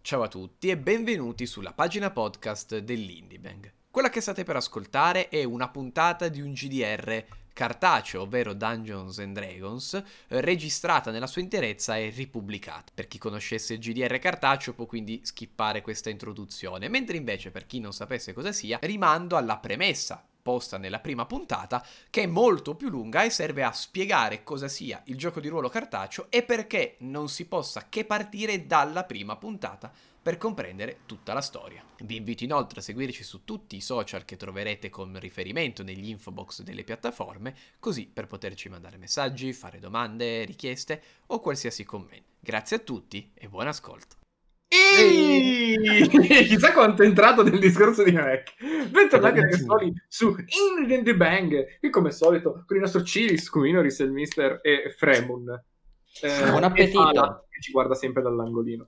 Ciao a tutti e benvenuti sulla pagina podcast dell'Indie Bang. Quella che state per ascoltare è una puntata di un GDR cartaceo, ovvero Dungeons and Dragons, registrata nella sua interezza e ripubblicata. Per chi conoscesse il GDR cartaceo può quindi skippare questa introduzione, mentre invece per chi non sapesse cosa sia, rimando alla premessa posta nella prima puntata, che è molto più lunga e serve a spiegare cosa sia il gioco di ruolo cartaceo e perché non si possa che partire dalla prima puntata per comprendere tutta la storia. Vi invito inoltre a seguirci su tutti i social che troverete con riferimento negli infobox delle piattaforme, così per poterci mandare messaggi, fare domande, richieste o qualsiasi commento. Grazie a tutti e buon ascolto. Ehi! Chissà quanto è entrato nel discorso di Mac. Bentornati ragazzi su In The Bang, qui come solito con il nostro Chili, Squinoris, il Mister e Fremun. Buon appetito! E Fala, che ci guarda sempre dall'angolino.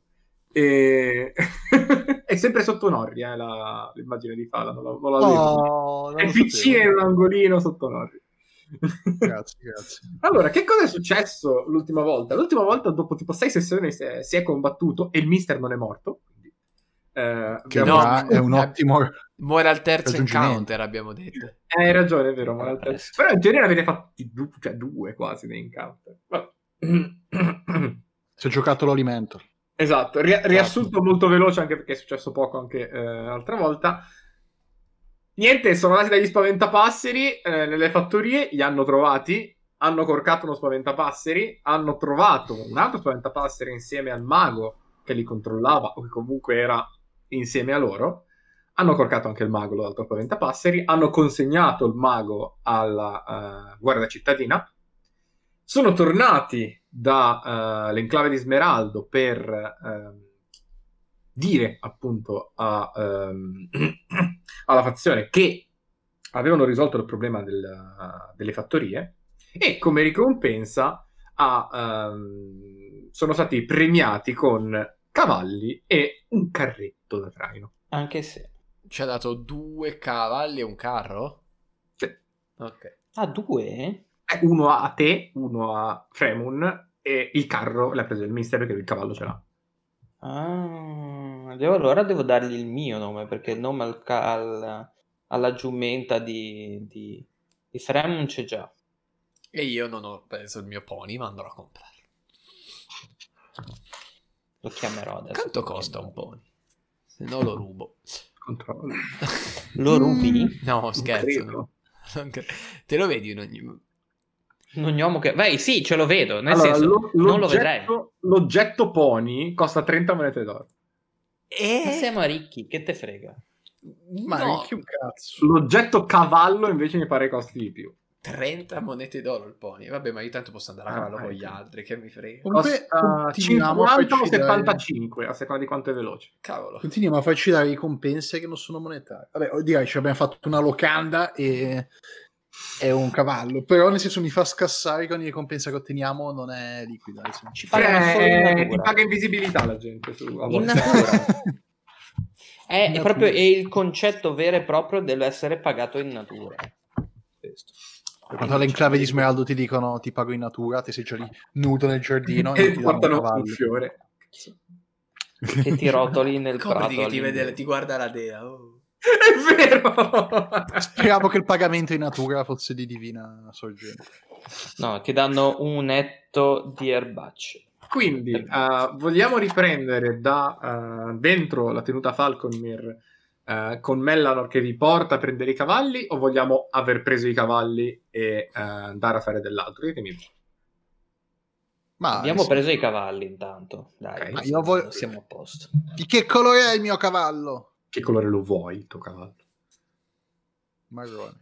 È sempre sotto Norri, l'immagine di Fala, non la No, è piccina in un angolino sotto Norri. Grazie. Allora, che cosa è successo l'ultima volta? L'ultima volta, dopo tipo 6 sessioni, si è combattuto e il mister non è morto. Quindi, che no, è un ottimo. Muore al terzo encounter, abbiamo detto. Hai ragione, è vero. Muore al terzo. Però in teoria ne avete fatti due quasi nei encounter. Si è giocato l'alimento. Esatto, riassunto molto veloce, anche perché è successo poco anche l'altra volta. Niente, sono andati dagli spaventapasseri nelle fattorie, li hanno trovati, hanno corcato uno spaventapasseri, hanno trovato un altro spaventapasseri insieme al mago che li controllava o che comunque era insieme a loro, hanno corcato anche il mago, l'altro spaventapasseri, hanno consegnato il mago alla guardia cittadina, sono tornati dall'enclave di Smeraldo per dire appunto alla fazione che avevano risolto il problema delle fattorie e come ricompensa sono stati premiati con cavalli e un carretto da traino. Anche se ci ha dato 2 cavalli e un carro? Sì. Ok. Ah, 2? Uno a te, uno a Fremun e il carro l'ha preso il mister perché il cavallo ce l'ha. Allora devo dargli il mio nome, perché il nome alla giumenta di Fremun c'è già. E io non ho preso il mio pony, ma andrò a comprarlo. Lo chiamerò adesso. Quanto costa un pony? Se no lo rubo. Controllo. Lo rubi? No, scherzo. No. Te lo vedi un ognomo che... Vai, sì, ce lo vedo, nel senso, non lo vedrei. L'oggetto pony costa 30 monete d'oro. Ma siamo ricchi, che te frega? Ma no. ricchi un cazzo. L'oggetto cavallo invece mi pare costi di più. 30 monete d'oro il pony. Vabbè, ma io tanto posso andare a cavallo con gli altri, che mi frega. Costa 50 o 75, a seconda di quanto è veloce. Cavolo. Continuiamo a farci dare ricompense che non sono monetarie. Vabbè, direi ci abbiamo fatto una locanda e è un cavallo, però nel senso mi fa scassare che ogni ricompensa che otteniamo non è liquida. Ci pagano solo in natura. Ti paga invisibilità la gente in natura. È proprio il concetto vero e proprio dell'essere pagato in natura. Questo. Quando all'enclave di Smeraldo ti dicono ti pago in natura, ti sei già lì nudo nel giardino e ti portano un un fiore che ti rotoli nel prato che ti guarda la dea. È vero. Speriamo che il pagamento in natura fosse di divina sorgente. No, ti danno un etto di erbacce. Quindi vogliamo riprendere da dentro la tenuta Falconmere con Mellanor che vi porta a prendere i cavalli, o vogliamo aver preso i cavalli e andare a fare dell'altro? Ditemi. Ma abbiamo preso i cavalli intanto. Dai, ma io voglio... siamo a posto. Di che colore è il mio cavallo? Che colore lo vuoi il tuo cavallo? Marrone.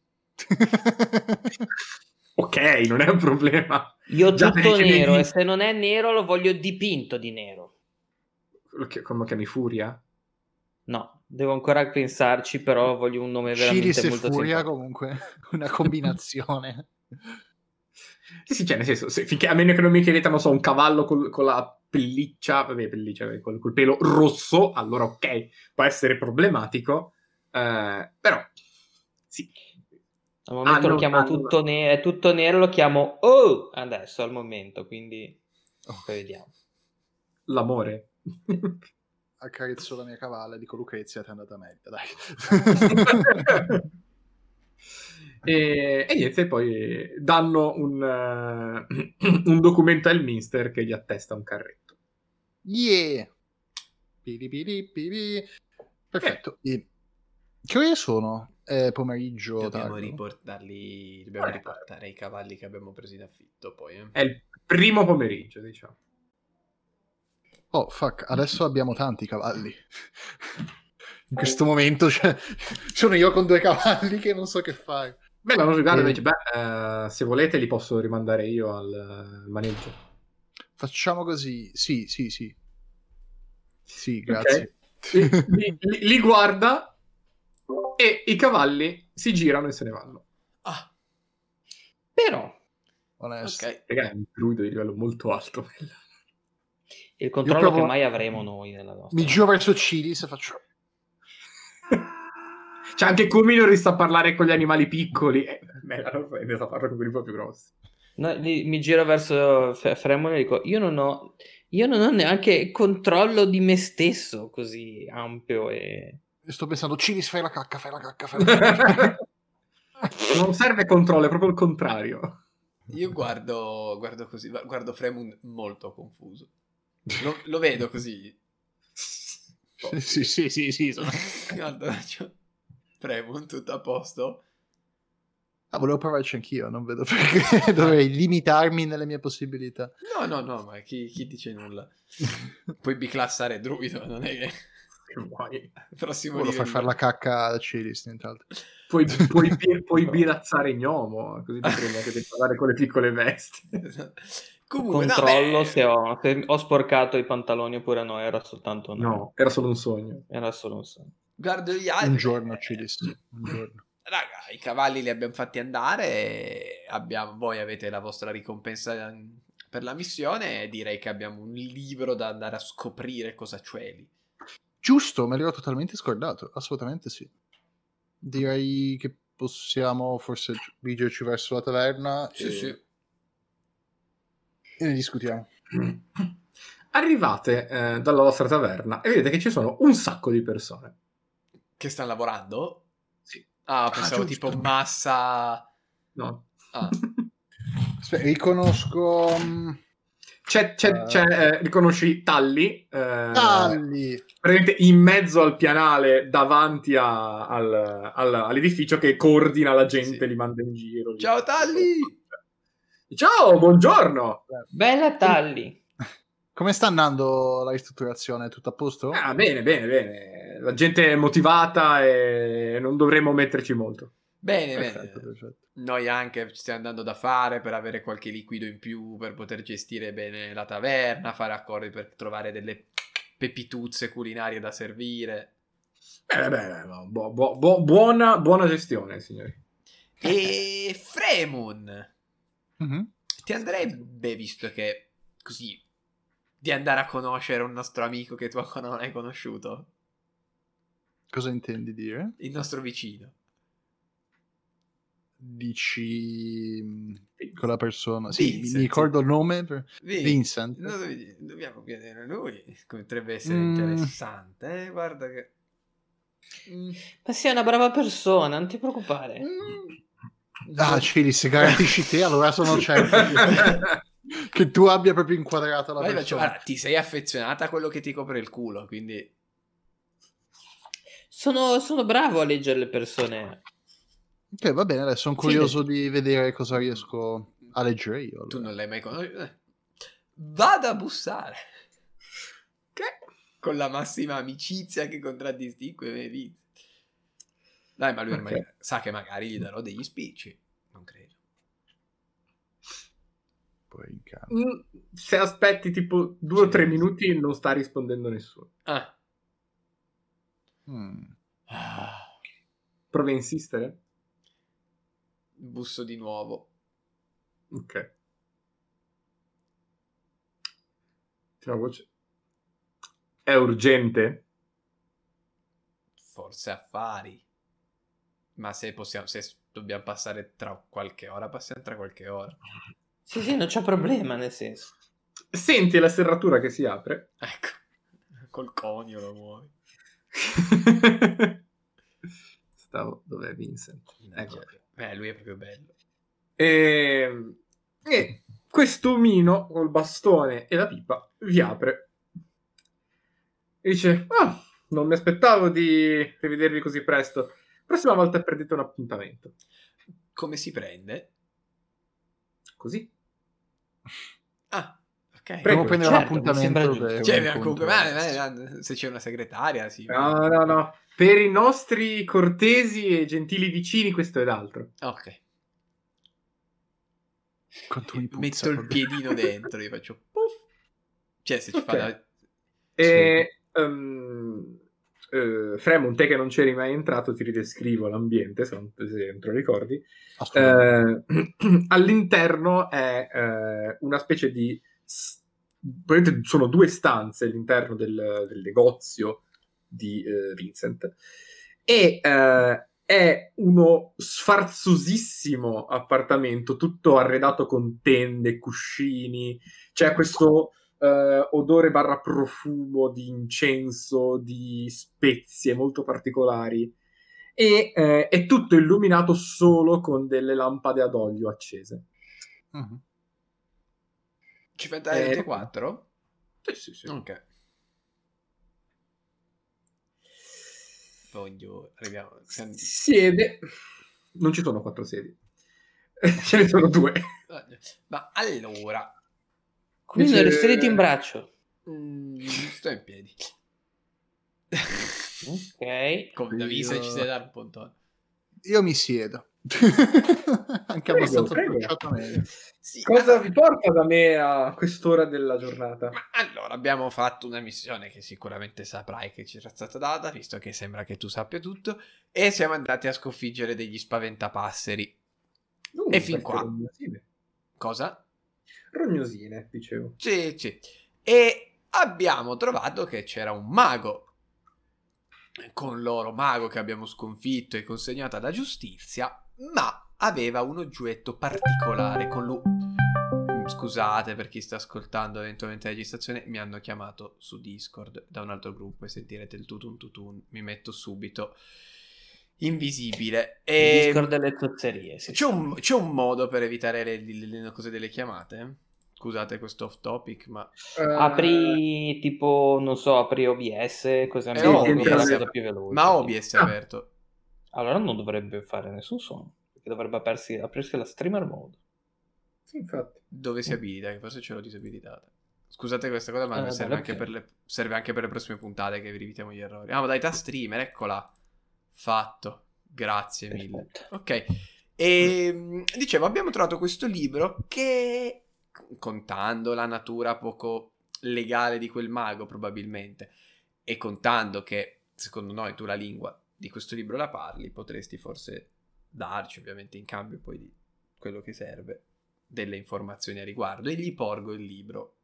Ok, non è un problema. Io tutto nero, e se non è nero lo voglio dipinto di nero. Come lo chiami, Furia? No, devo ancora pensarci, però voglio un nome veramente Cilis molto e Furia simpatico. comunque, una combinazione. Sì, cioè nel senso, finché, a meno che non mi chiedete, non so, un cavallo con la pelliccia, col pelo rosso, allora ok, può essere problematico, però sì. Al momento lo chiamo tutto nero, è tutto nero, lo chiamo adesso al momento, quindi poi vediamo. L'amore. accarezzo la mia cavalla e dico Lucrezia ti è andata meglio, dai. E niente, poi danno un documento al Minster che gli attesta un carretto. Yeah! Perfetto. Che ore sono? Pomeriggio. Dobbiamo tardo. riportare i cavalli che abbiamo preso in affitto poi. È il primo pomeriggio, diciamo. Oh, fuck, adesso abbiamo tanti cavalli. In questo momento sono io con 2 cavalli che non so che fare. Beh, la guarda invece, se volete li posso rimandare io al maneggio. Facciamo così. Sì. Sì, grazie. Okay. Li guarda e i cavalli si girano e se ne vanno. Ah, Però Onesto. ok. Raga, è un druido di livello molto alto. il controllo che mai avremo noi nella nostra. Mi giro verso Cilis e faccio... C'è anche Cuminor sta a parlare con gli animali piccoli. La sorprende sta a parlare con quelli un po' più grossi. No, mi giro verso Fremon e dico io non ho neanche controllo di me stesso così ampio e sto pensando Cilis fai la cacca. Non serve controllo, è proprio il contrario. Io guardo così, guardo Fremon molto confuso. Lo vedo così. Oh. Sì. Guarda, Fremon, tutto a posto? Volevo provarci anch'io, non vedo perché dovrei limitarmi nelle mie possibilità. No, ma chi dice nulla? Puoi biclassare druido, non è che... Prossimo Volevo livello. far la cacca da Cilis, nient'altro. Puoi birazzare gnomo, così potremmo anche parlare con le piccole bestie. Comunque, controllo se ho sporcato i pantaloni oppure no, era soltanto no, era solo un sogno. Era solo un sogno. Guardo gli altri. Un giorno Cilis, un giorno. Raga, i cavalli li abbiamo fatti andare e voi avete la vostra ricompensa per la missione e direi che abbiamo un libro da andare a scoprire cosa c'è lì. Giusto, me l'ero totalmente scordato, assolutamente sì. Direi che possiamo forse dirigerci verso la taverna Sì. e ne discutiamo. Arrivate dalla vostra taverna e vedete che ci sono un sacco di persone. Che stanno lavorando? Sì. Ah, pensavo giusto. tipo massa... No. Ah. Aspetta, riconosco... riconosci Talli. Talli! Praticamente in mezzo al pianale davanti all'edificio che coordina la gente, Sì. li manda in giro. Ciao Talli! Ciao, buongiorno! Bella Talli! Come sta andando la ristrutturazione? Tutto a posto? Ah, bene. La gente è motivata e non dovremmo metterci molto. Bene. Perfetto. Noi anche ci stiamo andando da fare per avere qualche liquido in più, per poter gestire bene la taverna, fare accordi per trovare delle pepituzze culinarie da servire. Buona gestione, signori. E Fremon, Mm-hmm. ti andrebbe, visto che così, di andare a conoscere un nostro amico che tu ancora non hai conosciuto? Cosa intendi dire? Il nostro vicino. Dici quella persona? Sì, Vincent, mi ricordo il nome. Vincent. No, dobbiamo chiedere lui. Potrebbe essere interessante. Guarda che... Ma sei una brava persona, non ti preoccupare. Cilis, se garantisci te, allora sono certo che tu abbia proprio inquadrato la persona. Guarda, ti sei affezionata a quello che ti copre il culo, quindi... Sono bravo a leggere le persone. Ok, va bene, adesso sono curioso di vedere cosa riesco a leggere io. Allora. Tu non l'hai mai conosciuto? Vado a bussare. Che? Con la massima amicizia che contraddistingue me Vince. Dai, ma lui ormai sa che magari gli darò degli spicci. Non credo. Poi se aspetti tipo 2 o 3 minuti non sta rispondendo nessuno. Provi a insistere? Busso di nuovo. Ok. La voce. È urgente? Forse affari. Ma se dobbiamo passare tra qualche ora, passiamo tra qualche ora. Sì, non c'è problema, nel senso. Senti la serratura che si apre. Ecco. Col conio lo muovi. Dov'è Vincent? Ecco. Lui è proprio bello. E questo omino col bastone e la pipa vi apre e dice: non mi aspettavo di rivedervi così presto. Prossima volta prendete un appuntamento. Come si prende? Così. Ah, ok. Prima prendere un Certo, mi sembra appuntamento giusto. per Cioè, un comunque, incontro. se c'è una segretaria, sì. No. Per i nostri cortesi e gentili vicini questo è d'altro. Ok. Quanto mi puzza, Metto il vabbè. piedino dentro, gli faccio puff. Cioè, se ci fa Ok. da... E Fremont, te che non c'eri mai entrato, ti ridescrivo l'ambiente, se non te lo ricordi. All'interno è una specie di... probabilmente sono 2 stanze all'interno del negozio di Vincent. E è uno sfarzosissimo appartamento, tutto arredato con tende, cuscini. C'è questo... odore / profumo di incenso, di spezie molto particolari, e è tutto illuminato solo con delle lampade ad olio accese. Mhm. Ci fai entrare tutti e 4? Sì. Ok. Arriviamo. Si siede. Non ci sono 4 sedie. Ce ne sono 2. Ma allora... Quindi Dice- non resterete in braccio. sto in piedi. Ok. Come da vista ci sei dare un pontone. Io mi siedo. Anche Prego, abbastanza prego. bruciato meglio. Sì, Cosa vi porta da me a quest'ora della giornata? Ma allora, abbiamo fatto una missione che sicuramente saprai che ci era stata data, visto che sembra che tu sappia tutto, e siamo andati a sconfiggere degli spaventapasseri. E fin qua. Rognosine. Cosa? Rognosine, dicevo. Sì. E abbiamo trovato che c'era un mago, con loro mago che abbiamo sconfitto e consegnato alla giustizia, ma aveva un oggetto particolare con lui. Scusate per chi sta ascoltando eventualmente la registrazione, mi hanno chiamato su Discord da un altro gruppo e sentirete il tutun, mi metto subito invisibile. E... Discord delle zozzerie, sì. C'è un modo per evitare le cose delle chiamate? Scusate questo off topic, ma... Apri tipo, non so, apri OBS, così È almeno OBS, la cosa più veloce. ma OBS è Ah. aperto. Allora non dovrebbe fare nessun suono, perché dovrebbe aprirsi la streamer mode. Sì, infatti. Dove si abilita, che forse ce l'ho disabilitata. Scusate questa cosa, ma serve anche per le prossime puntate che vi rivitiamo gli errori. Ah, modalità streamer, eccola. Fatto. Grazie mille. Perfetto. Ok. E dicevo, abbiamo trovato questo libro che, contando la natura poco legale di quel mago probabilmente, e contando che secondo noi tu la lingua di questo libro la parli, potresti forse darci ovviamente in cambio poi di quello che serve delle informazioni a riguardo, e gli porgo il libro.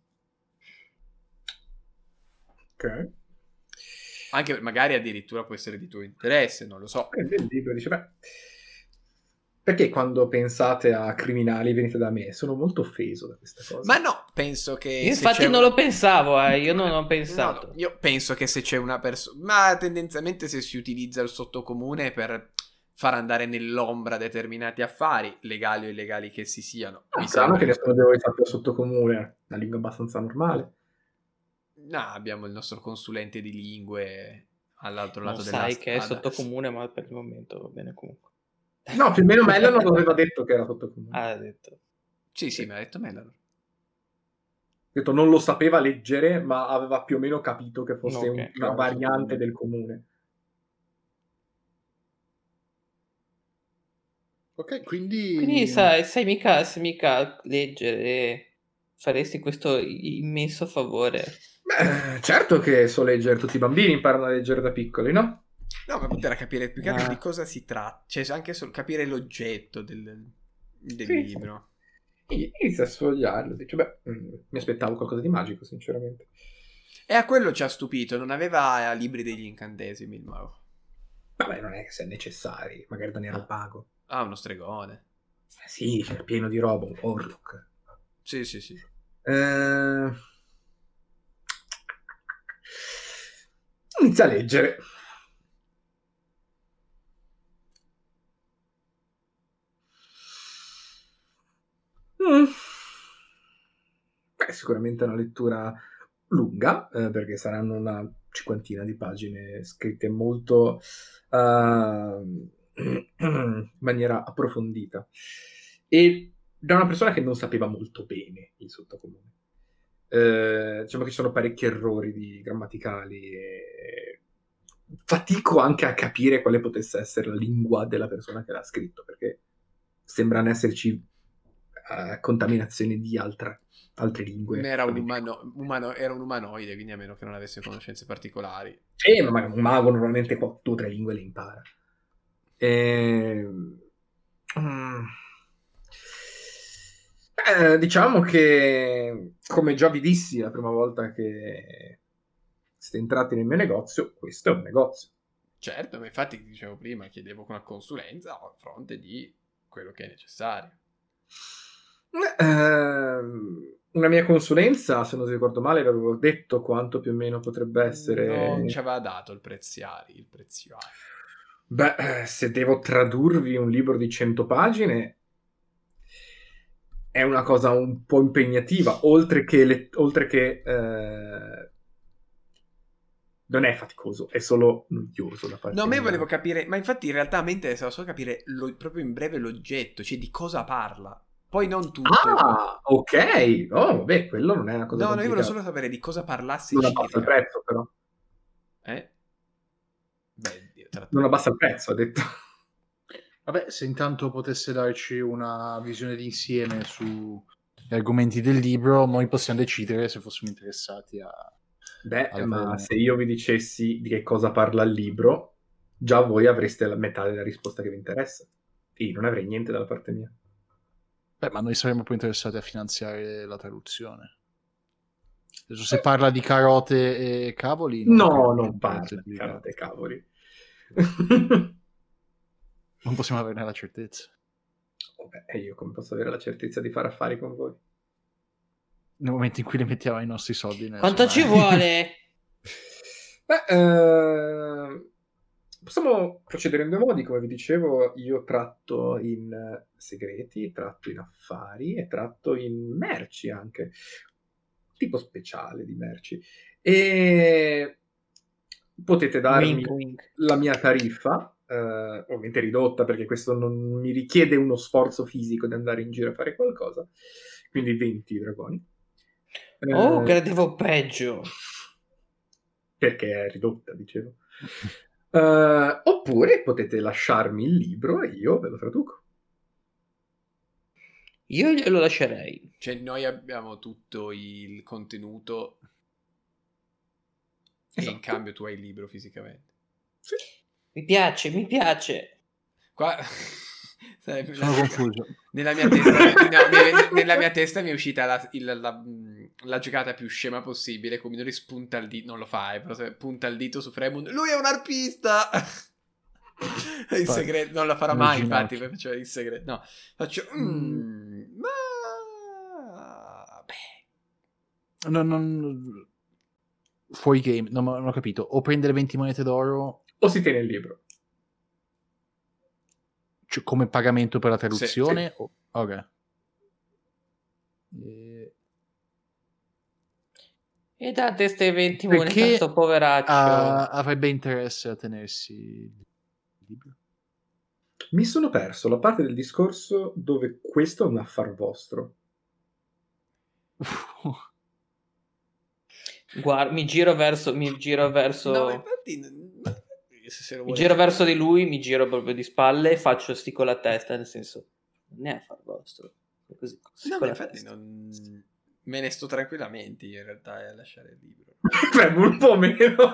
Ok. Anche magari addirittura può essere di tuo interesse, non lo so. Prende il libro e dice: beh, perché quando pensate a criminali venite da me? Sono molto offeso da questa cosa. Ma no, penso che... Io infatti non lo pensavo, io non ho pensato. No, io penso che se c'è una persona... Ma tendenzialmente se si utilizza il sottocomune per far andare nell'ombra determinati affari, legali o illegali che si siano. Strano che nessuno di voi sappia sottocomune, una lingua abbastanza normale. No, abbiamo il nostro consulente di lingue all'altro lato della sai strada. che è sottocomune, ma per il momento va bene comunque. No, più o meno Melano non aveva detto che era sottocomune. Ha detto. Sì, mi ha detto Melano. Ha detto non lo sapeva leggere, ma aveva più o meno capito che fosse Ok, una variante del comune. Ok, quindi... Quindi sai mica, se mica leggere faresti questo immenso favore. Beh, certo che so leggere, tutti i bambini imparano a leggere da piccoli, no? No, ma poter capire più che altro di cosa si tratta. Cioè, anche solo capire l'oggetto del Sì. libro. Inizia a sfogliarlo, dice, beh, mi aspettavo qualcosa di magico, sinceramente. E a quello ci ha stupito, non aveva libri degli incantesimi il mago. Vabbè, non è che sia necessari, magari da nero pago. Ah, uno stregone. Sì, c'è pieno di roba, un Orlok. Sì. inizia a leggere. Beh, sicuramente è una lettura lunga, perché saranno una 50 di pagine scritte molto in maniera approfondita, e da una persona che non sapeva molto bene il sottocomune. Diciamo che ci sono parecchi errori grammaticali e fatico anche a capire quale potesse essere la lingua della persona che l'ha scritto, perché sembrano esserci contaminazioni di altre lingue. Era un era un umanoide, quindi a meno che non avesse conoscenze particolari. Ma un mago normalmente 2 o 3 lingue le impara. Diciamo che, come già vi dissi la prima volta che siete entrati nel mio negozio, questo è un negozio. Certo, ma infatti dicevo prima, chiedevo una consulenza a fronte di quello che è necessario. Una mia consulenza, se non ti ricordo male, vi avevo detto quanto più o meno potrebbe essere. Non ci aveva dato il preziari. Beh, se devo tradurvi un libro di 100 pagine è una cosa un po' impegnativa, oltre che non è faticoso, è solo noioso da parte No, a me mia. volevo capire, ma infatti in realtà a me interessava solo capire proprio in breve l'oggetto, cioè di cosa parla. Poi non tutto. Ok. Oh, vabbè, quello non è una cosa No, io volevo complicata. solo sapere di cosa parlasse Non circa. abbassa il prezzo, però. Beh, Dio, non abbassa il prezzo, ha detto. Vabbè, se intanto potesse darci una visione d'insieme sugli argomenti del libro, noi possiamo decidere se fossimo interessati a... Beh, ma se io vi dicessi di che cosa parla il libro, già voi avreste la metà della risposta che vi interessa. Io non avrei niente dalla parte mia. Beh, ma noi saremmo più interessati a finanziare la traduzione. Adesso, se parla di carote e cavoli... non parla di carote e cavoli. Non possiamo averne la certezza. Beh, io come posso avere la certezza di fare affari con voi? Nel momento in cui le mettiamo i nostri soldi... Quanto ci vuole? Beh, possiamo procedere in 2 modi, come vi dicevo. Io tratto in segreti, tratto in affari e tratto in merci anche, tipo speciale di merci, e potete darmi la mia tariffa, ovviamente ridotta, perché questo non mi richiede uno sforzo fisico di andare in giro a fare qualcosa, quindi 20 dragoni. Credevo peggio. Perché è ridotta, dicevo. Oppure potete lasciarmi il libro e io ve lo traduco. Io glielo lascerei. Cioè, noi abbiamo tutto il contenuto e in cambio tu hai il libro fisicamente. Sì. Mi piace. Qua... Sono confuso. Nella mia testa mi è uscita la giocata più scema possibile, come non spunta il dito, non lo fai, però punta il dito su Fremont, lui è un arpista. Il segreto non lo farò mai, infatti, poi faccio il segreto. No, faccio ma beh. Non fuori game, non ho capito. O prendere 20 monete d'oro o si tiene il libro. Cioè, come pagamento per la traduzione? Sì. Ok. E date ste 20 monete a sto poveraccio. Avrebbe interesse a tenersi il libro? Mi sono perso la parte del discorso dove questo è un affar vostro. Guarda, mi giro verso No, infatti, mi giro verso di lui, mi giro proprio di spalle e faccio sti con la testa, nel senso, non è affar vostro. È così. No, ma infatti me ne sto tranquillamente in realtà a lasciare il libro. Premo un po' meno.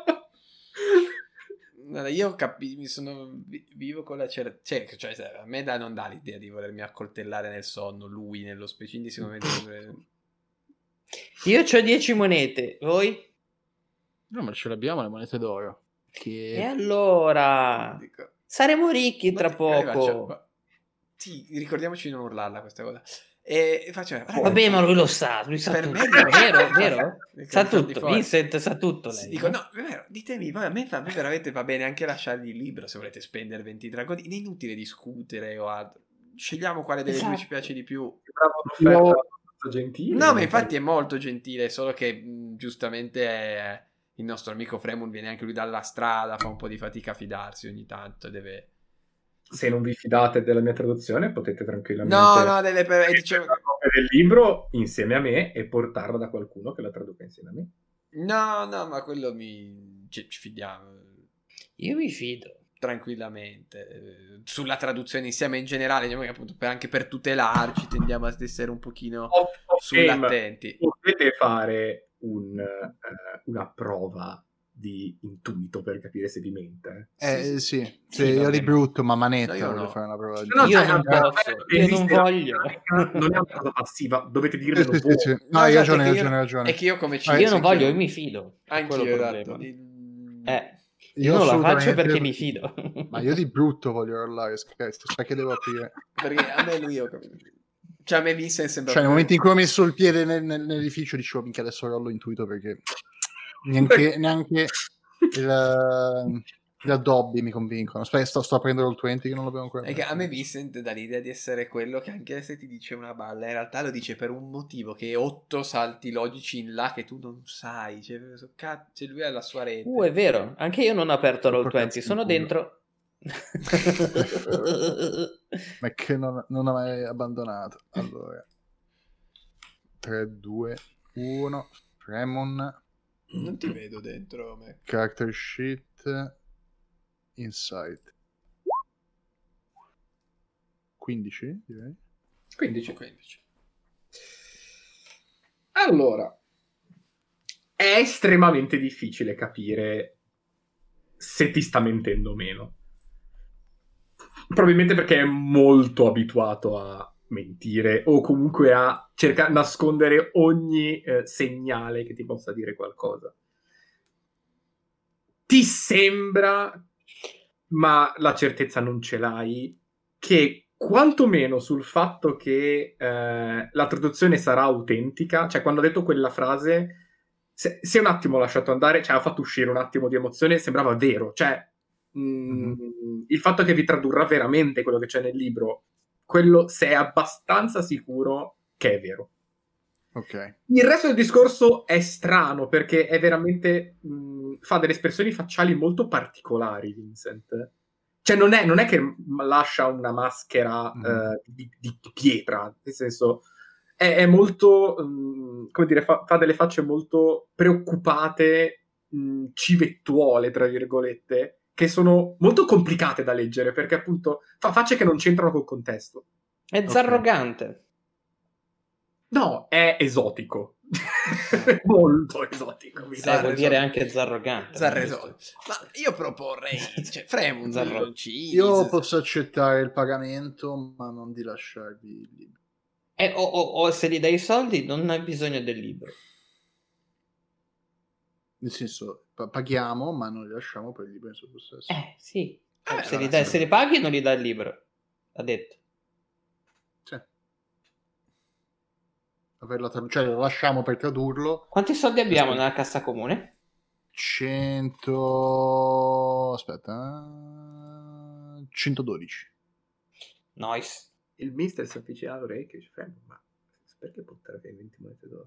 Io vivo con la certezza, cioè a me non dà l'idea di volermi accoltellare nel sonno, lui nello specifico momento. Io c'ho 10 monete, voi? No, ma ce l'abbiamo le monete d'oro. E allora saremo ricchi tra poco. Sì, ricordiamoci di non urlarla questa cosa. E faccio, vabbè, ma lui lo sa, lui sa per tutto, me vero? Sa tutto, Vincent sa tutto lei. Dico, no, è vero, ditemi, a me veramente va bene anche lasciargli il libro se volete spendere 20 dragoni, è inutile discutere o altro. Scegliamo quale delle due ci piace di più. Gentile, no, ma infatti è molto gentile, solo che giustamente il nostro amico Fremon viene anche lui dalla strada, fa un po' di fatica a fidarsi ogni tanto, deve... Se non vi fidate della mia traduzione, potete tranquillamente no, dicevo... la copia del libro insieme a me e portarla da qualcuno che la traduca insieme a me. No, ma quello ci fidiamo. Io mi fido. Tranquillamente. Sulla traduzione insieme in generale, diciamo che appunto anche per tutelarci tendiamo ad essere un pochino sull'attenti. Potete fare una prova di intuito per capire se vi mente. Sì, io di brutto, ma manetta io voglio no. fare una prova di io non posso, io non voglio. Non è una cosa passiva, dovete dirmelo voi. Sì. No, hai ragione. È che io come io non voglio, io mi fido. Anch'io, esatto. Io non la faccio perché mi fido. Ma io di brutto voglio rollare, scherzo, sai che devo aprire. Perché a me lui cioè a me Vincent sembra... Cioè nel momento in cui ho messo il piede nell'edificio dicevo, minchia, adesso rollo intuito perché neanche gli addobbi mi convincono. Aspetta, sto aprendo roll 20 che non l'abbiamo ancora. È che a me Vincent dà l'idea di essere quello che anche se ti dice una balla in realtà lo dice per un motivo, che 8 salti logici in là che tu non sai, cioè lui ha la sua rete. È vero, anche io non ho aperto roll 20, sono dentro. Ma che non ha mai abbandonato. Allora 3, 2, 1 Fremon. Non ti vedo dentro me. Character sheet Insight 15 direi. 15. Allora, è estremamente difficile capire se ti sta mentendo o meno. Probabilmente perché è molto abituato a mentire o comunque a cercare di nascondere ogni segnale che ti possa dire qualcosa. Ti sembra, ma la certezza non ce l'hai, che quantomeno sul fatto che la traduzione sarà autentica, cioè quando ha detto quella frase, se un attimo lasciato andare, cioè ha fatto uscire un attimo di emozione, sembrava vero, cioè il fatto che vi tradurrà veramente quello che c'è nel libro, quello se è abbastanza sicuro che è vero. Ok. Il resto del discorso è strano perché è veramente fa delle espressioni facciali molto particolari, Vincent. Cioè non è che lascia una maschera di pietra, nel senso è molto come dire, fa delle facce molto preoccupate, civettuole tra virgolette, che sono molto complicate da leggere perché appunto fa facce che non c'entrano col contesto. È zarrogante. No, è esotico. Molto esotico. Vuol dire anche zarrogante. Ma io proporrei, cioè, Fremon, io posso accettare il pagamento, ma non di lasciarvi il libro. O se gli dai i soldi non hai bisogno del libro. Nel senso, paghiamo, ma non li lasciamo per il libro in suo possesso. Sì. Se li paghi non gli dai il libro. Ha detto. Sì. Cioè lo lasciamo per tradurlo. Quanti soldi abbiamo nella cassa comune? 112. Nice. Il mister si avvicina all'orecchio e dice: ma perché portare 20 monete d'oro?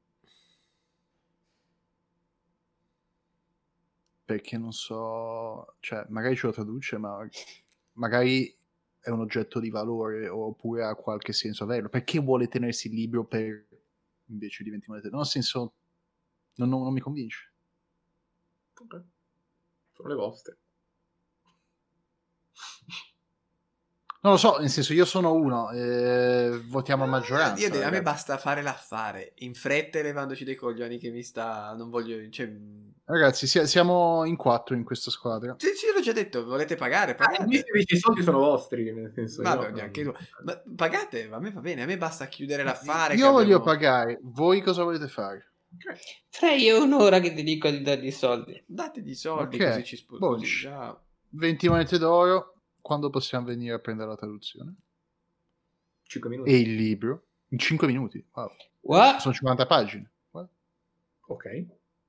Perché non so, cioè magari ce lo traduce, ma magari è un oggetto di valore oppure ha qualche senso averlo. Perché vuole tenersi il libro per invece di 20 monete? Non ha senso, non mi convince. Ok, sono le vostre. Non lo so, nel senso io sono uno, votiamo a maggioranza. A me basta fare l'affare in fretta e levandoci dei coglioni che mi sta, non voglio, cioè... Ragazzi, siamo in 4 in questa squadra. Sì, l'ho già detto, volete pagare? Pagate. I soldi sono vostri, nel senso. Vabbè, anche tu. Ma pagate, a me va bene, a me basta chiudere l'affare. Io voglio pagare, voi cosa volete fare? Okay. Frei, è un'ora che ti dico di dargli i soldi. Dategli i soldi, okay. Così ci spostiamo. Già... 20 monete d'oro, quando possiamo venire a prendere la traduzione? 5 minuti. E il libro? In 5 minuti. Wow. What? Sono 50 pagine. What? Ok.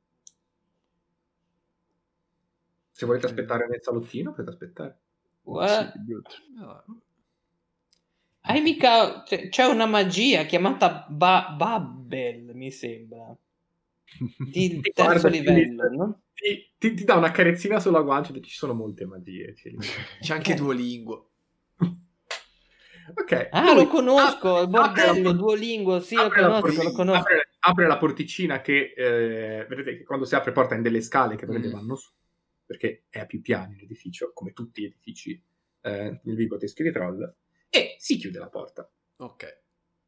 Se volete aspettare nel salottino, potete aspettare. What? Sì, brutto. No. Hai mica... C'è una magia chiamata Babbel, mi sembra. Di Ti terzo guarda, livello, no? ti dà una carezzina sulla guancia perché ci sono molte magie. C'è anche Duolingo. Ok. Ah, lui lo conosco, il bordello, apre Duolingo, sì, apre lo la conosco, lo porticina, conosco. apre la porticina che, vedete che quando si apre porta in delle scale che vedete Mm. vanno su, perché è a più piani l'edificio, come tutti gli edifici nel Bigoteschi di Troll, e si chiude la porta. Ok.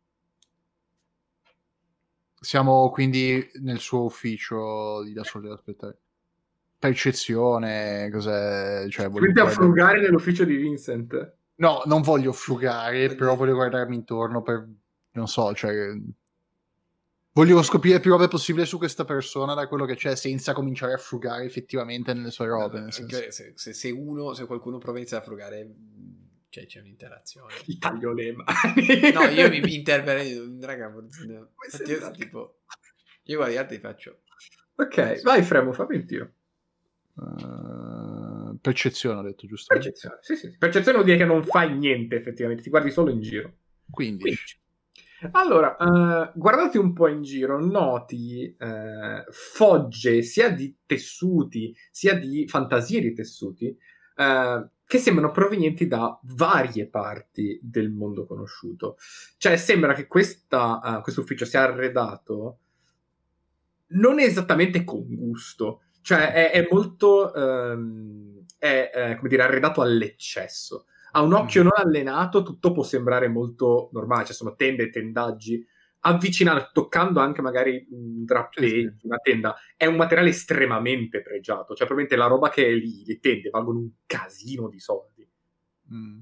Siamo quindi nel suo ufficio di da soli ad aspettare. Percezione, cos'è? Cioè, voglio Metti a guardare- frugare nell'ufficio di Vincent. No, non voglio frugare, Quindi- però voglio guardarmi intorno per... Non so, cioè... Voglio scoprire più robe possibile su questa persona da quello che c'è, senza cominciare a frugare effettivamente nelle sue robe. Nel senso. Anche se qualcuno prova a iniziare a frugare, cioè c'è un'interazione. Gli taglio le mani. No, io mi interverrei, raga, no. Infatti io sembra- tipo, io guardi gli altri faccio. Ok, vai Fremo, fammi un tiro. Percezione, ho detto, giusto? Percezione, sì, sì. Percezione vuol dire che non fai niente effettivamente, ti guardi solo in giro. 15. Allora, guardate un po' in giro, noti fogge sia di tessuti, sia di fantasie di tessuti, che sembrano provenienti da varie parti del mondo conosciuto. Cioè, sembra che questo ufficio sia arredato non esattamente con gusto, cioè è molto, come dire, arredato all'eccesso. A un occhio non allenato tutto può sembrare molto normale, cioè sono tende e tendaggi, avvicinando, toccando anche magari un drappeggio, Sì. una tenda, è un materiale estremamente pregiato, cioè probabilmente la roba che è lì, le tende, valgono un casino di soldi. Mm.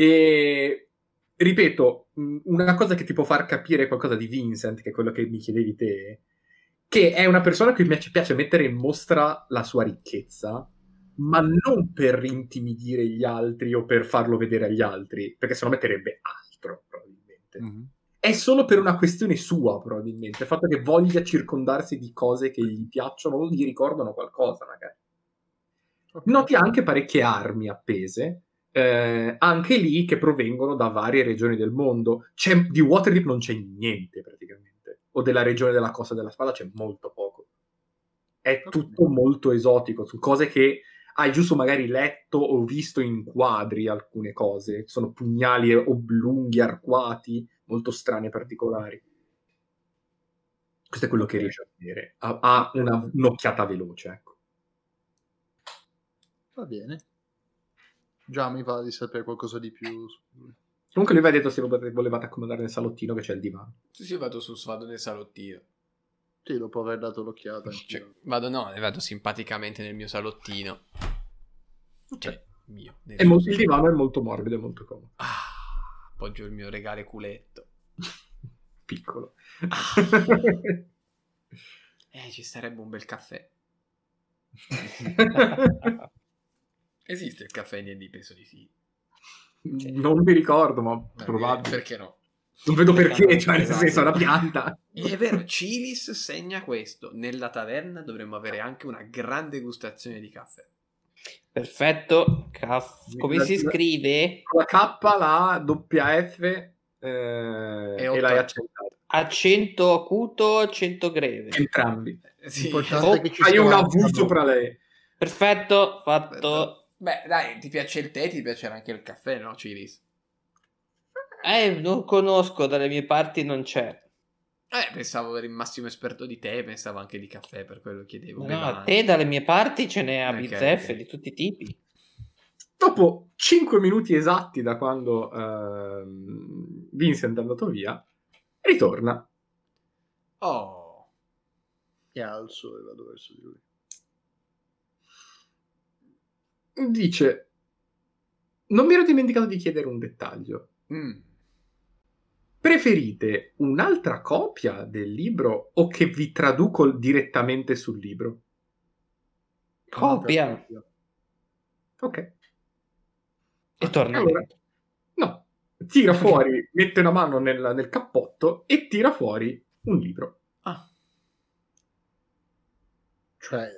E ripeto, una cosa che ti può far capire qualcosa di Vincent, che è quello che mi chiedevi te, che è una persona a cui piace mettere in mostra la sua ricchezza, ma non per intimidire gli altri o per farlo vedere agli altri, perché se no metterebbe altro, probabilmente. Mm-hmm. È solo per una questione sua, probabilmente, il fatto che voglia circondarsi di cose che gli piacciono o gli ricordano qualcosa, magari. Okay. Noti anche parecchie armi appese, anche lì che provengono da varie regioni del mondo. Di Waterdeep non c'è niente, praticamente. O della regione della Costa della Spada c'è molto poco. È tutto molto esotico, su cose che hai giusto magari letto o visto in quadri, alcune cose. Sono pugnali oblunghi, arcuati, molto strani e particolari. Questo è quello che riesce a vedere. Ha un'occhiata veloce, ecco. Va bene. Già mi va di sapere qualcosa di più. Comunque lui vi ha detto se volevate accomodare nel salottino che c'è il divano. Sì, vado nel salottino. Sì, dopo aver dato l'occhiata. Cioè, vado simpaticamente nel mio salottino. Cioè, mio. Il divano è molto morbido e molto comodo. Appoggio il mio regale culetto. Piccolo. Ci sarebbe un bel caffè. Esiste il caffè in D&D? Penso di sì. Non mi ricordo, ma probabile. Perché no? Non vedo perché, cioè nel Esatto. senso è una pianta. È vero, Cilis segna questo. Nella taverna dovremmo avere anche una grande gustazione di caffè. Perfetto. Come si scrive? Con la K, la WF e l'hai accentato. Accento acuto, accento greve. Entrambi. Sì. Importante che ci Hai sia una anche V una sopra lei. Perfetto, fatto. Beh, dai, ti piace il tè, ti piacerà anche il caffè, no, Cilis? Non conosco, dalle mie parti non c'è. Pensavo eri il massimo esperto di tè, pensavo anche di caffè, per quello chiedevo. No, te dalle mie parti ce n'è a Ok, bizzeffe ok. di tutti i tipi. Dopo 5 minuti esatti da quando Vincent è andato via, ritorna. Oh. Mi alzo e vado verso di lui. Dice: non mi ero dimenticato di chiedere un dettaglio. Preferite un'altra copia del libro o che vi traduco direttamente sul libro? Copia. Ok. E torna Allora, dentro. no. tira fuori, mette una mano nel cappotto e tira fuori un libro. Ah. Cioè,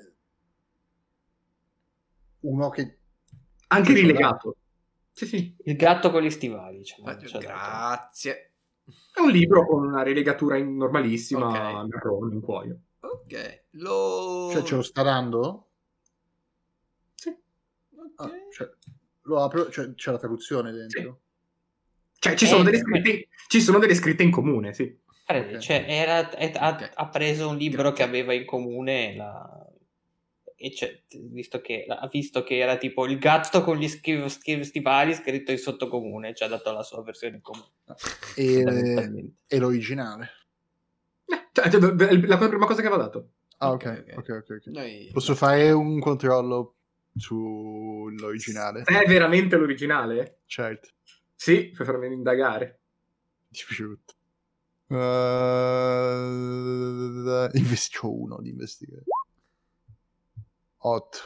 uno che... Anche Cioè, rilegato. Sì. Il gatto con gli stivali. Grazie. È un libro con una rilegatura normalissima, Ok. marrone, in cuoio. Ok. Cioè, ce lo sta dando? Sì. Ok. Ah, cioè, lo apro, cioè, c'è la traduzione dentro? Cioè, ci sono delle scritte in comune, sì. Ok. Cioè, Ok. ha preso un libro Grazie. che aveva in comune e ha visto che era tipo il gatto con gli stivali scritto in sottocomune, ci ha dato la sua versione in comune. Fondamentalmente. E l'originale? La prima cosa che aveva dato. Ah, ok. Noi... Posso fare un controllo sull'originale? Se è veramente l'originale? Certo. Sì, per farmi indagare. Dispiaciuto. C'ho uno di investigare. 8.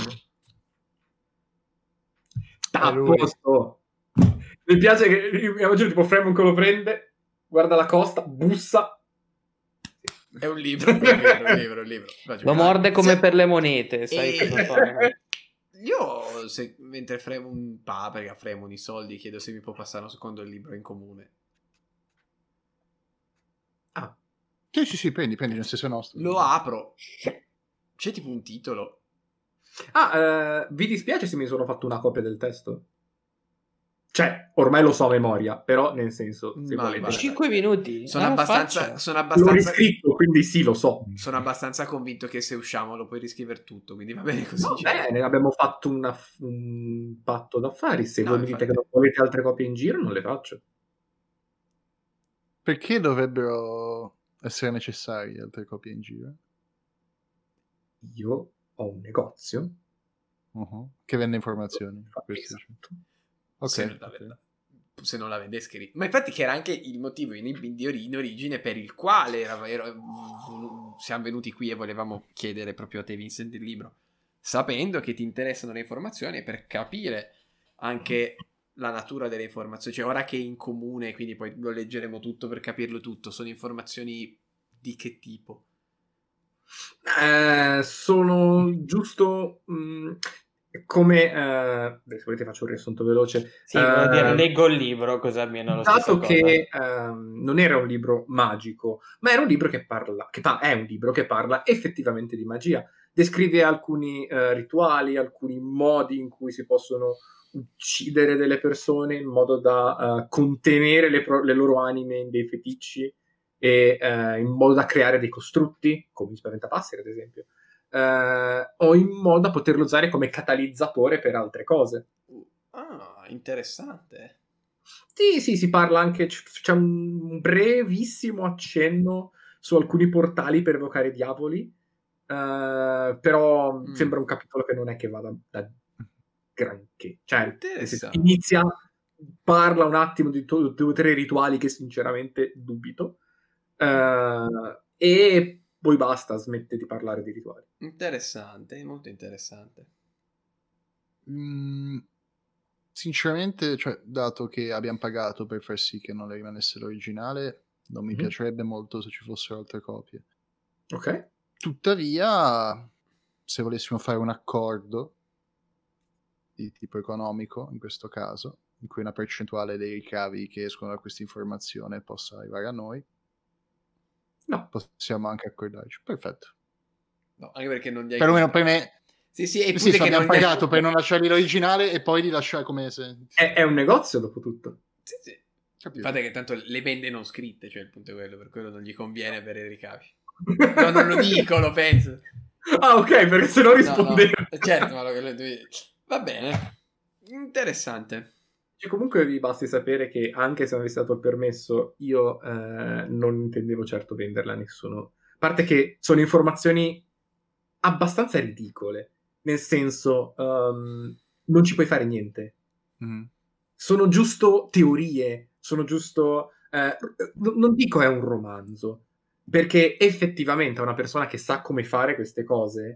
A posto. Mi piace che immagino tipo Fremon che lo prende, guarda la costa, bussa. È un libro. Un libro. Lo morde come per le monete, sai cosa fare? Io, mentre Fremon perché a Fremon i soldi, chiedo se mi può passare un secondo il libro in comune. Ah. Sì, prendi nel senso nostro. Lo apro. C'è tipo un titolo. Vi dispiace se mi sono fatto una copia del testo? Cioè, ormai lo so a memoria, però nel senso, se Ma volete... guarda, 5 minuti? Sono abbastanza L'ho riscritto, quindi sì, lo so. Sono abbastanza convinto che se usciamo lo puoi riscrivere tutto, quindi va bene così. Va bene, abbiamo fatto un patto d'affari. Se No, voi mi dite che non volete altre copie in giro, non le faccio. Perché dovrebbero essere necessarie altre copie in giro? Io ho un negozio che vende informazioni. Esatto. Se non la vendessi, ma infatti che era anche il motivo in origine per il quale siamo venuti qui e volevamo chiedere proprio a te, Vincent, il libro, sapendo che ti interessano le informazioni e per capire anche la natura delle informazioni, cioè ora che è in comune, quindi poi lo leggeremo tutto per capirlo tutto, sono informazioni di che tipo? Sono giusto come se volete faccio un riassunto veloce. Sì, leggo il libro, così almeno lo Dato stesso che non era un libro magico, ma era un libro che parla, è un libro che parla effettivamente di magia. Descrive alcuni rituali, alcuni modi in cui si possono uccidere delle persone in modo da contenere le loro anime in dei feticci e in modo da creare dei costrutti, come i spaventapasseri ad esempio, o in modo da poterlo usare come catalizzatore per altre cose. Interessante. Sì, si parla anche, c'è un brevissimo accenno su alcuni portali per evocare diavoli, però sembra un capitolo che non è che vada da granché. Cioè, inizia, parla un attimo di due o tre rituali che sinceramente dubito, e poi basta, smette di parlare di rituali. Interessante, molto interessante. Sinceramente, cioè, dato che abbiamo pagato per far sì che non le rimanesse l'originale, non mi piacerebbe molto se ci fossero altre copie. Ok. Tuttavia, se volessimo fare un accordo di tipo economico, in questo caso, in cui una percentuale dei ricavi che escono da questa informazione possa arrivare a noi, no, possiamo anche accordarci. Perfetto. No, anche perché non gli hai... Perlomeno per me... Sì, abbiamo pagato per non lasciargli l'originale e poi li lasciare come se... È un negozio dopo tutto. Sì. Infatti che tanto le vende non scritte, cioè il punto è quello, per quello non gli conviene avere i ricavi. No, non lo dico, lo penso. Ah, ok, perché se no rispondevo. No. Certo, ma va bene. Interessante. Cioè, comunque vi basti sapere che anche se non avessi dato il permesso, io non intendevo certo venderla a nessuno. A parte che sono informazioni abbastanza ridicole. Nel senso, non ci puoi fare niente. Sono giusto teorie, sono giusto... non dico è un romanzo, perché effettivamente una persona che sa come fare queste cose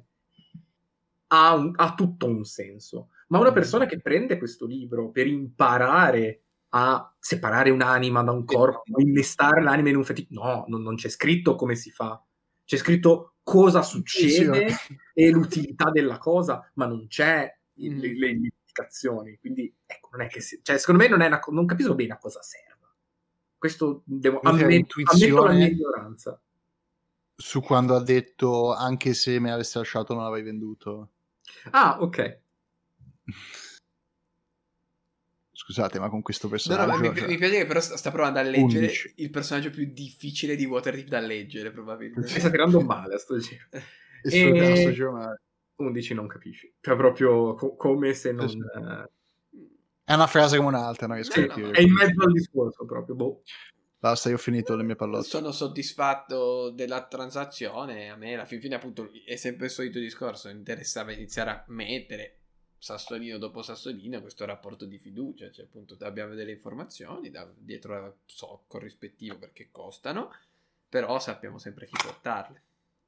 ha tutto un senso. Ma una persona che prende questo libro per imparare a separare un'anima da un corpo, o innestare l'anima in un feticcio. No, non c'è scritto come si fa. C'è scritto cosa succede e l'utilità della cosa, ma non c'è le indicazioni. Quindi, ecco, non è che cioè, secondo me non capisco bene a cosa serva. Questo ammetto la mia ignoranza. Su quando ha detto anche se me avessi lasciato non l'avrei venduto. Ah, ok. Scusate, ma con questo personaggio... No, mi piace che però sta provando a leggere il personaggio più difficile di Waterdeep da leggere, probabilmente. Mi sta tirando male a sto giro. A sto giro male. 11 non capisci. Cioè proprio come se non... È una frase come un'altra, no? È in mezzo al discorso proprio, boh. Basta, io ho finito le mie pallotte. Sono soddisfatto della transazione. A me alla fine appunto è sempre il solito discorso. Interessava iniziare a mettere sassolino dopo sassolino questo rapporto di fiducia, cioè appunto abbiamo delle informazioni dietro al corrispettivo perché costano, però sappiamo sempre chi portarle.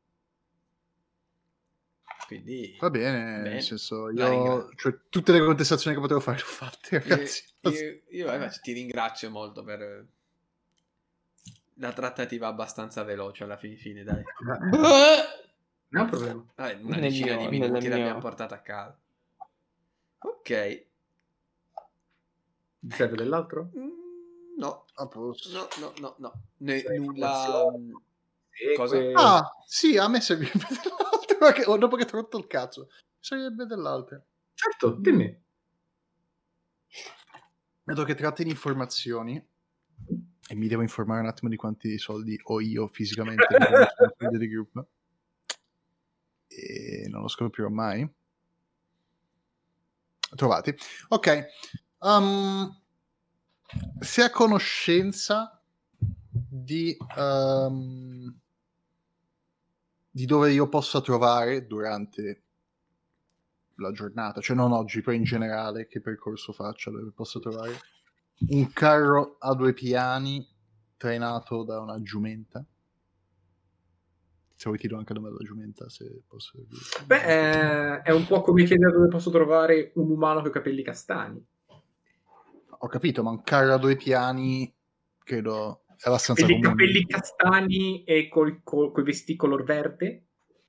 Quindi va bene, nel senso, io cioè, tutte le contestazioni che potevo fare le ho fatte, ragazzi. Io ti ringrazio molto per la trattativa abbastanza veloce alla fine, dai. Non è un problema. Vabbè, una decina di minuti l'abbiamo portata a casa. Ok. Mi serve dell'altro? No. No. Nulla. Cosa? Ah, sì, a me servirebbe dell'altro. Dopo che ti ho rotto il cazzo, servirebbe dell'altro. Certo, dimmi. Vedo che tratti informazioni e mi devo informare un attimo di quanti soldi ho io fisicamente di gruppo. E non lo scoprirò mai. Trovati. Ok. Si è a conoscenza di dove io possa trovare durante la giornata, cioè non oggi, però in generale, che percorso faccia, dove posso trovare un carro a 2 piani trainato da una giumenta. Se vuoi ti do anche il nome della giumenta, se posso. Beh, è un po' come chiedere dove posso trovare un umano con i capelli castani. Ho capito, ma un carro a 2 piani credo è abbastanza comune. Capelli castani e coi vestiti color verde?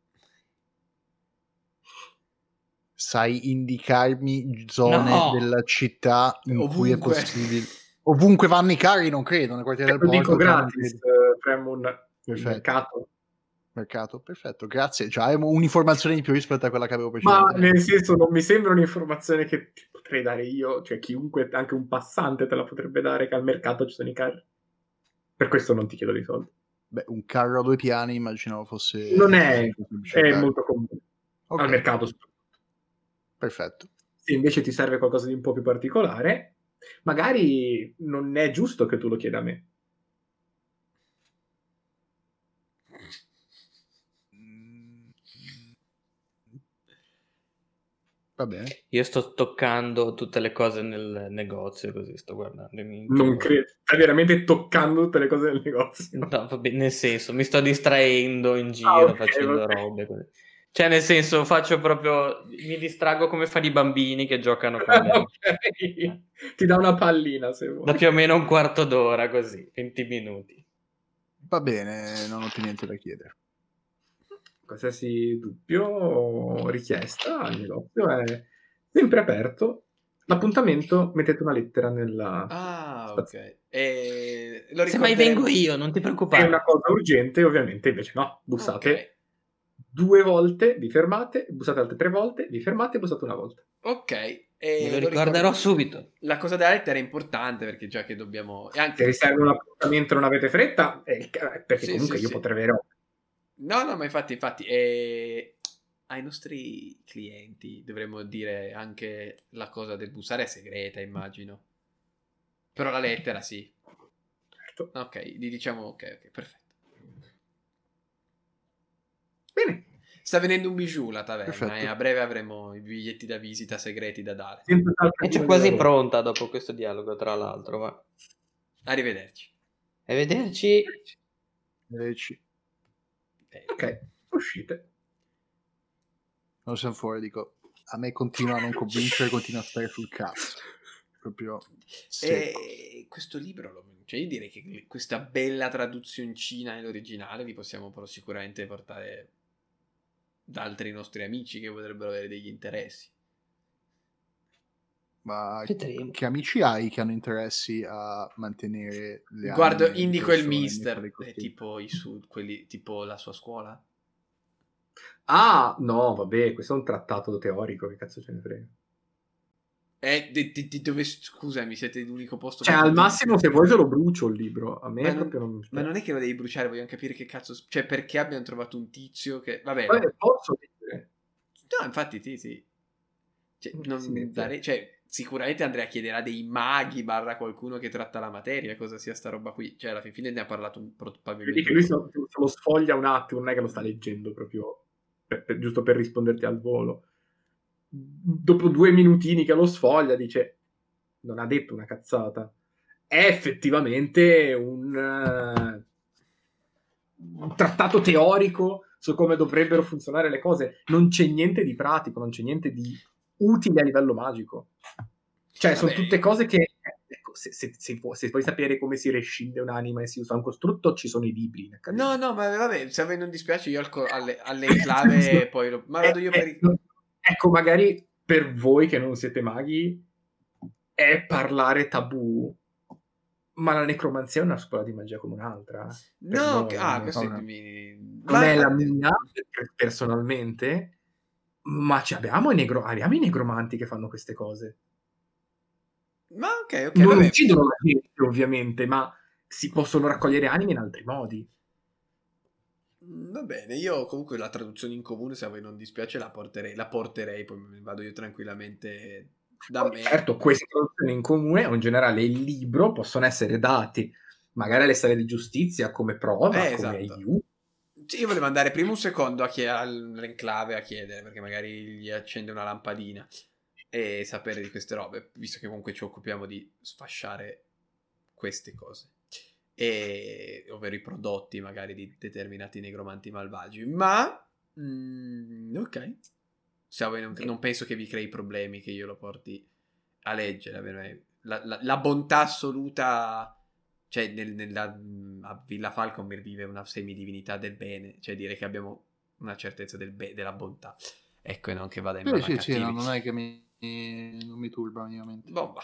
Sai indicarmi zone della città in cui è possibile? Ovunque vanno i carri, non credo, nel quartiere del porto. Dico gratis, Fremon. Mercato, perfetto, grazie. Cioè, hai un'informazione in più rispetto a quella che avevo precedentemente. Ma nel senso, non mi sembra un'informazione che ti potrei dare io, cioè chiunque, anche un passante te la potrebbe dare, che al mercato ci sono i carri. Per questo non ti chiedo di soldi. Beh, un carro a 2 piani immaginavo fosse... Non è molto comune. Okay. Al mercato. Perfetto. Se invece ti serve qualcosa di un po' più particolare, magari non è giusto che tu lo chieda a me. Va bene. Io sto toccando tutte le cose nel negozio, così sto guardando. Non credo. Stai veramente toccando tutte le cose nel negozio? No, vabbè, nel senso, mi sto distraendo in giro, facendo robe così. Cioè, nel senso, faccio proprio... Mi distraggo come fanno i bambini che giocano con me. Okay. Ti dà una pallina, se vuoi. Da più o meno un quarto d'ora, così, 20 minuti. Va bene, non ho più niente da chiedere. Qualsiasi dubbio o richiesta al negozio è sempre aperto. L'appuntamento, mettete una lettera nella ok. Se mai vengo io, non ti preoccupare. È una cosa urgente, ovviamente, invece no. Bussate 2 volte, vi fermate, bussate altre 3 volte, vi fermate, bussate una volta. Ok. Me lo ricorderò subito. La cosa della lettera è importante perché già che dobbiamo... Se vi serve un appuntamento e non avete fretta, perché comunque io potrei avere... No, ma infatti ai nostri clienti dovremmo dire anche la cosa del bussare è segreta, immagino. Però la lettera sì. Certo. Ok, gli diciamo ok, perfetto. Bene. Sta venendo un bijou la taverna. Perfetto. A breve avremo i biglietti da visita segreti da dare. E c'è quasi pronta dopo questo dialogo, tra l'altro. Ma... Arrivederci. Arrivederci. Ok, uscite. Non siamo fuori, dico, a me continua a non convincere, continua a stare sul cazzo. proprio E questo libro, cioè io direi che questa bella traduzioncina nell'originale li possiamo però sicuramente portare da altri nostri amici che potrebbero avere degli interessi. Ma Vedremo. che amici hai che hanno interessi a mantenere le Guardo, anime di indico il persone mister, metterle così? tipo quelli, tipo la sua scuola. Ah, no, vabbè, questo è un trattato teorico, che cazzo ce ne frega. Dove, scusami, siete l'unico posto Cioè, per al tutti- massimo, se vuoi te lo brucio il libro. A me Ma proprio non, non mi ma non spiace. è che lo devi bruciare, vogliamo capire che cazzo... Cioè, perché abbiamo trovato un tizio che... Vabbè, Poi no. posso dire. No, infatti, sì. Cioè, Si mette. cioè, sicuramente Andrea chiederà dei maghi / qualcuno che tratta la materia, cosa sia sta roba qui. Cioè, alla fine ne ha parlato Vedi probabilmente che lui se lo sfoglia un attimo, non è che lo sta leggendo proprio, giusto per risponderti al volo. Dopo 2 minutini che lo sfoglia, dice, non ha detto una cazzata. È effettivamente un trattato teorico su come dovrebbero funzionare le cose. Non c'è niente di pratico, non c'è niente di utile a livello magico. Cioè, sono Vabbè. tutte cose che... Ecco, se vuoi sapere come si rescinde un'anima e si usa un costrutto, ci sono i libri in accademia. No, ma vabbè, se a voi non dispiace, io all'enclave poi lo... Ma vado io per... Ecco, magari per voi che non siete maghi è parlare tabù, ma la necromanzia è una scuola di magia come un'altra. Per No, noi, questo non Ma è la infatti... mia personalmente, ma abbiamo i negromanti che fanno queste cose. Ma ok, Non vabbè. uccidono la gente, ovviamente, ma si possono raccogliere anime in altri modi. Va bene, io comunque la traduzione in comune, se a voi non dispiace, la porterei, poi vado io tranquillamente da me. Certo, queste traduzioni in comune o in generale il libro possono essere dati magari alle sale di giustizia come prova, come Esatto. aiuto. Io volevo andare prima un secondo all'enclave a chiedere, perché magari gli accende una lampadina e sapere di queste robe, visto che comunque ci occupiamo di sfasciare queste cose. Ovvero i prodotti magari di determinati negromanti malvagi. Ma ok. Se a voi non penso che vi crei problemi che io lo porti a leggere. La bontà assoluta, cioè a Villa Falconmere vive una semidivinità del bene, cioè dire che abbiamo una certezza della bontà. Ecco, e non che vada in mano a Sì, cattivi. no, non è che non mi turba minimamente. Bomba.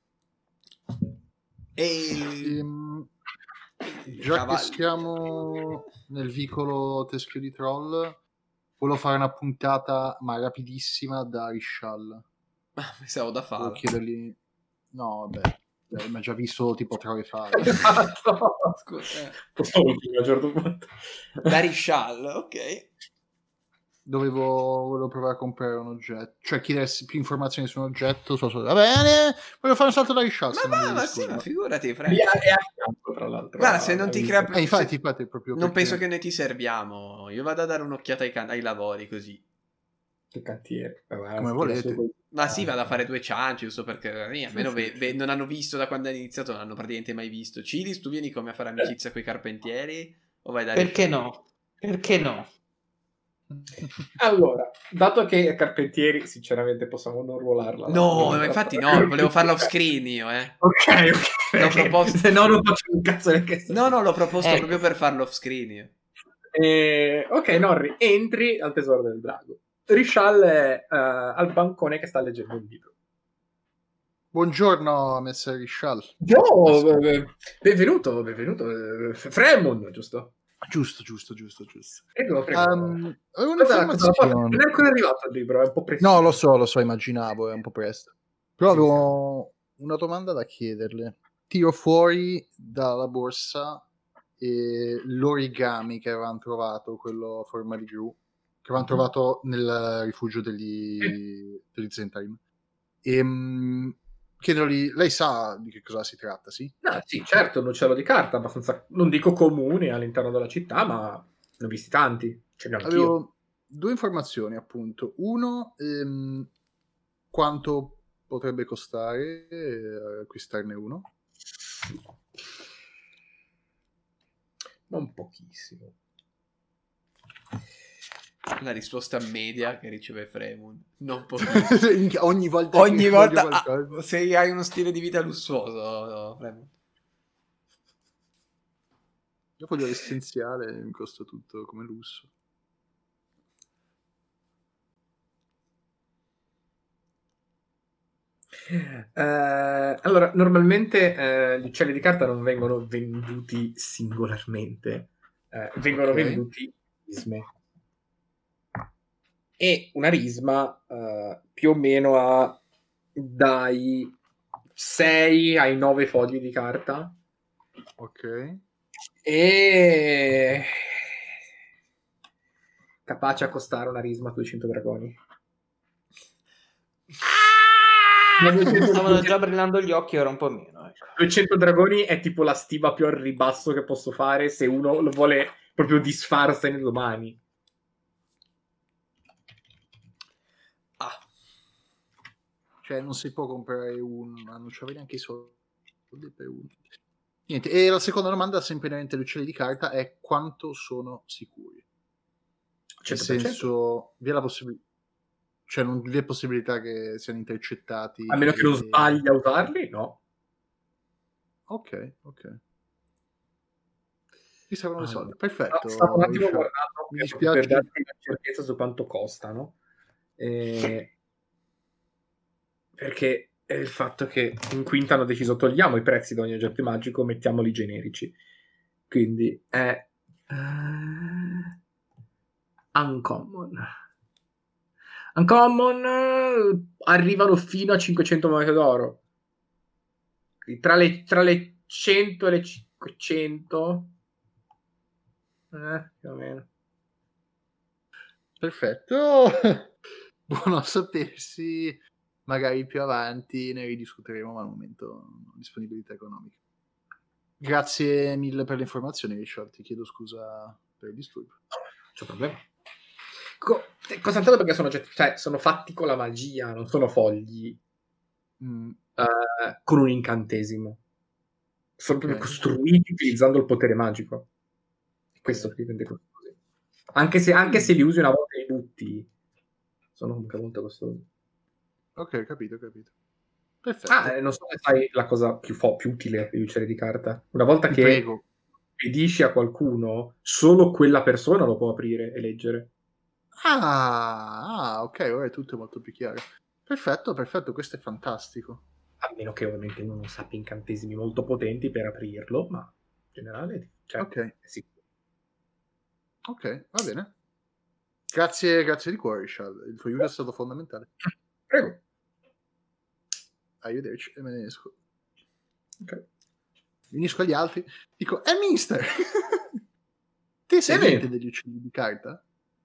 Già che siamo nel vicolo teschio di troll, volevo fare una puntata ma rapidissima da Rishal. Pensavo da fare. Volevo chiedergli... No, vabbè, ma già visto tipo 3 ore fa. Scusa. A un certo punto. Da Rishal, ok. Volevo provare a comprare un oggetto, cioè chiedersi più informazioni su un oggetto. Va bene, voglio fare un salto da Rishal. Ma sì, ma figurati, È a fianco, tra l'altro. Guarda, se non ti crea... infatti, proprio non perché... penso che noi ti serviamo. Io vado a dare un'occhiata ai lavori così. Che cantiere. Come volete. Ma sì, vado a fare 2 cianci, giusto perché almeno non hanno visto da quando hanno iniziato, non hanno praticamente mai visto. Cilis, tu vieni come a fare amicizia con i carpentieri? O vai da Perché no? Perché no? Allora, dato che Carpentieri, sinceramente, possiamo non ruolarla. No, infatti no, volevo farlo off screen io, Ok. L'ho proposto... Se no non faccio un cazzo neanche. No, l'ho proposto proprio per farlo off screen io. Ok, Norri, entri al tesoro del drago. Rishal è al bancone che sta leggendo un libro. Buongiorno, messer Rishal. Benvenuto. Fremon, giusto? Giusto. Prego. Avevo Un'informazione. Non è ancora arrivato il libro, è un po' presto. No, lo so, immaginavo, è un po' presto. Però avevo una domanda da chiederle. Tiro fuori dalla borsa l'origami che avevano trovato, quello a forma di gru, che avevano trovato nel rifugio degli Zentarim. Chiedergli, lei sa di che cosa si tratta, sì? Sì, certo, un uccello di carta, abbastanza, non dico comune all'interno della città, ma ne ho visti tanti. Ce ne ho anch'io. Avevo 2 informazioni, appunto. Uno, quanto potrebbe costare acquistarne uno? Non pochissimo. La risposta media che riceve Fremont. Non ogni volta se hai uno stile di vita lussuoso, Fremont. Io voglio l'essenziale, mi costa tutto come lusso. Allora, normalmente gli uccelli di carta non vengono venduti singolarmente, vengono venduti risme. E una risma più o meno ha dai 6 ai 9 fogli di carta. Ok. E capace a costare una risma 200 dragoni. Stavano già brillando gli occhi, ora un po' meno. Ecco. 200 dragoni è tipo la stima più al ribasso che posso fare se uno lo vuole proprio disfarsene domani. Cioè non si può comprare non c'avevi neanche i soldi per uno. Niente. E la seconda domanda, sempre inerente agli uccelli di carta, è quanto sono sicuri? 100%. Nel senso, vi è la possibilità, cioè non vi è possibilità che siano intercettati, a meno che non sbagli a usarli? No. Ok. Mi servono i soldi. Perfetto. Stavo un attimo guardando mi dispiace per darti una certezza su quanto costano. Perché è il fatto che in quinta hanno deciso togliamo i prezzi di ogni oggetto magico, mettiamoli generici. Quindi è uncommon. Arrivano fino a 500 monete d'oro. Tra le 100 e le 500 più o meno. Perfetto. Buono a sapersi. Magari più avanti ne ridiscuteremo, ma al momento non ho disponibilità economica. Grazie mille per le informazioni, Richard. Ti chiedo scusa per il disturbo. Non c'è problema. Costantino perché sono oggetti, cioè sono fatti con la magia, non sono fogli con un incantesimo. Sono proprio costruiti utilizzando il potere magico. Questo ti rende così. Anche se li usi una volta e li butti, sono comunque molto costosi. Ok, capito. Perfetto. Non so se sai la cosa più utile degli uccelli di carta. Una volta che pedisci a qualcuno, solo quella persona lo può aprire e leggere. Ok, ora è tutto molto più chiaro. Perfetto, questo è fantastico. A meno che ovviamente uno non sappia incantesimi molto potenti per aprirlo, ma in generale ok, sì. Ok, va bene. Grazie di cuore, Richard. Il tuo aiuto è stato fondamentale. Prego. Arrivederci e me ne esco. Ok. Unisco agli altri. Dico, mister! Te sei niente degli uccelli di carta?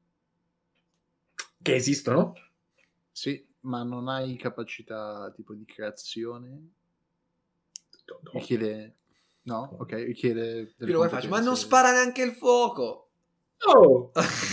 Che esistono? Sì, ma non hai capacità tipo di creazione? Richiede... No? Ok, richiede... Io lo faccio, ma non spara neanche il fuoco! Oh!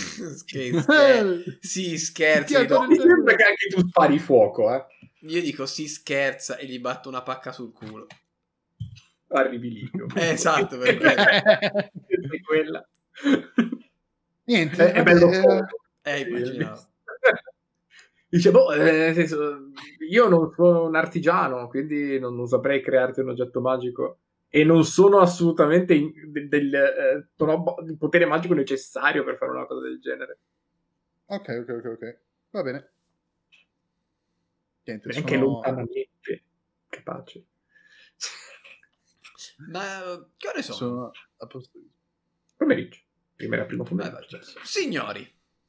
Si scherza. Mi sembra che anche tu spari fuoco, Io dico si scherza e gli batto una pacca sul culo. Arrivi esatto, per quella. Niente, è bello fuoco. Immaginavo. Dice, nel senso, io non sono un artigiano, quindi non saprei crearti un oggetto magico e non sono assolutamente non ho il potere magico necessario per fare una cosa del genere. Ok. Va bene. Niente, neanche lontanamente capace. Ma che ore sono? Sono a posto. Pomeriggio. Prima era primo pomeriggio. Signori,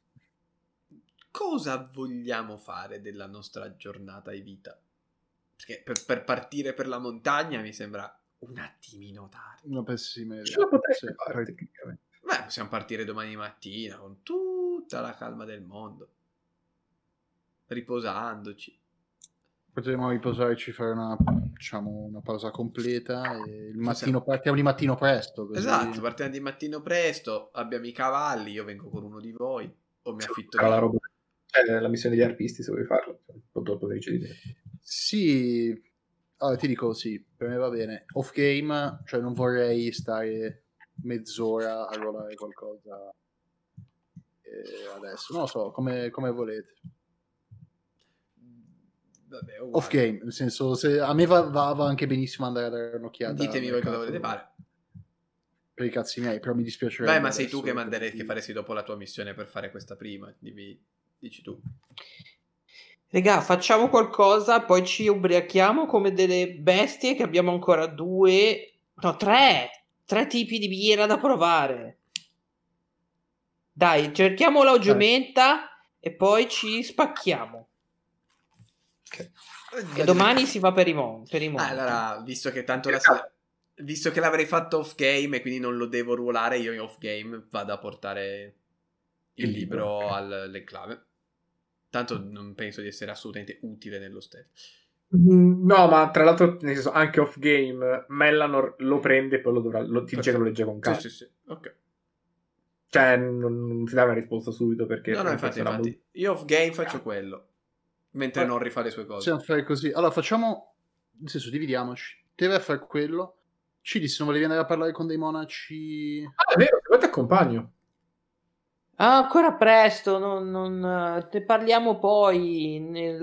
cosa vogliamo fare della nostra giornata di vita? Perché per partire per la montagna mi sembra un attimino tardi. Una pessima idea. Ce la potreste fare tecnicamente. Beh, possiamo partire domani mattina con tutta la calma del mondo, riposandoci. Potremmo riposarci, fare una pausa completa e partiamo di mattino presto. Così... Esatto, partiamo di mattino presto, abbiamo i cavalli, io vengo con uno di voi o mi affitto la roba. La missione degli arpisti, se vuoi farlo, dopo sì, allora, ti dico sì, per me va bene. Off game, cioè non vorrei stare mezz'ora a rollare qualcosa adesso, non lo so, come volete. Vabbè, Off game, nel senso, se a me va anche benissimo andare a dare un'occhiata. Ditemi voi cosa volete fare. Per i cazzi miei, però mi dispiacerebbe. Beh, ma sei tu che che faresti dopo la tua missione per fare questa prima, dici tu. Regà, facciamo qualcosa, poi ci ubriachiamo come delle bestie, che abbiamo ancora tre tipi di birra da provare. Dai, cerchiamo la giumenta e poi ci spacchiamo. Okay. E domani si va per i monti. Allora, visto che tanto visto che l'avrei fatto off game e quindi non lo devo ruolare, io in off game vado a portare il libro all'enclave. Tanto non penso di essere assolutamente utile nello stesso. No, ma tra l'altro, nel senso, anche off game, Mellanor lo prende e poi ti dice che lo legge con calma. Sì. Ok. Cioè, non ti dà una risposta subito perché... No, infatti. Io off game faccio quello. Mentre non rifà le sue cose. Possiamo fare così. Allora, facciamo... Nel senso, dividiamoci. Te vai a fare quello. Ci dici, non volevi andare a parlare con dei monaci... Ah, è vero, poi ti accompagno. Ah, ancora presto, ne parliamo poi,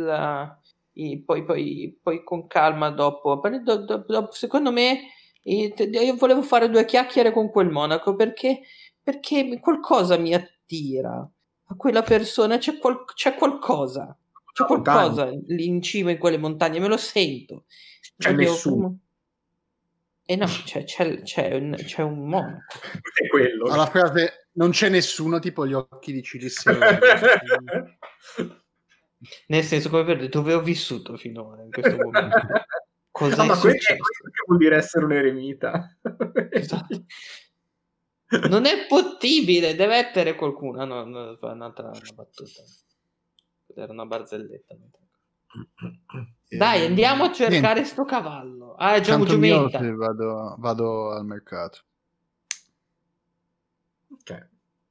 poi con calma dopo. Secondo me, io volevo fare 2 chiacchiere con quel monaco perché qualcosa mi attira a quella persona, c'è qualcosa. C'è qualcosa lì in cima in quelle montagne, me lo sento. C'è nessuno. No, c'è un monaco. È quello. Alla frase non c'è nessuno, tipo gli occhi di Cilissimo. Nel senso, come per dire, dove ho vissuto finora in questo momento? Cos'è ma successo? questo vuol dire essere un eremita. Esatto. Non è possibile, deve essere qualcuno. No, un'altra battuta. Era una barzelletta. Dai, andiamo a cercare sto cavallo. Ah, è già un giumenta. Vado al mercato. Ok.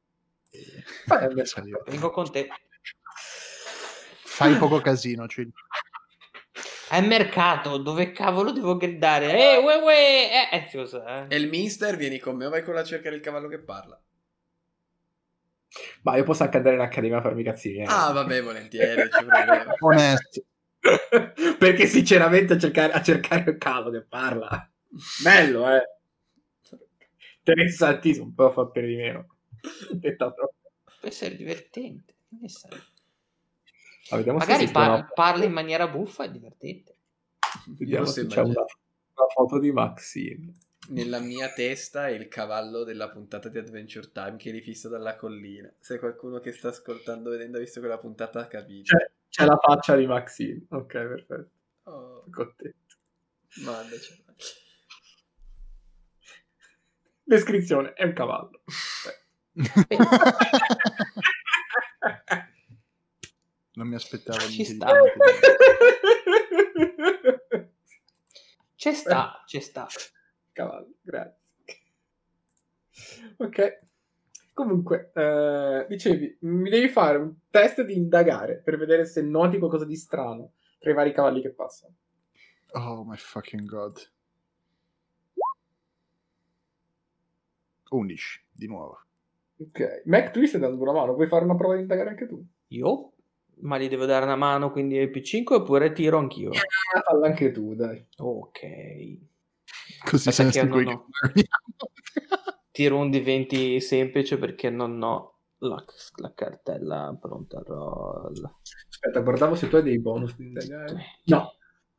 Vengo con te. Fai poco casino, Al mercato, dove cavolo devo gridare? Elminster, vieni con me o vai con la cerca del cavallo che parla? Ma io posso anche andare in accademia a farmi cazzini. Ah, vabbè, volentieri, c'è problema. Onesto. Perché sinceramente a cercare il cavallo che parla. Bello, interessantissimo, un po' fa per di meno. Può essere divertente. Magari parla in maniera buffa e divertente. Vediamo se c'è una foto di Maxine. Nella mia testa è il cavallo della puntata di Adventure Time che è rifissa dalla collina. Se qualcuno che sta ascoltando, vedendo, ha visto quella puntata, ha capito. C'è la faccia di Maxine. Ok, perfetto. Oh, contento. Mandaci. Descrizione: è un cavallo. Non mi aspettavo Ci niente sta. Ci sta. Cavallo, grazie. Ok. Comunque, dicevi, mi devi fare un test di indagare per vedere se noti qualcosa di strano tra i vari cavalli che passano. Oh my fucking god. 11, di nuovo. Ok. Mac, tu gli stai dando una mano, vuoi fare una prova di indagare anche tu? Io? Ma gli devo dare una mano, quindi il P5, oppure tiro anch'io? Falla anche tu, dai. Ok. Così se ne Tiro un di 20 semplice perché non ho la cartella pronta al roll. Aspetta, guardavo se tu hai dei bonus di indagare. No.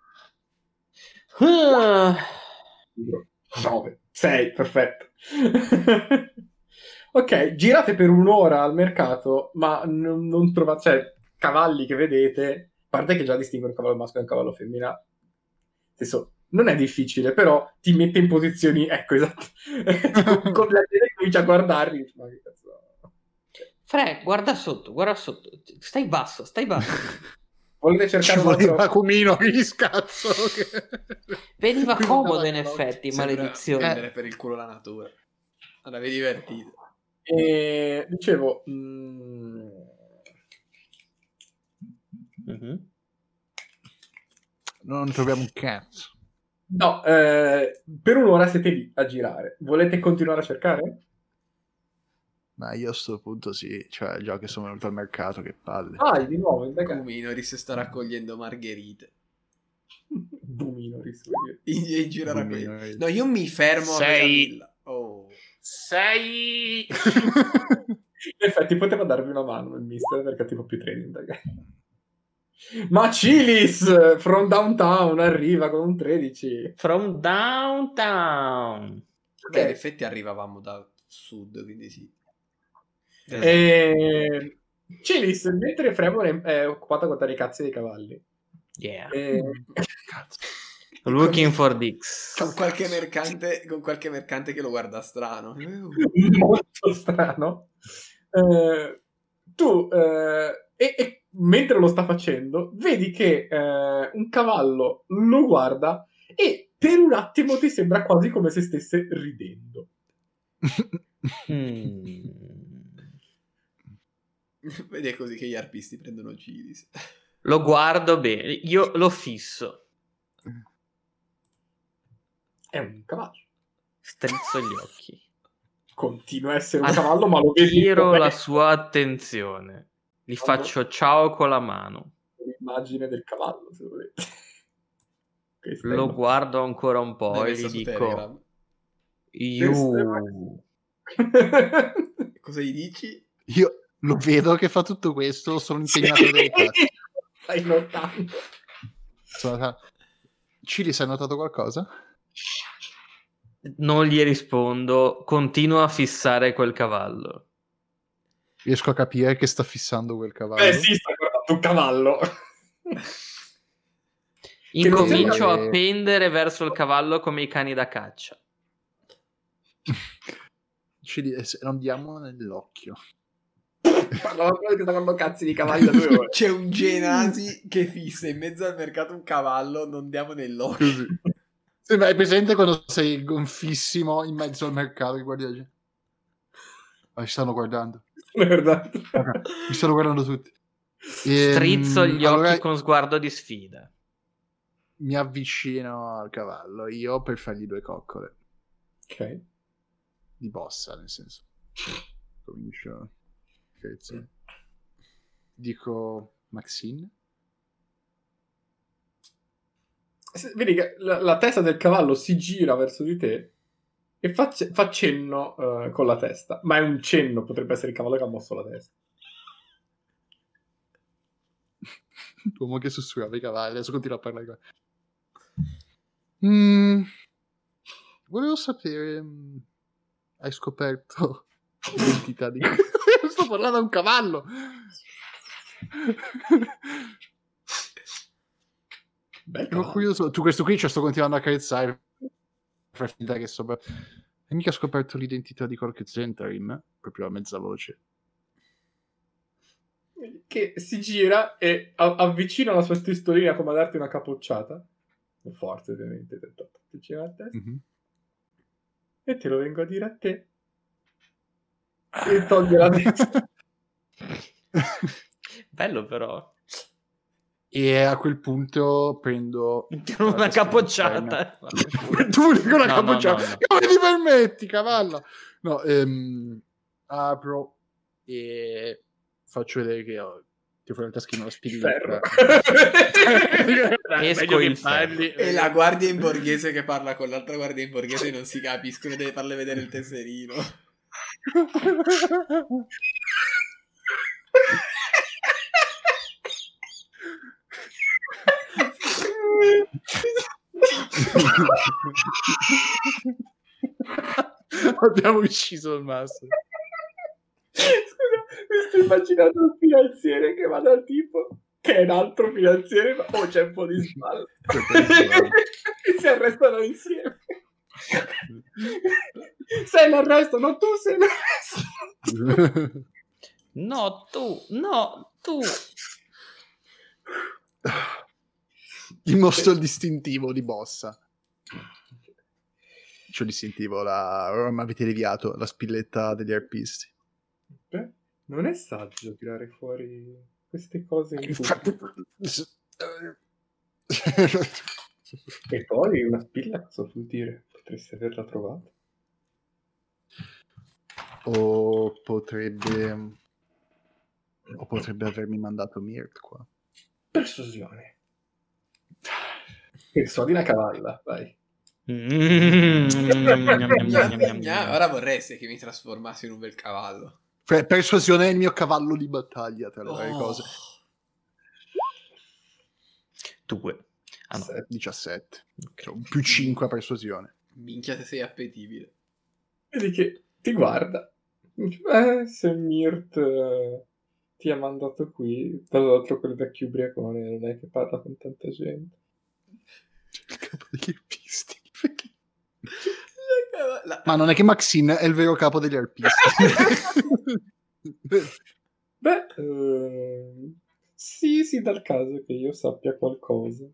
9, 6, perfetto. Ok, girate per un'ora al mercato, ma non trovate, cioè, cavalli che vedete, a parte che già distingue un cavallo maschio da un cavallo femminile. Nel senso, non è difficile, però ti mette in posizioni, ecco, esatto. Con la gente comincia a guardarli. Ma che cazzo. Fred, guarda sotto. Stai basso. Volete cercare un altro Vacumino, gli scazzo. Veniva comodo in effetti, maledizione. Prendere per il culo la natura. L'avevi divertito. E dicevo, non troviamo un cazzo. No, per un'ora siete lì a girare. Volete continuare a cercare? Ma io a sto punto sì, cioè già che sono venuto al mercato, che palle. Di nuovo in backup. Buminoris sta raccogliendo margherite. Buminoris. In giro a raccogliere. Buminoris. No, io mi fermo a Megamilla. Oh. Sei... In effetti poteva darvi una mano il mister perché è tipo più trading, ragazzi. Ma Chilis from downtown arriva con un 13. From downtown. Beh, in effetti arrivavamo da sud, quindi sì. Chilis, mentre Fremon è occupata a guardare i cazzi dei cavalli. Yeah. Cazzo. Looking for dicks. Con qualche mercante che lo guarda strano. Molto strano. Tu, e mentre lo sta facendo, vedi che un cavallo lo guarda e per un attimo ti sembra quasi come se stesse ridendo. Vedi, è così che gli arpisti prendono Chilis. Lo guardo bene, io lo fisso. È un cavallo. Strizzo gli occhi. Continua a essere un cavallo, ma lo vedi. Tiro la sua attenzione. Gli faccio ciao con la mano. L'immagine del cavallo, se volete. Lo guardo ancora un po' e gli dico: Cosa gli dici? Io lo vedo che fa tutto questo, sono impegnato dai cazzi. Stai notando. Chilis, hai notato qualcosa? Non gli rispondo, continuo a fissare quel cavallo. Riesco a capire che sta fissando quel cavallo. Sì, sta guardando un cavallo. Incomincio a pendere verso il cavallo come i cani da caccia. Non diamo nell'occhio. Parlava quello che sta guardando cazzi di cavalli da 2 ore. C'è un Genasi che fissa in mezzo al mercato un cavallo, non diamo nell'occhio. Così. Sembra, hai presente quando sei gonfissimo in mezzo al mercato che guardi la gente? Ci stanno guardando. Mi stanno guardando tutti. Strizzo gli occhi con sguardo di sfida. Mi avvicino al cavallo io per fargli 2 coccole. Ok. Di bossa, nel senso. Comincio. Okay. Dico Maxine. Vedi che la testa del cavallo si gira verso di te e fa cenno con la testa, ma è un cenno, potrebbe essere il cavallo che ha mosso la testa. L'uomo che sussurrava i cavalli, adesso continua a parlare. Volevo sapere, hai scoperto l'identità di... Sto parlando a un cavallo! Ero curioso. Tu questo qui sto continuando a carezzare per finta che sto... Hai mica scoperto l'identità di qualche Zentarim? Proprio a mezza voce. Che si gira e avvicina la sua testolina come a darti una capocciata. Forte, ovviamente, avvicina la testa. Mm-hmm. E te lo vengo a dire a te. E toglie la testa. Bello però. E a quel punto prendo una capocciata. Tu una capocciata. No. Come ti permetti, cavallo? No, apro e faccio vedere che ho fuori dal taschino la spilletta. Esco il ferro. E la guardia in borghese che parla con l'altra guardia in borghese e non si capiscono, deve farle vedere il tesserino. Abbiamo ucciso il master. Scusa, mi sto immaginando un finanziere che va dal tipo che è un altro finanziere, ma c'è un po' di sbaglio. E si arrestano insieme. Sei l'arresto, no, tu sei l'arresto. No, tu. Gli mostro il distintivo di bossa. C'ho il distintivo, ora mi avete deviato la spilletta degli arpisti. Beh, non è saggio tirare fuori queste cose in E poi una spilla, cosa vuol dire? Potresti averla trovata. O potrebbe avermi mandato Mirt qua. Persuasione. Persuadi una cavalla, vai. Ora vorresti che mi trasformassi in un bel cavallo. Persuasione è il mio cavallo di battaglia tra le varie cose. 2. 17. Cioè, più 5 a persuasione. Minchia, se sei appetibile. Vedi che ti guarda. Se Mirt ti ha mandato qui, tra l'altro quel vecchio ubriacone non è che parla con tanta gente. Il capo degli arpisti. Ma non è che Maxine è il vero capo degli arpisti. Beh, sì, dal caso che io sappia qualcosa.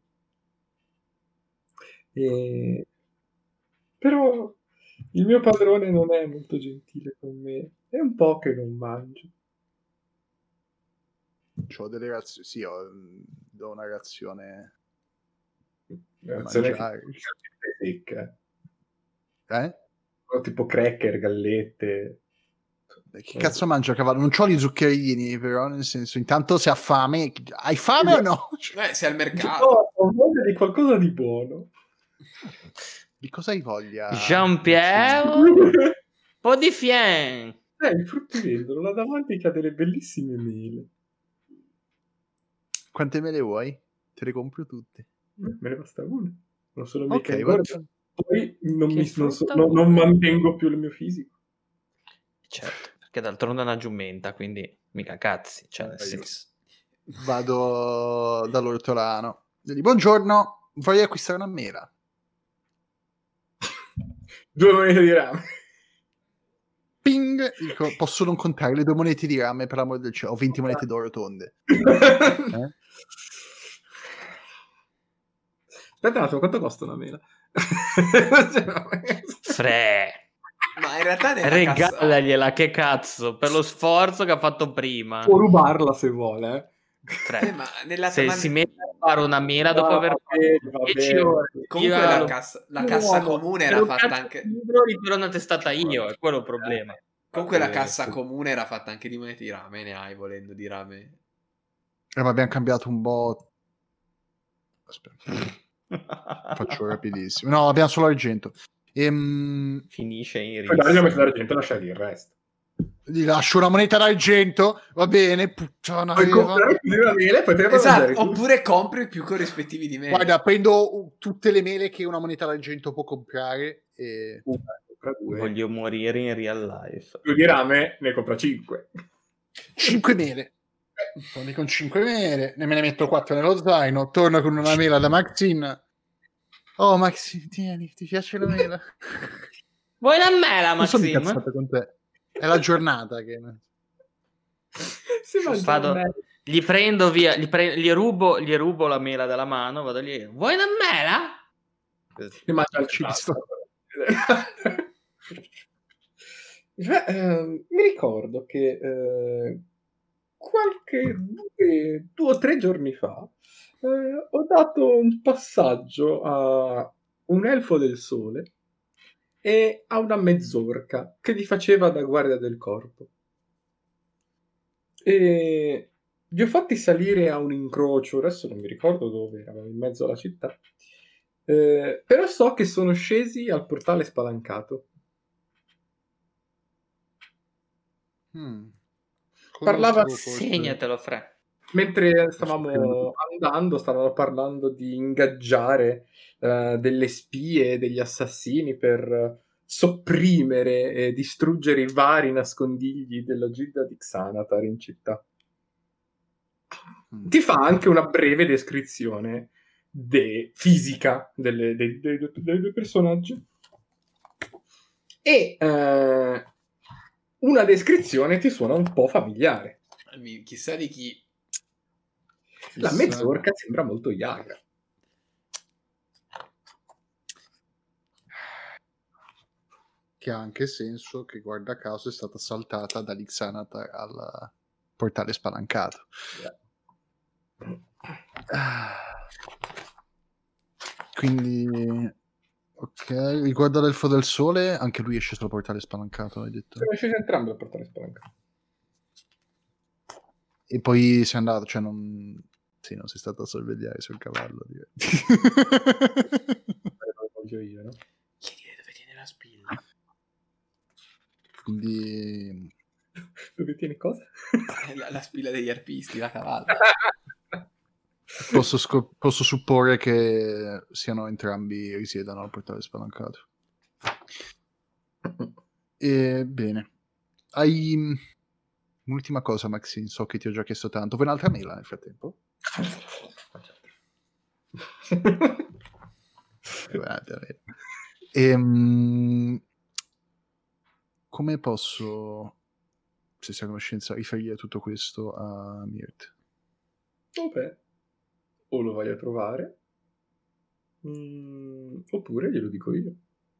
Però il mio padrone non è molto gentile con me. È un po' che non mangio. C'ho delle razioni. Sì, do una razione. Razione Mangiare. secca. O tipo cracker, gallette. Che cazzo mangia cavallo? Non c'ho gli zuccherini, però, nel senso, intanto se ha fame. Hai fame o no? Sei al mercato. Ho voglia di qualcosa di buono. Di cosa hai voglia? Jean-Pierre? Un po' di fien. Il fruttivendolo là davanti che ha delle bellissime mele. Quante mele vuoi? Te le compro tutte. Me ne basta una. Non sono mica Ok, ingordo. Poi non non mantengo più il mio fisico. Certo, perché d'altronde è una giumenta, quindi mica cazzi, cioè nel senso. Vado dall'ortolano. Buongiorno, voglio acquistare una mela. 2 monete di rame. Ping! Dico, posso non contare le 2 monete di rame, per l'amore del cielo. Ho 20 monete d'oro tonde. Aspetta un attimo, quanto costa una mela? Ma in realtà regalagliela, che cazzo, per lo sforzo che ha fatto prima. Può rubarla se vuole. 3. Ma se si mette a fare una mela dopo aver fatto 10 ore. Comunque la cassa comune era fatta anche... Però una testata io, è quello il problema. Comunque la cassa comune era fatta anche di monete di rame, ne hai volendo di rame. Ma abbiamo cambiato un bot. Aspetta. Faccio rapidissimo. No, abbiamo solo argento. Finisce in rischio. Poi messo l'argento e lasciare il resto. Gli lascio una moneta d'argento, va bene, puttana. Puoi comprare più di una mela, esatto, oppure compri più corrispettivi di mele. Guarda, prendo tutte le mele che una moneta d'argento può comprare e... Voglio morire in real life. Più di rame ne compra 5. 5 mele. Poi con 5 mele, me ne metto 4 nello zaino, torno con una mela da Maxine. Oh Maxine, tieni, ti piace la mela? Vuoi la mela, Maxine? Non sono incazzato con te. È la giornata che... Gli prendo via, gli rubo la mela dalla mano, vado lì. Vuoi una mela? Mi mangio il cibo. Mi ricordo che qualche 2 o 3 giorni fa ho dato un passaggio a un elfo del sole e a una mezzorca che gli faceva da guardia del corpo. E li ho fatti salire a un incrocio, adesso non mi ricordo dove, eravamo in mezzo alla città, però so che sono scesi al portale spalancato. Parlava, segnatelo, Fre. Mentre stavamo andando, stavano parlando di ingaggiare delle spie, degli assassini per sopprimere e distruggere i vari nascondigli della gilda di Xanatar in città. Ti fa anche una breve descrizione fisica dei 2 personaggi e una descrizione ti suona un po' familiare. Chissà di chi. La mezzorca sembra molto Yaga. Che ha anche senso che, guarda caso, è stata assaltata da Xanatar al portale spalancato. Quindi Ok, riguardo l'Elfo del Sole, anche lui esce sul portale spalancato, hai detto? Sono scesi entrambi al portale spalancato. E poi sei andato, cioè non... Sì, non sei stato a sorvegliare sul cavallo, direi. Lo voglio io, no? Chiedi dove tiene la spilla. Quindi... Dove tiene cosa? La spilla degli arpisti, la cavallo. Posso supporre che siano entrambi risiedano al portale spalancato. E bene. Hai un'ultima cosa, Maxine, so che ti ho già chiesto tanto. Vuoi un'altra mela nel frattempo? Guarda, come posso, se sei a conoscenza, riferire tutto questo a Mirt? Vabbè, o lo vai a trovare, oppure glielo dico io.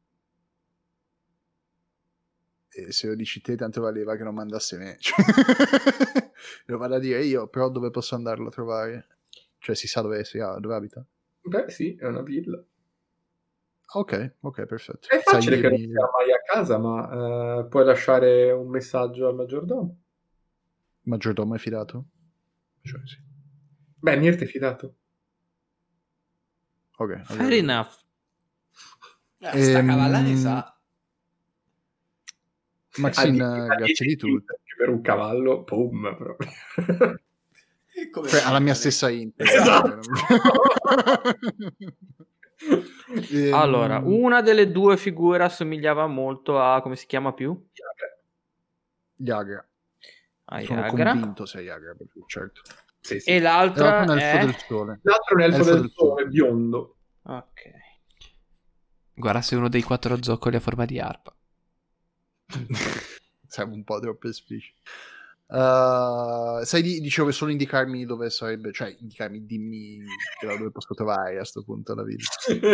E se lo dici te, tanto valeva che non mandasse me. Lo vado a dire io, però dove posso andarlo a trovare? Cioè si sa dove abita? Beh, sì, è una villa. Ok, perfetto. È facile Sai che non dirmi- sia mai a casa, ma puoi lasciare un messaggio al maggiordomo. Il maggiordomo è fidato? Cioè, sì. Beh, niente è fidato. Ok. Fair enough. Sta cavalla ne sa. Maxine, grazie di tutto. Per un cavallo, boom, proprio. Alla mia stessa int. Esatto. Allora, una delle due figure assomigliava molto a, come si chiama più? Yagra. A Sono Yagra. convinto sia Yagra, certo. Sì. E l'altra L'altro è un elfo è... del sole. L'altro è un elfo del sole, biondo. Ok. Guarda se uno dei 4 zoccoli a forma di arpa. Siamo un po' troppo espliciti. Dicevo solo indicarmi dove sarebbe, cioè indicarmi, dimmi dove posso trovare a sto punto la villa.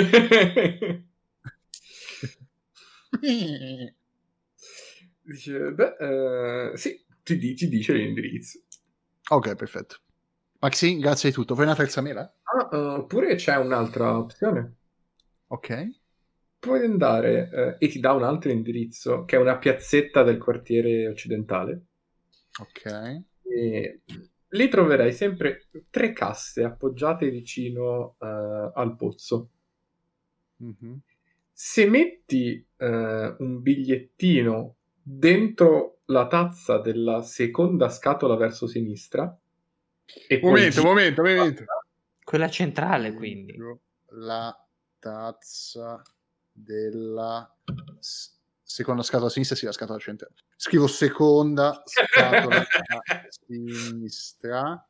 Dice, sì, ti dice l'indirizzo. Ok, perfetto. Maxine, grazie di tutto. Vuoi una terza mela? Oppure c'è un'altra opzione. Ok. Puoi andare e ti dà un altro indirizzo, che è una piazzetta del quartiere occidentale. Ok. E lì troverai sempre 3 casse appoggiate vicino al pozzo. Mm-hmm. Se metti un bigliettino dentro la tazza della seconda scatola verso sinistra, e Momento. Quella centrale, quindi. La tazza della seconda scatola a sinistra, sì, la scatola centrale. Scrivo seconda scatola a sinistra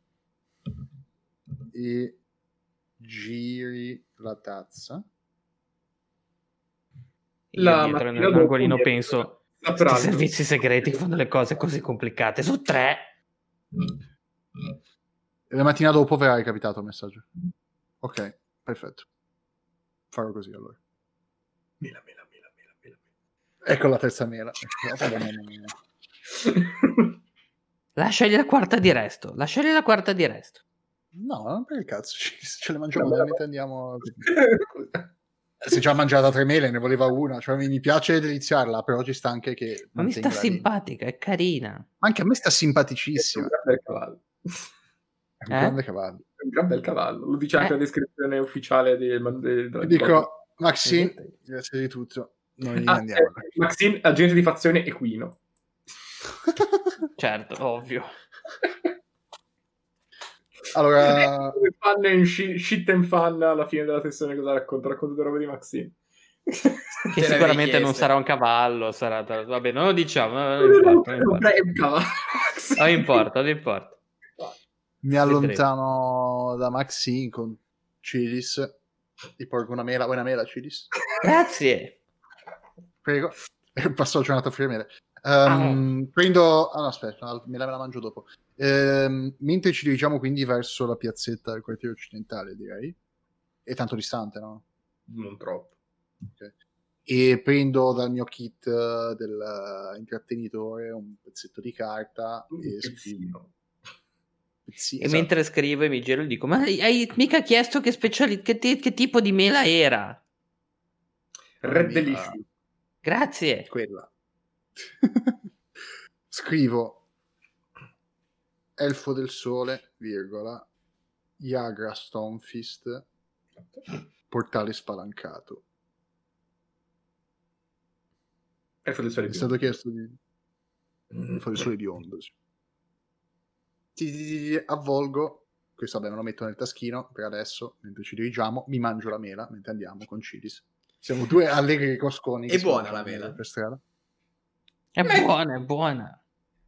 e giri la tazza. Io dietro nell'angolino penso, questi servizi segreti che fanno le cose così complicate su 3. La mattina dopo verrà recapitato il messaggio. Ok, perfetto. Farò così allora. Mela. Ecco la terza mela. Lasciagli la quarta di resto. No, non per il cazzo. Ce le mangiamo veramente, andiamo... Si è già mangiata 3 mele, ne voleva una. Cioè, mi piace deliziarla, però ci sta anche che... Ma mi sta simpatica, è carina. Anche a me sta simpaticissima. È un bel cavallo. È un grande cavallo. È un gran bel cavallo. Lo dice anche la descrizione ufficiale del dico, Maxine, grazie di tutto. Noi andiamo. Maxine, agente di fazione equino. Certo, ovvio. Allora, fan in shit and fan alla fine della sessione, cosa racconta delle robe di Maxine. Che sicuramente non sarà un cavallo, sarà... Vabbè, non lo diciamo, non importa. Mi allontano da Maxine con Cilis. Ti porgo una mela. Vuoi una mela, Cilis? Grazie. Prego. Passo la giornata a offrire mele. Prendo... no, aspetta, me la mangio dopo. Mentre ci dirigiamo quindi verso la piazzetta del quartiere occidentale, direi. È tanto distante, no? Non troppo. Okay. E prendo dal mio kit dell'intrattenitore un pezzetto di carta e scrivo. E mentre scrivo e mi giro e dico: ma hai mica chiesto che tipo di mela era? Red Delicious. Grazie. Quella. Scrivo Elfo del Sole, virgola, Yagra Stonefist, Portale Spalancato. Elfo del Sole È stato chiesto di Elfo del Sole di Ondo. Sì. Ti avvolgo. Questo vabbè, me lo metto nel taschino per adesso, mentre ci dirigiamo. Mi mangio la mela mentre andiamo con Cilis. Siamo due allegri cosconi. È buona la mela. Per strada. È buona, è buona.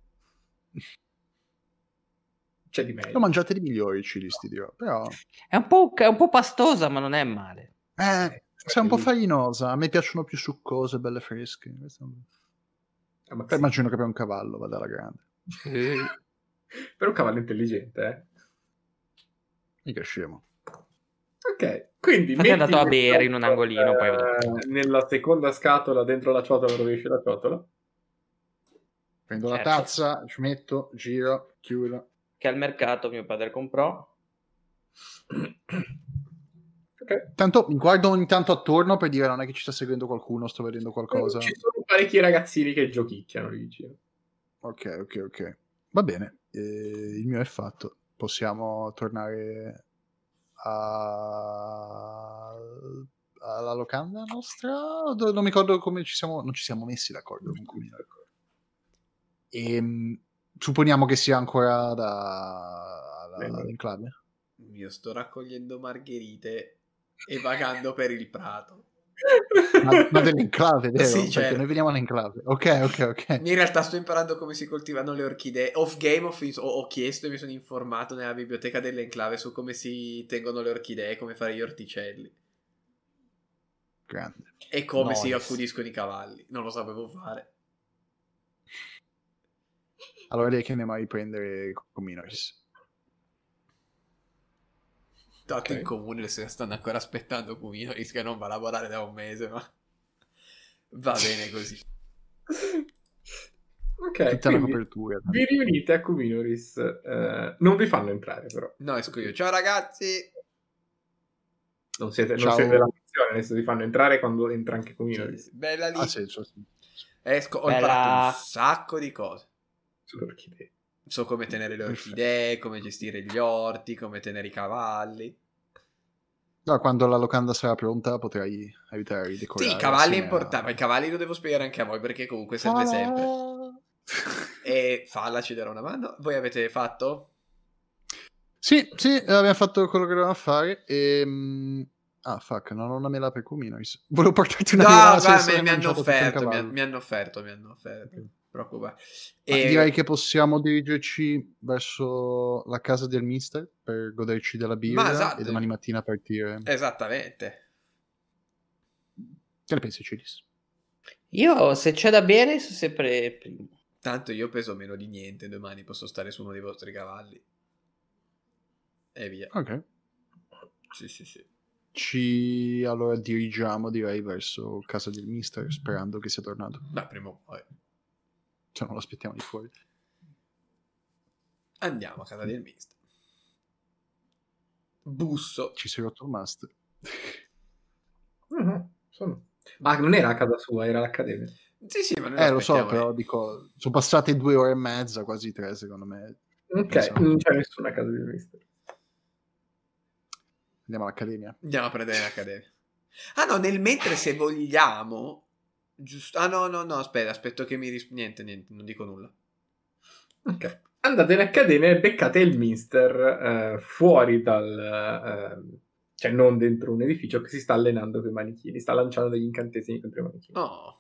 C'è di meglio. Lo mangiate di migliori Cilis, ti dirò. Però È un po' pastosa, ma non è male. sei un po' farinosa. A me piacciono più succose, belle fresche. Poi immagino che per un cavallo vada alla grande. Per un cavallo intelligente, Mica scemo. Ok, quindi infatti è andato a bere in un angolino, poi nella seconda scatola dentro la ciotola dove esce la ciotola. Prendo la Certo. tazza, ci metto, giro, chiudo. Che al mercato mio padre comprò. Ok. Tanto mi guardo ogni tanto attorno per dire non è che ci sta seguendo qualcuno, sto vedendo qualcosa. Ci sono parecchi ragazzini che giochicchiano lì vicino. Ok. Va bene, il mio è fatto. Possiamo tornare alla locanda nostra? Non mi ricordo come non ci siamo messi d'accordo con Cumino. Supponiamo che sia ancora all'enclave. Io sto raccogliendo margherite e vagando per il prato. Ma dell'enclave, vero? Sì, Perché certo. noi veniamo all'enclave. Ok. In realtà sto imparando come si coltivano le orchidee. Off game ho chiesto e mi sono informato nella biblioteca dell'enclave su come si tengono le orchidee, come fare gli orticelli. Grande. E come si Nice. accudiscono i cavalli. Non lo sapevo fare. Allora direi che andiamo a riprendere con Minoris. Tanto in comune se stanno ancora aspettando Cumino, che non va a lavorare da un mese, ma va bene così. Ok, Tutta la quindi copertura. vi riunite a Cuminoris. Non vi fanno entrare, però. No, esco io. Ciao ragazzi! Non siete Ciao. della missione, adesso vi fanno entrare quando entra anche Cuminoris. Bella lì. Ha senso, sì. Esco, ho Bella. imparato un sacco di cose. Sulle orchidee. So come tenere le orchidee, come gestire gli orti, come tenere i cavalli. No, quando la locanda sarà pronta potrai aiutare a ridecorare. Sì, i cavalli è assieme importante, ma i cavalli lo devo spiegare anche a voi perché comunque serve sempre. E Falla ci darà una mano. Voi avete fatto? Sì, abbiamo fatto quello che dovevamo fare. Ah, fuck, non ho una mela per Cuminoris. Volevo portarti una mela. Mi hanno offerto. Mi hanno offerto. Preoccupare. Direi che possiamo dirigerci verso la casa del mister per goderci della birra esatto. e domani mattina partire. Esattamente. Che ne pensi, Cilis? Io, se c'è da bere, sono sempre primo. Tanto io peso meno di niente, domani posso stare su uno dei vostri cavalli. E via. Ok. Sì. Allora dirigiamo, direi, verso casa del mister, sperando che sia tornato. Ma prima o poi. Se non lo aspettiamo di fuori. Andiamo a casa del mister. Busso. Ci sei rotto il master. Ma non era a casa sua, era all'accademia. Sì, ma noi lo so, però dico, sono passate 2 ore e mezza, quasi 3 secondo me. Ok, non c'è nessuna a casa del mister. Andiamo all'accademia. Andiamo a prendere l'accademia. Ah no, nel mentre se vogliamo... Giusto... Ah no, aspetto che mi niente, non dico nulla. Ok. Andate in accademia e beccate il mister fuori dal... cioè non dentro un edificio, che si sta allenando con i manichini, sta lanciando degli incantesimi contro i manichini. Oh.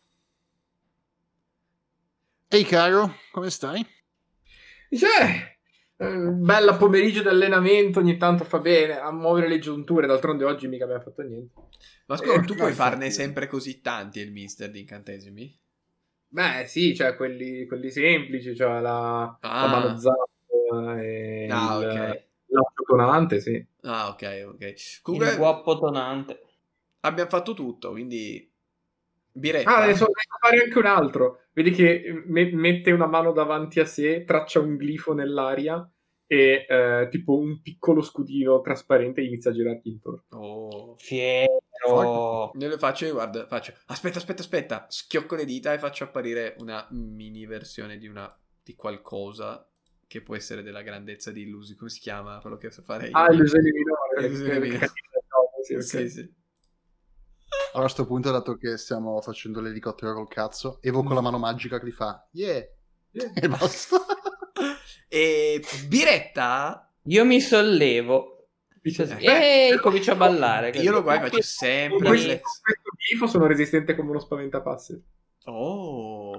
Ehi caro, come stai? Dice, bella pomeriggio di allenamento, ogni tanto fa bene a muovere le giunture, d'altronde oggi mica abbiamo fatto niente. Ma scusa, tu puoi no, farne infatti. sempre così tanti il mister di incantesimi? Beh sì, cioè quelli semplici, cioè la mano zappa e ok. l'occhio tonante, sì. Ah, ok. Il Comunque guappo tonante. abbiamo fatto tutto, quindi biretta. Adesso ne fare anche un altro. Vedi che mette una mano davanti a sé, traccia un glifo nell'aria e tipo un piccolo scudino trasparente inizia a girarti intorno. Oh. Fiero. Ne faccio, io guardo, faccio aspetta, schiocco le dita e faccio apparire una mini versione di qualcosa che può essere della grandezza di Illusi. Come si chiama quello che so fare io? Illusione minore. Illusione minore. Sì. Allora, a sto punto, dato che stiamo facendo l'elicottero col cazzo, evoco la mano magica che li fa e basta. E Biretta? Io mi sollevo e comincio a ballare. Io lo guardo, faccio sempre questo tifo sono resistente come uno spaventapasseri. Oh.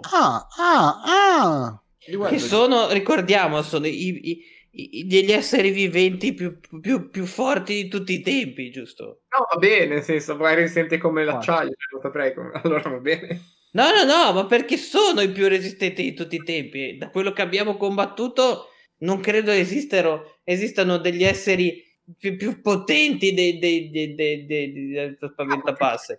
Che sono, ricordiamo, sono degli esseri viventi più forti di tutti i tempi, giusto? No, va bene, nel senso, vai resistente come l'acciaio, non saprei come... Allora va bene. No, ma perché sono i più resistenti di tutti i tempi? Da quello che abbiamo combattuto, non credo esistano degli esseri più potenti dei spaventapasseri.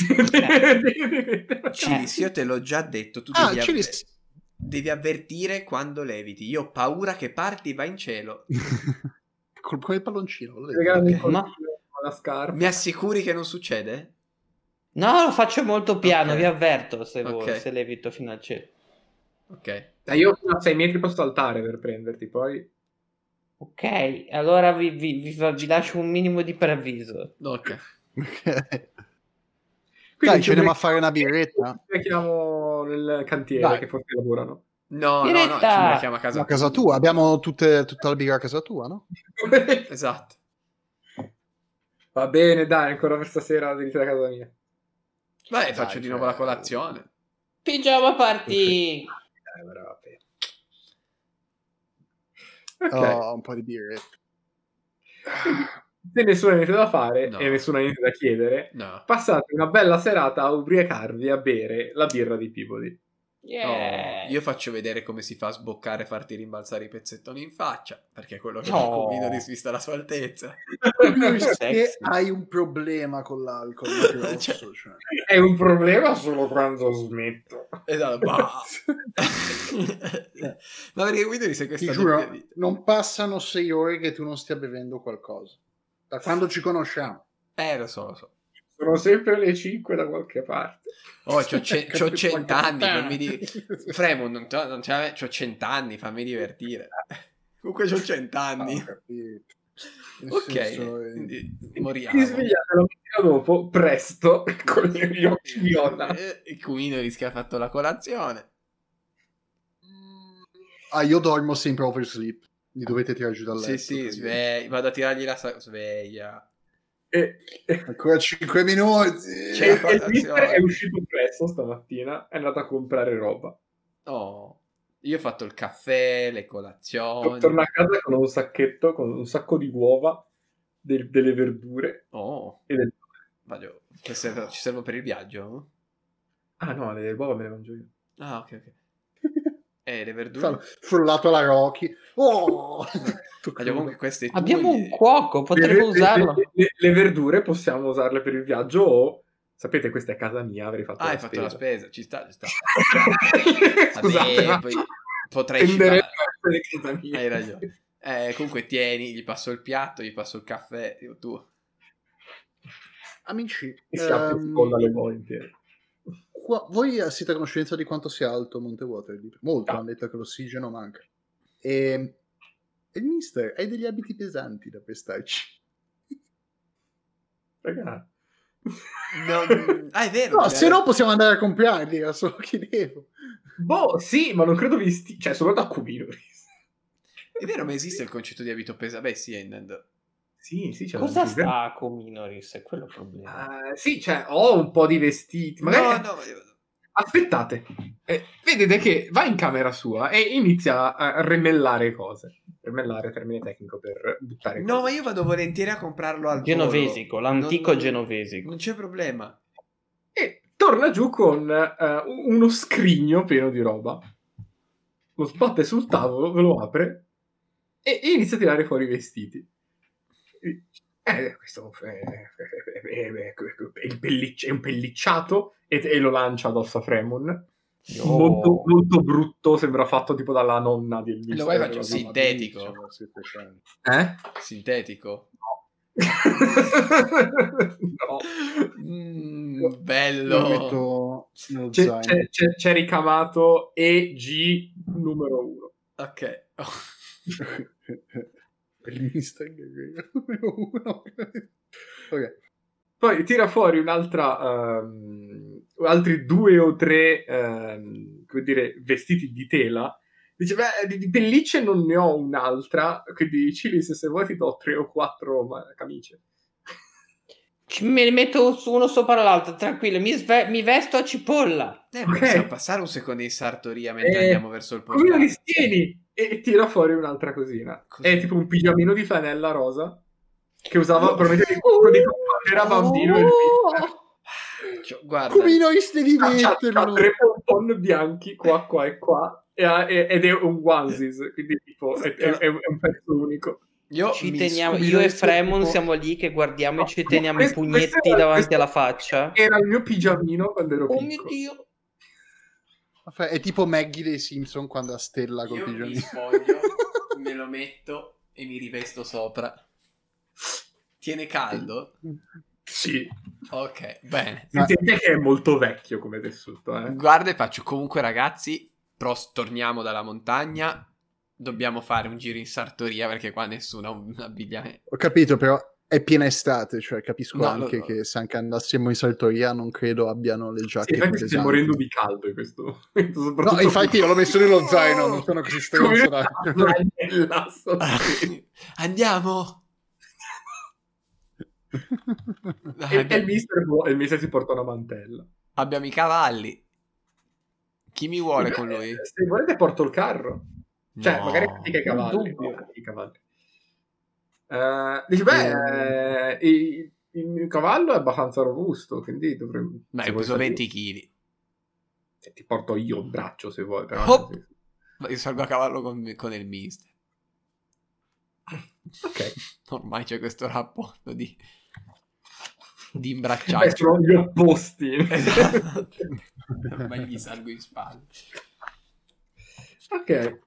Cilis, io te l'ho già detto, tu devi avvertire quando leviti. Io ho paura che parti, va in cielo. Come il palloncino. La scarpa. Mi assicuri che non succede? No, lo faccio molto piano, vi avverto se levito fino al cielo. Ok. Io a 6 metri posso saltare per prenderti, poi... Ok, allora vi lascio un minimo di preavviso. Ok. Dai, ci andiamo a fare una birretta? Ci chiamo nel cantiere, che forse lavorano. No, ci chiamo a casa. A casa tua, abbiamo tutta la birra a casa tua, no? Esatto. Va bene, dai, ancora per stasera venite da casa mia. Vai, faccio di nuovo la colazione. Pigiama party! Dai, bravo. Okay. Un po' di birra. Se nessuno ha niente da fare e nessuno ha niente da chiedere, passate una bella serata a ubriacarvi a bere la birra di Peabody. Yeah. Io faccio vedere come si fa a sboccare e farti rimbalzare i pezzettoni in faccia, perché è quello che convido di vista la sua altezza. Perché hai un problema con l'alcol? È un problema solo quando smetto. Esatto. Ma perché Guido dice questa... Ti giuro, non passano 6 ore che tu non stia bevendo qualcosa. Da quando ci conosciamo. Lo so. Sono sempre le 5 da qualche parte. C'ho 100 anni, fammi Fremont, c'ho 100 anni, fammi divertire. Comunque c'ho 100 anni. Quindi moriamo. Ti svegliate la mattina dopo, presto, con gli occhi viola. Il cumino rischia ha fatto la colazione. Io dormo sempre oversleep. Mi dovete tirare giù dal letto. Sì, vado a tirargli la sveglia. Ancora 5 minuti. Il mister è uscito presto stamattina, è andato a comprare roba. Io ho fatto il caffè, le colazioni. Torno a casa con un sacchetto con un sacco di uova, delle verdure e del pane. Ci servono per il viaggio? Ah no, le uova me le mangio io. Ah, ok. Le verdure? Frullato alla Rocky. Comunque queste abbiamo un cuoco, potremmo usarlo. Le verdure possiamo usarle per il viaggio o... Sapete, questa è casa mia, avrei fatto hai fatto la spesa, ci sta. Scusate, vabbè, poi potrei casa mia. Hai ragione. Comunque tieni, gli passo il piatto, gli passo il caffè, tu. Amici, voi siete a conoscenza di quanto sia alto Monte Waterdeep? Molto, hanno detto che l'ossigeno manca. E il mister, hai degli abiti pesanti da prestarci? Ragazzi. È vero. No, se no possiamo andare a comprarli, solo chiedevo. Sì, ma non credo cioè, solo da cubino. È vero, ma esiste il concetto di abito pesante? Beh, sì, è intendo. Sì, c'è. Cosa sta a Cominoris? È quello il problema. Sì, cioè, ho un po' di vestiti. Magari... No. Aspettate. Vedete che va in camera sua e inizia a remellare cose. Remellare, termine tecnico per buttare cose. No, ma io vado volentieri a comprarlo al genovesico, l'antico genovesico. Non c'è problema. E torna giù con uno scrigno pieno di roba. Lo sbatte sul tavolo, ve lo apre e inizia a tirare fuori i vestiti. Questo è un pellicciato e lo lancia addosso a Fremon. Molto, molto brutto, sembra fatto tipo dalla nonna del Lo vai faccio sintetico. Sintetico? No. bello. Lo metto nello C'è, zaino. c'è ricamato EG numero 1. Ok. Il Mister Guerrero numero 1. Ok. Poi tira fuori un'altra, altri 2 o 3, come dire, vestiti di tela. Dice, beh, di pellicce non ne ho un'altra, quindi Cilis, se vuoi ti do 3 o 4 camicie. Me ne metto uno sopra l'altro, tranquillo, mi vesto a cipolla. Possiamo passare un secondo in sartoria mentre andiamo verso il Come lo portale. stieni? E tira fuori un'altra cosina. Cos'è? È tipo un pigiamino di flanella rosa che usava probabilmente quando era bambino. Guarda, Come noi devi C'ha metterlo? 3 pompon bianchi qua e qua ed è un onesies, quindi tipo è un pezzo unico. io e Fremon siamo lì che guardiamo e ci teniamo i pugnetti davanti alla faccia. Era il mio pigiamino quando ero piccolo. Oh mio Dio. È tipo Maggie dei Simpson quando ha Stella col io pigiamino. mi spoglio, me lo metto e mi rivesto sopra. Tiene caldo? Sì. Ok, bene. Sentite che è molto vecchio come tessuto, Guarda e faccio comunque, ragazzi, torniamo dalla montagna, dobbiamo fare un giro in sartoria perché qua nessuno ha un abbigliamento. Ho capito, però è piena estate, cioè capisco No, anche che se anche andassimo in sartoria non credo abbiano le giacche infatti pesanti. stai morendo di caldo in questo momento. No, infatti io l'ho messo nello zaino, non sono così stronzo. Andiamo! E il mister si porta una mantella. Abbiamo i cavalli. Chi mi vuole con lui? Se volete porto il carro. Cioè, No. magari pratica i cavalli. Dice, il cavallo è abbastanza robusto, quindi dovremmo... Ma hai preso 20 kg. Ti porto io il braccio se vuoi, però... Ma io salgo a cavallo con il mister. Ok. Ormai c'è questo rapporto di imbracciaggio. Sono gli opposti. Esatto. Ormai gli salgo in spalle. Ok.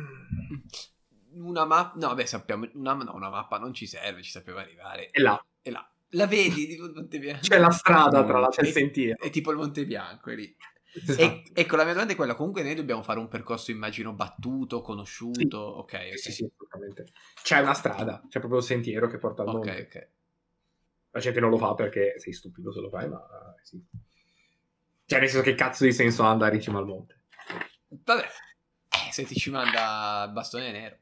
Una mappa... No, beh, sappiamo... Una mappa non ci serve, ci sappiamo arrivare. È là. La vedi? Tipo il Monte Bianco. C'è la strada tra c'è il sentiero. È tipo il Monte Bianco, è lì. Esatto. Ecco, la mia domanda è quella. Comunque noi dobbiamo fare un percorso, immagino, battuto, conosciuto. Sì. Ok. Sì, assolutamente. C'è una strada, c'è proprio il sentiero che porta al monte. Ok. La gente non lo fa perché sei stupido se lo fai, ma sì. Cioè, nel senso, che cazzo di senso ha andare in cima al monte? Vabbè, se ti ci manda bastone nero.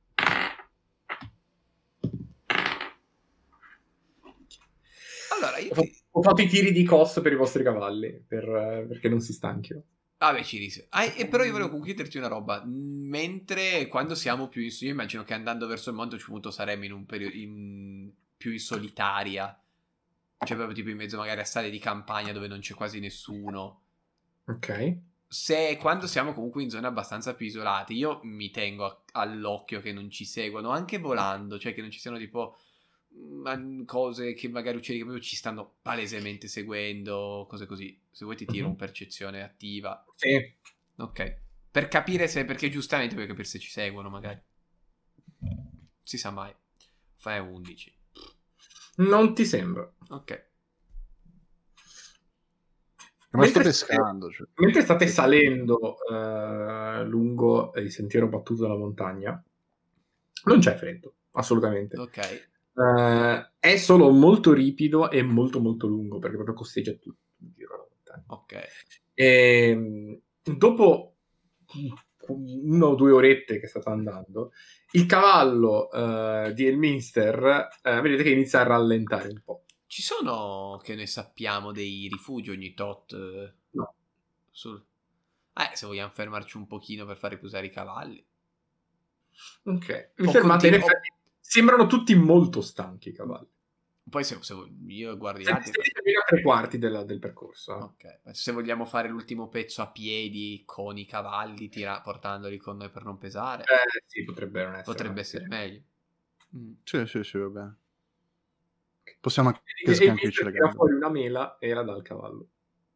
Allora, ho fatto i tiri di cos per i vostri cavalli, perché non si stanchino. Vabbè, però io volevo chiederti una roba. Mentre quando siamo più in su, io immagino che andando verso il monte, appunto, saremmo in un periodo più in solitaria. Cioè proprio tipo in mezzo magari a strade di campagna dove non c'è quasi nessuno. Ok. Se quando siamo comunque in zone abbastanza più isolate, io mi tengo all'occhio che non ci seguono, anche volando, cioè che non ci siano tipo cose che magari uccidi che proprio ci stanno palesemente seguendo, cose così. Se vuoi ti tiro un percezione attiva. Sì. Ok. Per capire se, perché giustamente per capire se ci seguono magari. Si sa mai. Fai 11. Non ti sembra. Ok. Ma sto pescando. Mentre state salendo lungo il sentiero battuto dalla montagna, non c'è freddo, assolutamente. Ok. È solo molto ripido e molto molto lungo, perché proprio costeggia tutto il giro della montagna. Ok. E dopo 1 o 2 orette che state andando, il cavallo di Elminster vedete che inizia a rallentare un po'. Ci sono, che ne sappiamo, dei rifugi ogni tot? No. Se vogliamo fermarci un pochino per far riposare i cavalli. Ok. Vi fermate, sembrano tutti molto stanchi i cavalli. Poi se io guardo gli altri... Siete a 3/4 del percorso. Ok. Se vogliamo fare l'ultimo pezzo a piedi con i cavalli, portandoli con noi per non pesare. Sì, potrebbe essere meglio. Sì, va bene. Possiamo anche sganchirci la gamba. Fuori una mela e la dà al cavallo.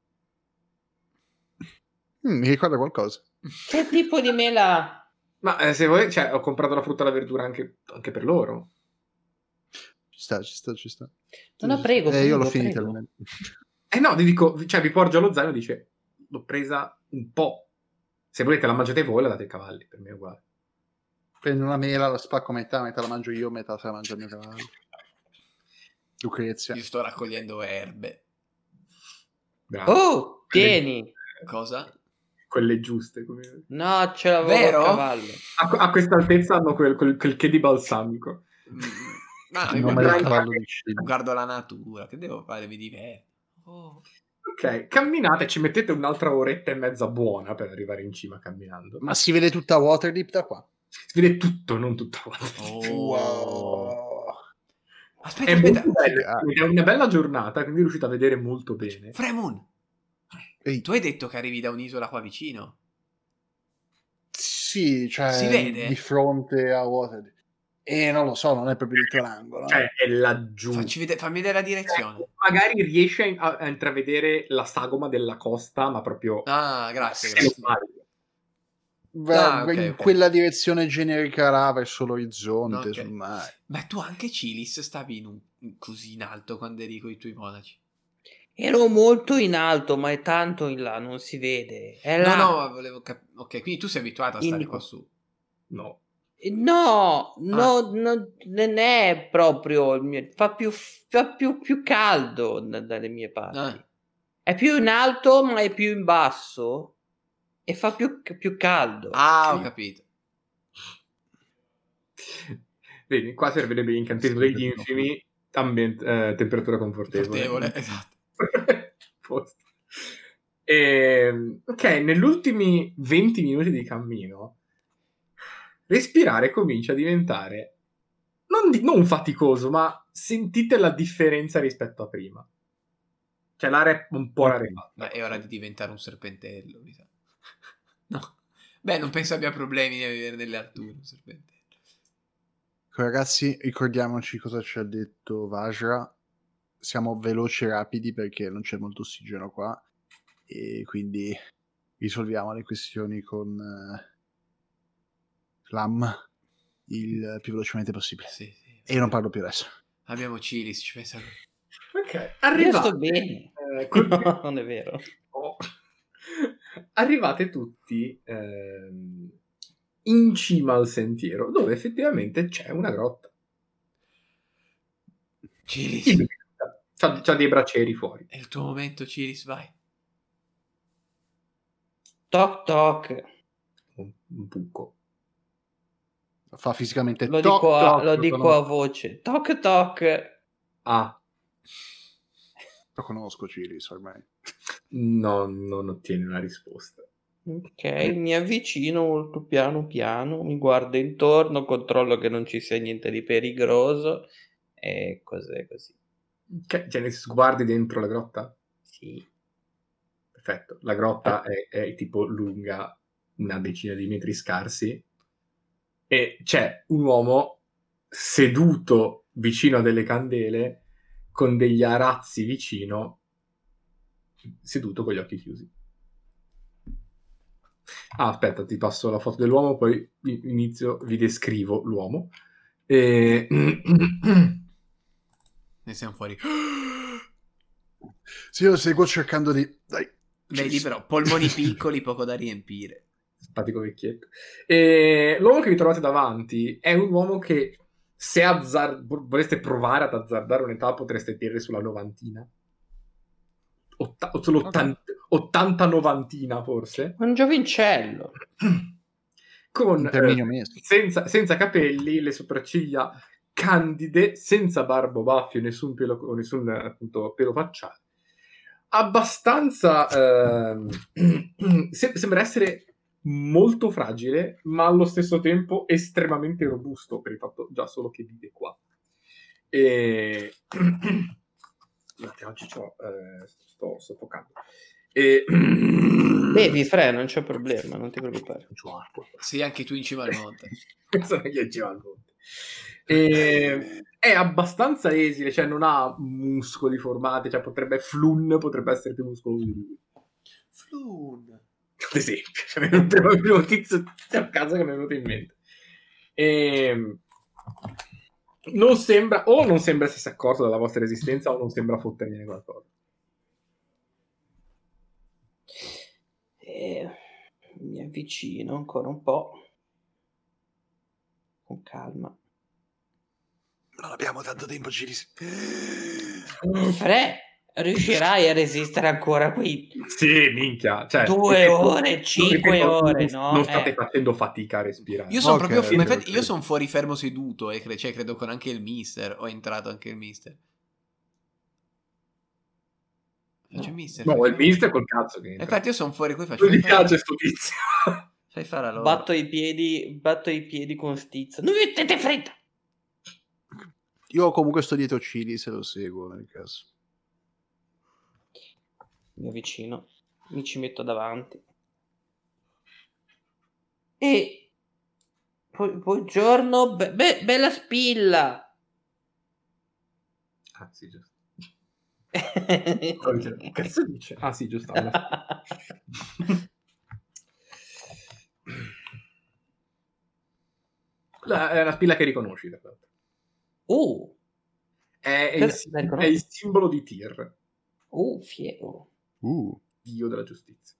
Mi ricorda qualcosa. Che tipo di mela? Ma se vuoi, ho comprato la frutta e la verdura anche per loro. Ci sta. No, prego. Io l'ho finita. No, vi dico, cioè vi porge allo zaino e dice, l'ho presa un po'. Se volete la mangiate voi, la date ai cavalli, per me è uguale. Prendo una mela, la spacco a metà la mangio io, metà se la mangia il mio cavallo. Lucrezia. Io sto raccogliendo erbe. Bravo. Oh, tieni! Cosa? Quelle giuste. Come... No, ce l'avevo Vero? a cavallo. A questa altezza hanno quel che di balsamico. Ma Il io nome guardo, del cavallo di Cili. guardo la natura, che devo fare? Mi diverto. Oh. Ok, camminate, ci mettete un'altra oretta e mezza buona per arrivare in cima camminando. Ma si vede tutta Waterdeep da qua? Si vede tutto, non tutta quanta. Oh. Aspetta, È aspetta. molto bello, è una bella giornata, quindi riuscite a vedere molto bene. Fremun, Ehi. tu hai detto che arrivi da un'isola qua vicino? Sì, cioè Si vede? di fronte a Waterdeep. Non lo so, non è proprio dietro l'angolo. Cioè, è laggiù. Fammi vedere la direzione. Magari riesce a intravedere la sagoma della costa, ma proprio... Ah, grazie, se grazie. lo fai. In quella direzione generica là, verso l'orizzonte, Ok. sul mare. Ma tu anche Cilis stavi così in alto quando eri con i tuoi monaci? Ero molto in alto, ma è tanto in là, non si vede. È là. No, ma volevo capire. Ok, quindi tu sei abituato a stare Indico. qua su. No. No, non è proprio il mio. Fa più caldo dalle mie parti. Ah. È più in alto, ma è più in basso. E fa più caldo. Ah, ho capito. Vedi, qua servirebbe l'incantesimo degli infimi, temperatura confortevole. Esatto. Posto. Ok, negli ultimi 20 minuti di cammino, respirare comincia a diventare non faticoso, ma sentite la differenza rispetto a prima. Cioè l'aria è un po' rarefatta. Ma è ora di diventare un serpentello, mi sa. No. Beh, non penso abbia problemi a vivere nelle alture un serpentello. Ragazzi, ricordiamoci cosa ci ha detto Vajra. Siamo veloci e rapidi perché non c'è molto ossigeno qua e quindi risolviamo le questioni con Flam il più velocemente possibile. Sì. E io non parlo più adesso. Abbiamo Cilis, ci pensa. Ok, Io sto bene. No, non è vero. Oh. Arrivate tutti in cima al sentiero dove effettivamente c'è una grotta. Cilis. C'ha dei bracieri fuori. È il tuo momento, Cilis, vai. Toc toc. Un buco. Fa fisicamente Lo toc, dico, toc, lo dico a voce. Toc toc. Ah, lo conosco Cilis ormai. no, non ottiene una risposta. Ok, mi avvicino molto piano piano, mi guardo intorno, controllo che non ci sia niente di pericoloso e cos'è così. Cioè, ne sguardi dentro la grotta? Sì. Perfetto. La grotta è tipo lunga una decina di metri scarsi e c'è un uomo seduto vicino a delle candele con degli arazzi vicino, seduto con gli occhi chiusi. Ah, aspetta, ti passo la foto dell'uomo, poi vi descrivo l'uomo. Ne siamo fuori. Sì, lo seguo cercando di... Dai. Vedi però, polmoni piccoli, poco da riempire. Simpatico vecchietto. E l'uomo che vi trovate davanti è un uomo che se voleste provare ad azzardare un'età potreste tirare sulla novantina. Solo 80-90 forse. Un giovincello. Con Un terminio mesto. senza capelli, le sopracciglia candide, senza barba o baffio, nessun appunto, pelo facciale. Abbastanza sembra essere molto fragile, ma allo stesso tempo estremamente robusto per il fatto già solo che vive qua. E scusate, oggi sto soffocando. Bevi, Fre, non c'è problema, non ti preoccupare. Sei anche tu in cima al monte. Sono io in cima al monte. È abbastanza esile, cioè non ha muscoli formati, cioè Flun potrebbe essere più muscoloso di lui. Flun. Ad esempio, cioè, è il primo tizio a caso che mi è venuto in mente. Non sembra essere accorto della vostra esistenza o non sembra fottergliene qualcosa. Mi avvicino ancora un po'. Con calma. Non abbiamo tanto tempo, Gilis. Fre, riuscirai a resistere ancora qui? Sì, minchia. Cioè, 2 ore, 5 ripeto, ore, no? Non state facendo fatica a respirare. Io sono Ok, proprio. Ma ok, infatti, ok. io sono fuori fermo seduto. E cioè, credo con anche il mister. Ho entrato anche il mister. Faccio il mister. No, fai il fare- mister col cazzo che entra. Infatti, io sono fuori qui. Faccio. Non gli fai fare- piace sto tizio. Fai fare a loro. Batto i piedi con stizza. Non mettete fretta! Io comunque sto dietro Cili, se lo seguo nel caso. Mi avvicino, mi ci metto davanti. E buongiorno, bella spilla. Ah, sì, giusto. Che cazzo dice? Ah, sì, giusto. È È una spilla che riconosci, tra l'altro. È il simbolo di Tyr, fiero. dio della giustizia.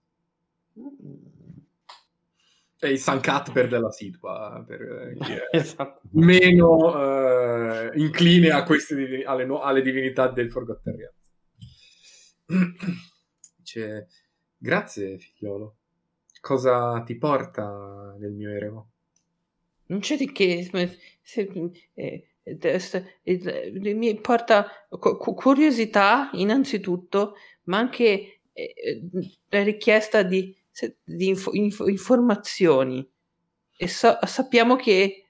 È il San Cuthbert della Sitwa, per chi è Esatto. meno incline a queste alle divinità del Forgotten Realms. Dice, grazie figliolo. Cosa ti porta nel mio eremo? Non c'è di che, mi porta curiosità innanzitutto, ma anche la richiesta di informazioni. E sappiamo che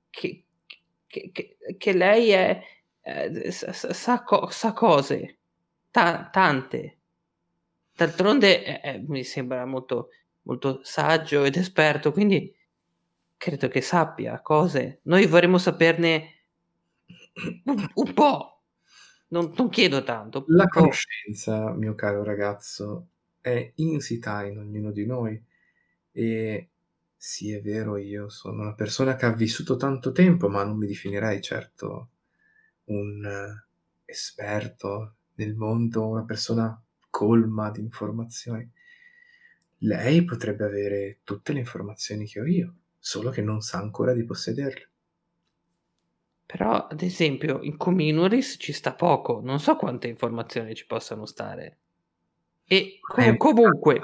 lei è sa cose, tante. D'altronde mi sembra molto, molto saggio ed esperto, quindi credo che sappia cose. Noi vorremmo saperne un po'. Non chiedo tanto. La conoscenza, mio caro ragazzo, è insita in ognuno di noi. E sì, è vero, io sono una persona che ha vissuto tanto tempo, ma non mi definirei certo un esperto nel mondo, una persona colma di informazioni. Lei potrebbe avere tutte le informazioni che ho io, solo che non sa ancora di possederle. Però, ad esempio, in Communis ci sta poco. Non so quante informazioni ci possano stare. E comunque,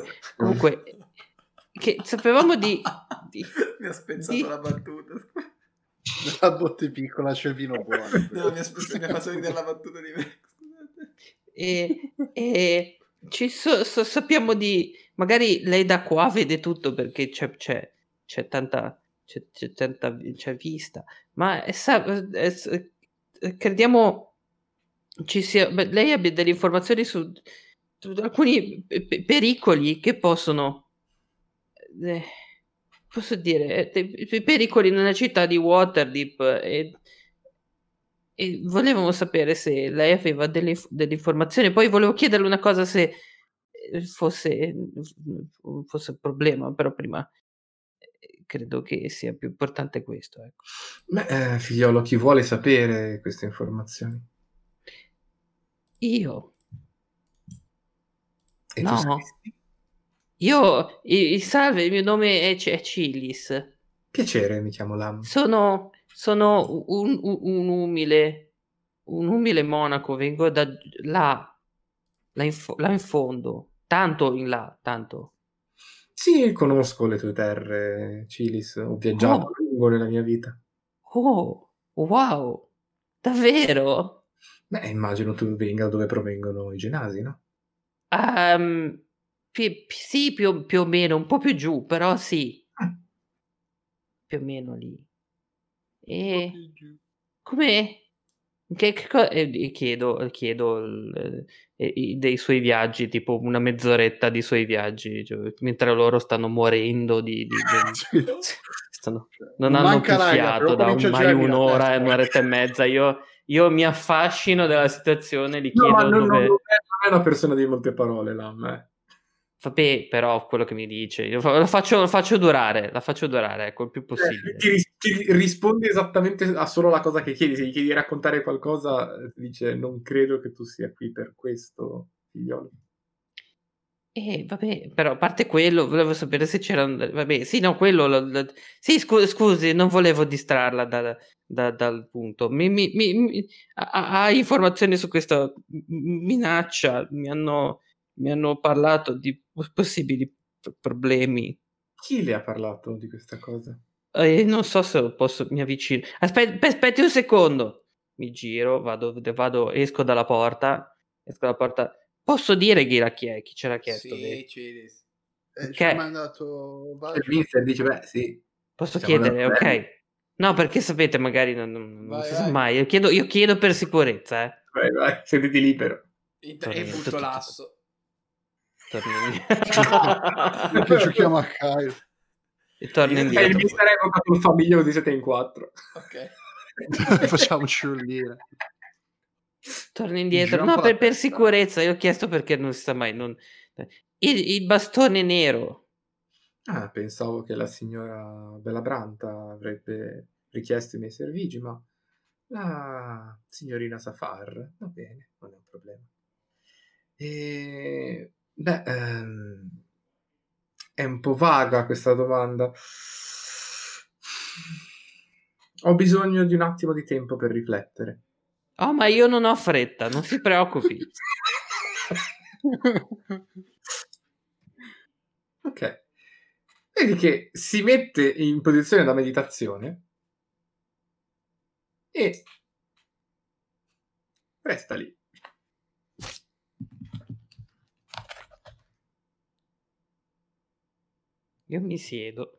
che sapevamo di Mi ha spezzato la battuta. La botte piccola c'è il vino buono. No, mi ha fatto ridere la battuta di me. E sappiamo di... Magari lei da qua vede tutto perché c'è tanta vista, ma crediamo ci sia... Lei abbia delle informazioni su alcuni pericoli che possono... posso dire, pericoli nella città di Waterdeep e volevamo sapere se lei aveva delle informazioni. Poi volevo chiederle una cosa se fosse un problema, però prima credo che sia più importante questo. Ecco. Beh, figliolo, chi vuole sapere queste informazioni? Io? E no. tu saresti? Io, salve, il mio nome è Cilis. Piacere, mi chiamo Lam. Sono un umile monaco, vengo da là in fondo, tanto in là, tanto. Sì, conosco le tue terre, Cilis, ho viaggiato a lungo nella mia vita. Oh, wow, davvero? Beh, immagino tu venga da dove provengono i Genasi, no? Sì, più o meno, un po' più giù, però sì. Più o meno lì. E come... chiedo dei suoi viaggi, tipo una mezz'oretta di suoi viaggi, cioè, mentre loro stanno morendo non hanno più fiato da ormai un'ora e un'oretta e mezza. Io mi affascino della situazione, li chiedo ma dove... non è una persona di molte parole, Lam, Vabbè, però quello che mi dice, io la faccio durare, ecco, il più possibile. Ti risponde esattamente a solo la cosa che chiedi. Se gli chiedi di raccontare qualcosa, ti dice non credo che tu sia qui per questo, figliolo. Vabbè, però a parte quello, volevo sapere se c'erano. Vabbè, sì, no, quello. Sì, scusi, non volevo distrarla dal punto. Ha informazioni su questa minaccia? Mi hanno parlato di possibili problemi. Chi le ha parlato di questa cosa? Non so se mi avvicino. Aspetti un secondo. Mi giro, esco dalla porta. Posso dire chi ce l'ha chiesto, vero? Sì, Cilis. Ci ha Ok, mandato Il mister dice, beh, sì. posso Siamo chiedere, andati bene. ok. No, perché sapete, magari non Vai, si sa vai. mai. Io chiedo per sicurezza, eh. Vai, sentiti libero. E butto l'asso. Torno Che giochiamo a Caio. e torno Io- E il indietro. mister ha evocato il famiglio di 7 in 4. Ok. Facciamoci un lire. Torno indietro. Gira un No, po' la per testa. sicurezza. Io ho chiesto perché non si sa mai. Il bastone nero. Ah, pensavo che la signora Bellabranta avrebbe richiesto i miei servigi, ma la signorina Safar, va bene, non è un problema. Beh, è un po' vaga questa domanda. Ho bisogno di un attimo di tempo per riflettere. Oh, ma io non ho fretta, non si preoccupi. Ok. Vedi che si mette in posizione da meditazione e resta lì. Io mi siedo.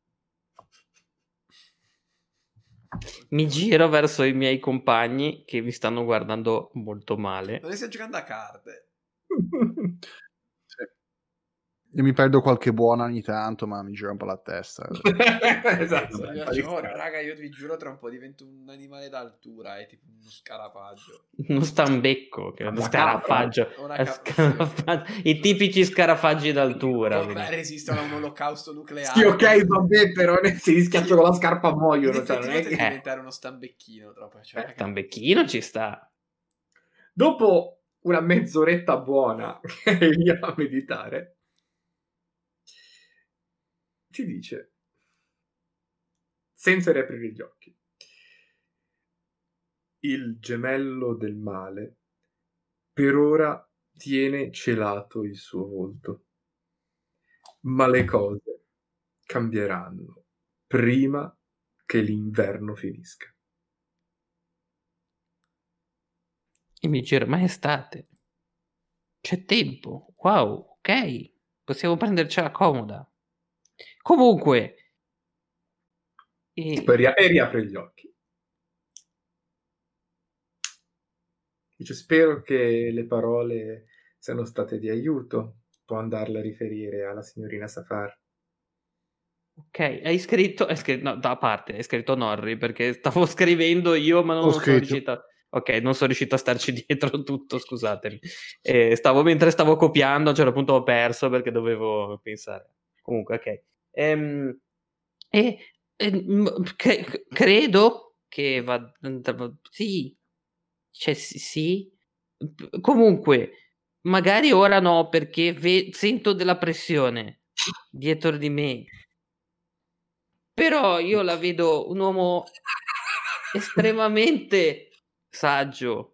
Mi giro verso i miei compagni che mi stanno guardando molto male. Non stai giocando a carte. Sì. Io mi perdo qualche buona ogni tanto, ma mi gira un po' la testa. Esatto. Raga, io vi giuro, tra un po' divento un animale d'altura, è tipo uno scarafaggio. Uno stambecco, che è uno Una scarafaggio. I tipici scarafaggi d'altura. Beh, resistono a un olocausto nucleare. Sì, ok, vabbè, però si rischiaccio con la scarpa muoiono. In Cioè, non effetti è potrei che... diventare uno stambecchino troppo. Cioè, raga. Stambecchino ci sta. Dopo una mezz'oretta buona che è lì a meditare, ti dice, senza riaprire gli occhi, il gemello del male per ora tiene celato il suo volto, ma le cose cambieranno prima che l'inverno finisca. E mi giro, ma è estate. C'è tempo. Wow, ok. Possiamo prendercela comoda. Comunque. E poi riapre gli occhi. Dice, spero che le parole siano state di aiuto. Può andarle a riferire alla signorina Safar. Ok, hai scritto, no, da parte, hai scritto Norri perché stavo scrivendo io, ma non sono riuscito. Ok, non sono riuscito a starci dietro tutto, scusatemi. Mentre stavo copiando, a un certo punto ho perso perché dovevo pensare. Comunque, ok. Credo che sì, cioè sì. Comunque, magari ora no, perché sento della pressione dietro di me. Però io la vedo un uomo estremamente saggio,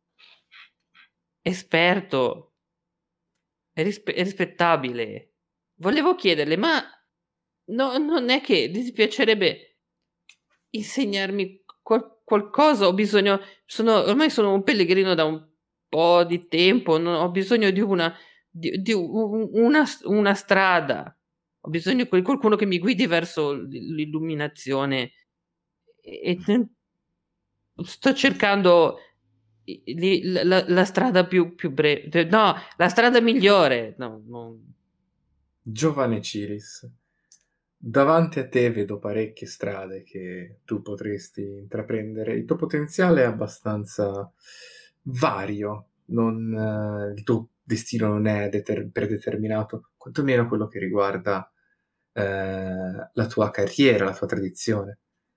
esperto e rispettabile. Volevo chiederle, ma non è che ti dispiacerebbe insegnarmi qualcosa? Ho bisogno, ormai sono un pellegrino da un po' di tempo, ho bisogno di una strada. Ho bisogno di qualcuno che mi guidi verso l'illuminazione e sto cercando la strada più breve. No, la strada migliore. No, Giovane Ciris, davanti a te vedo parecchie strade che tu potresti intraprendere. Il tuo potenziale è abbastanza vario, il tuo destino non è predeterminato, quantomeno quello che riguarda la tua carriera, la tua tradizione.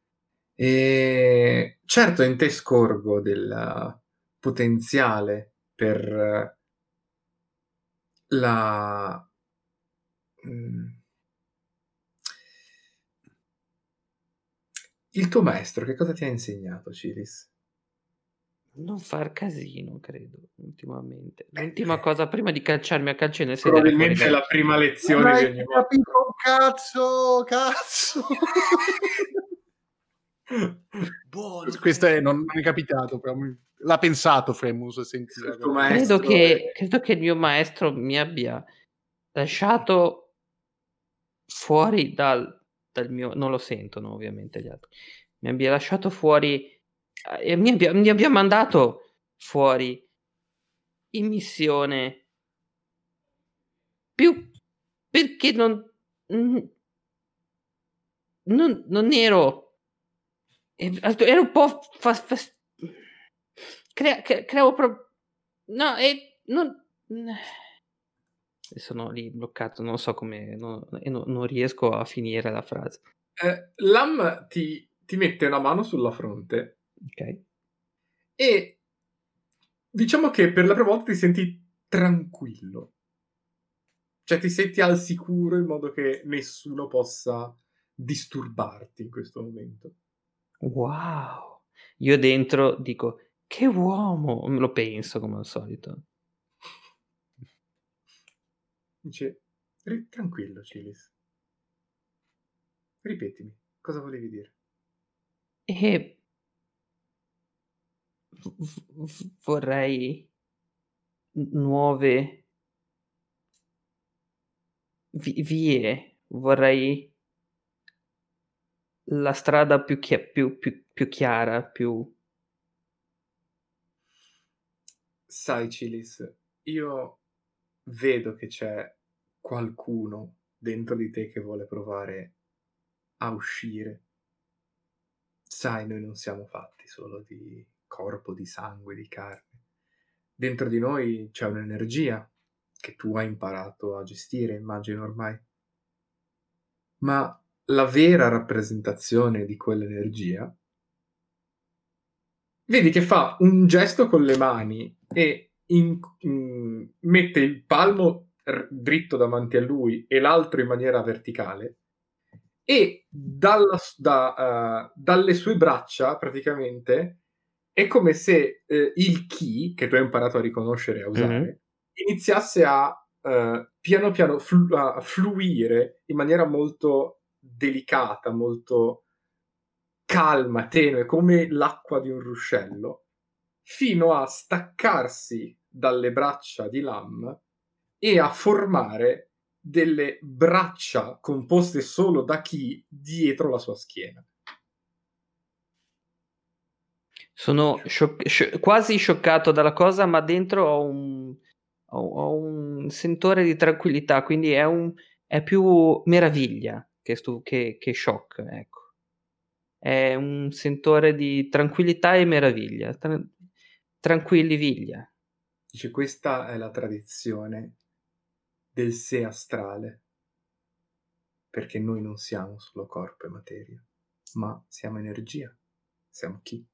E certo in te scorgo del potenziale per la... Il tuo maestro che cosa ti ha insegnato, Cilis? Non far casino, credo, ultimamente. L'ultima cosa prima di calciarmi a calcio nel sedere fuori Probabilmente è la prima Non lezione di hai ogni volta. capito un cazzo! Buono. Questo non è capitato, però l'ha pensato Fremus, sentiva. Il tuo maestro Credo che il mio maestro mi abbia lasciato fuori dal mio... Non lo sentono ovviamente gli altri. Mi abbia lasciato fuori e mi abbia mandato fuori in missione più perché non ero ero un po' creavo no, e non sono lì bloccato, non so come non riesco a finire la frase. Lam ti mette una mano sulla fronte. Ok. E diciamo che per la prima volta ti senti tranquillo. Cioè ti senti al sicuro in modo che nessuno possa disturbarti in questo momento. Wow! Io dentro dico: "Che uomo!" Lo penso come al solito. Dice, tranquillo, Cilis. Ripetimi, cosa volevi dire? E vorrei nuove vie, vorrei la strada più chiara, più... Sai, Cilis, io vedo che c'è qualcuno dentro di te che vuole provare a uscire. Sai, noi non siamo fatti solo di corpo, di sangue, di carne. Dentro di noi c'è un'energia che tu hai imparato a gestire, immagino ormai. Ma la vera rappresentazione di quell'energia, vedi che fa un gesto con le mani e mette il palmo dritto davanti a lui e l'altro in maniera verticale, e dalle sue braccia praticamente è come se il chi, che tu hai imparato a riconoscere e a usare, iniziasse a piano piano a fluire in maniera molto delicata, molto calma, tenue, come l'acqua di un ruscello, fino a staccarsi dalle braccia di Lam e a formare delle braccia composte solo da chi dietro la sua schiena. Sono quasi scioccato dalla cosa, ma dentro ho un sentore di tranquillità, quindi è più meraviglia che shock, ecco. È un sentore di tranquillità e meraviglia. Tranquilliviglia. Dice, questa è la tradizione del sé astrale, perché noi non siamo solo corpo e materia, ma siamo energia, siamo chi.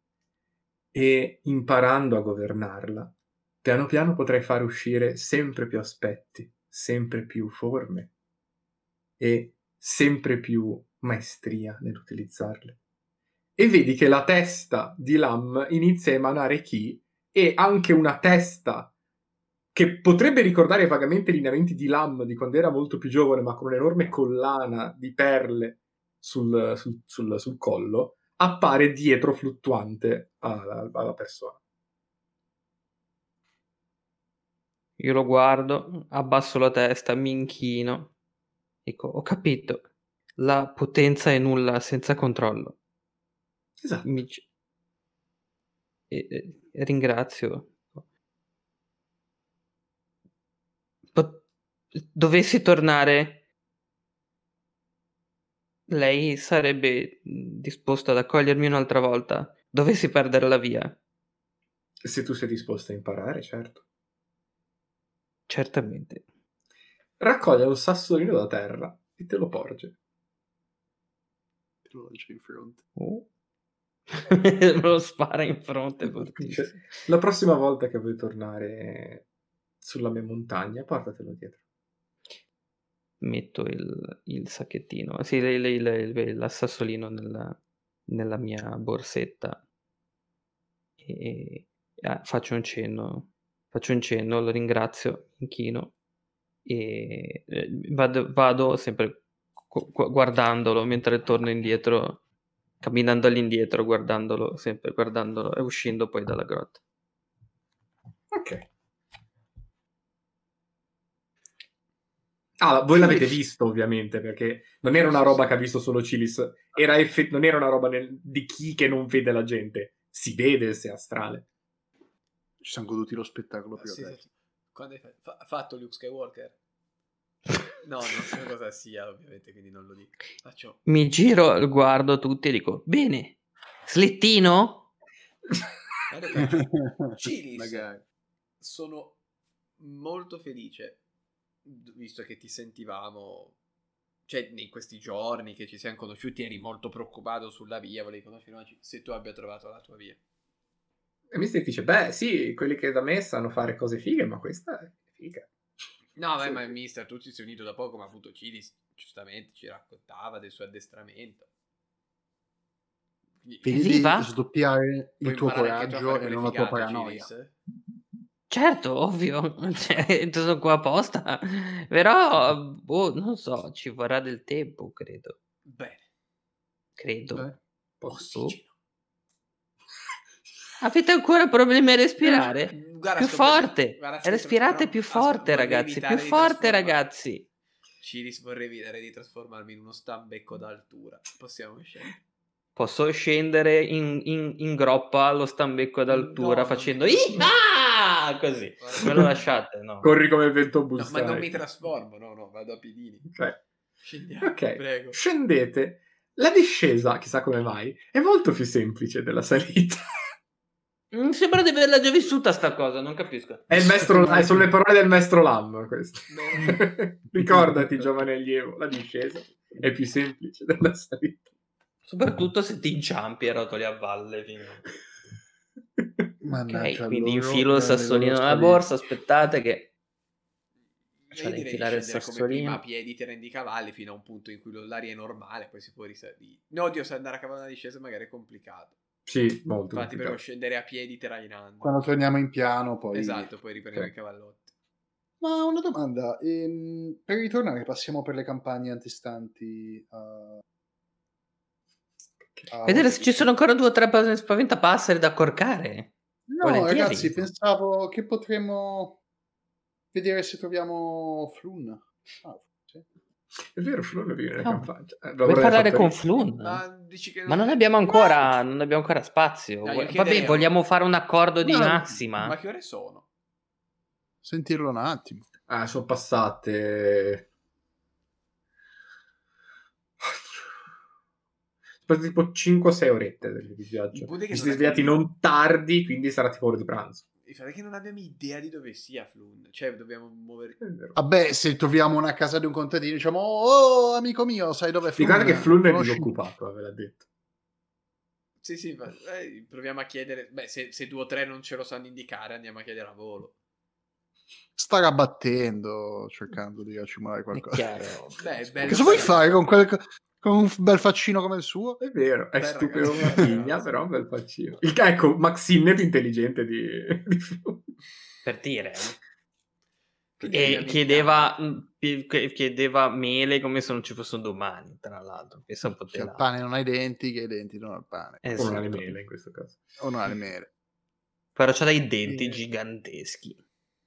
E imparando a governarla, piano piano potrai fare uscire sempre più aspetti, sempre più forme e sempre più maestria nell'utilizzarle. E vedi che la testa di Lam inizia a emanare chi, e anche una testa che potrebbe ricordare vagamente i lineamenti di Lam di quando era molto più giovane, ma con un'enorme collana di perle sul collo, appare dietro fluttuante alla persona. Io lo guardo, abbasso la testa, mi inchino. Dico, ho capito. La potenza è nulla senza controllo. Esatto. Ringrazio. Dovessi tornare, lei sarebbe disposta ad accogliermi un'altra volta? Dovessi perdere la via? Se tu sei disposto a imparare, certo. Certamente. Raccoglie un sassolino da terra e te lo porge. Te lo lancio in fronte. Me lo spara in fronte. La prossima volta che vuoi tornare sulla mia montagna, portatelo dietro. Metto il sacchettino, sì, l'assassolino nella mia borsetta e faccio un cenno, lo ringrazio, inchino e vado sempre guardandolo mentre torno indietro, camminando all'indietro, guardandolo e uscendo poi dalla grotta. Ok. Ah, voi l'avete visto ovviamente, perché non era una roba che ha visto solo Cilis, non era una roba di chi che non vede la gente, si vede se è astrale. Ci siamo goduti lo spettacolo più Sì, adesso. sì. Quando hai fatto Luke Skywalker? No, non so cosa sia, ovviamente, quindi non lo dico. Mi giro, guardo tutti e dico, bene, slittino? Cilis, Magari. sono molto felice, visto che ti sentivamo, cioè in questi giorni che ci siamo conosciuti eri molto preoccupato sulla via, volevi conoscere se tu abbia trovato la tua via. E Mister dice, beh sì, quelli che da me sanno fare cose fighe, ma questa è figa. No, ma Mister, tu ci sei unito da poco, ma appunto Cilis giustamente ci raccontava del suo addestramento. Vedi sdoppiare il tuo coraggio e non la tua paranoia. Cilis? Certo, ovvio, cioè, sono qua apposta, però non so, ci vorrà del tempo, credo. Bene. Credo. Ossigeno. Avete ancora problemi a respirare? Guarda, più forte, respirate più forte, ragazzi, più forte, ragazzi. Cilis, vorrei evitare di trasformarmi in uno stambecco d'altura. Possiamo scendere. Posso scendere in groppa allo stambecco d'altura facendo così. Me lo lasciate? No. Corri come il vento busta. No, ma non mi trasformo, no, vado a piedini. Scendiamo, ok, prego. Scendete. La discesa, chissà come mai, è molto più semplice della salita. Mi sembra di averla già vissuta sta cosa, non capisco. Sono le parole del maestro Lam queste. Ricordati, giovane allievo, la discesa è più semplice della salita. Soprattutto se ti inciampi e rotoli a valle. Ok, quindi infilo il sassolino nella borsa, aspettate che... Io direi di scendere come prima a piedi tirando i cavalli fino a un punto in cui l'aria è normale, poi si può risalire. No, oddio, se andare a cavallo una discesa magari è complicato. Sì, molto. Infatti devo scendere a piedi trainando. Quando torniamo in piano poi... Esatto, poi riprendiamo i cavallotti. Ma una domanda, per ritornare passiamo per le campagne antistanti vedere se ci sono ancora 2 o 3 spaventapasseri da corcare. No, volentieri. Ragazzi, pensavo che potremmo vedere se troviamo Flun. Sì. È vero, Flun vive nelle campagne. Vuoi parlare con Flun? Ma non abbiamo ancora spazio. Vabbè, vogliamo fare un accordo di massima. Ma che ore sono? Sentirlo un attimo. Sono passate tipo 5-6 orette di viaggio. Ci siamo svegliati non tardi, quindi sarà tipo ora di pranzo. Perché non abbiamo idea di dove sia Flun. Cioè, dobbiamo muovere. Vabbè, se troviamo una casa di un contadino, diciamo, oh, amico mio, sai dove è Flun? Guarda che Flun è disoccupato, ve l'ha detto. Sì, proviamo a chiedere. Beh, se 2 o 3 non ce lo sanno indicare, andiamo a chiedere a volo. Sta rabattendo, cercando di racimolare qualcosa. Cosa vuoi fare con un bel faccino come il suo? È vero, è stupido una figlia, però un bel faccino. Ecco, Maxine è più intelligente di per dire. E chiedeva mele come se non ci fosse un domani, tra l'altro. Pensa un po' il pane non ha i denti, che i denti non ha il pane. O non ha le mele in questo caso. O non ha le mele. Però c'ha dei denti giganteschi.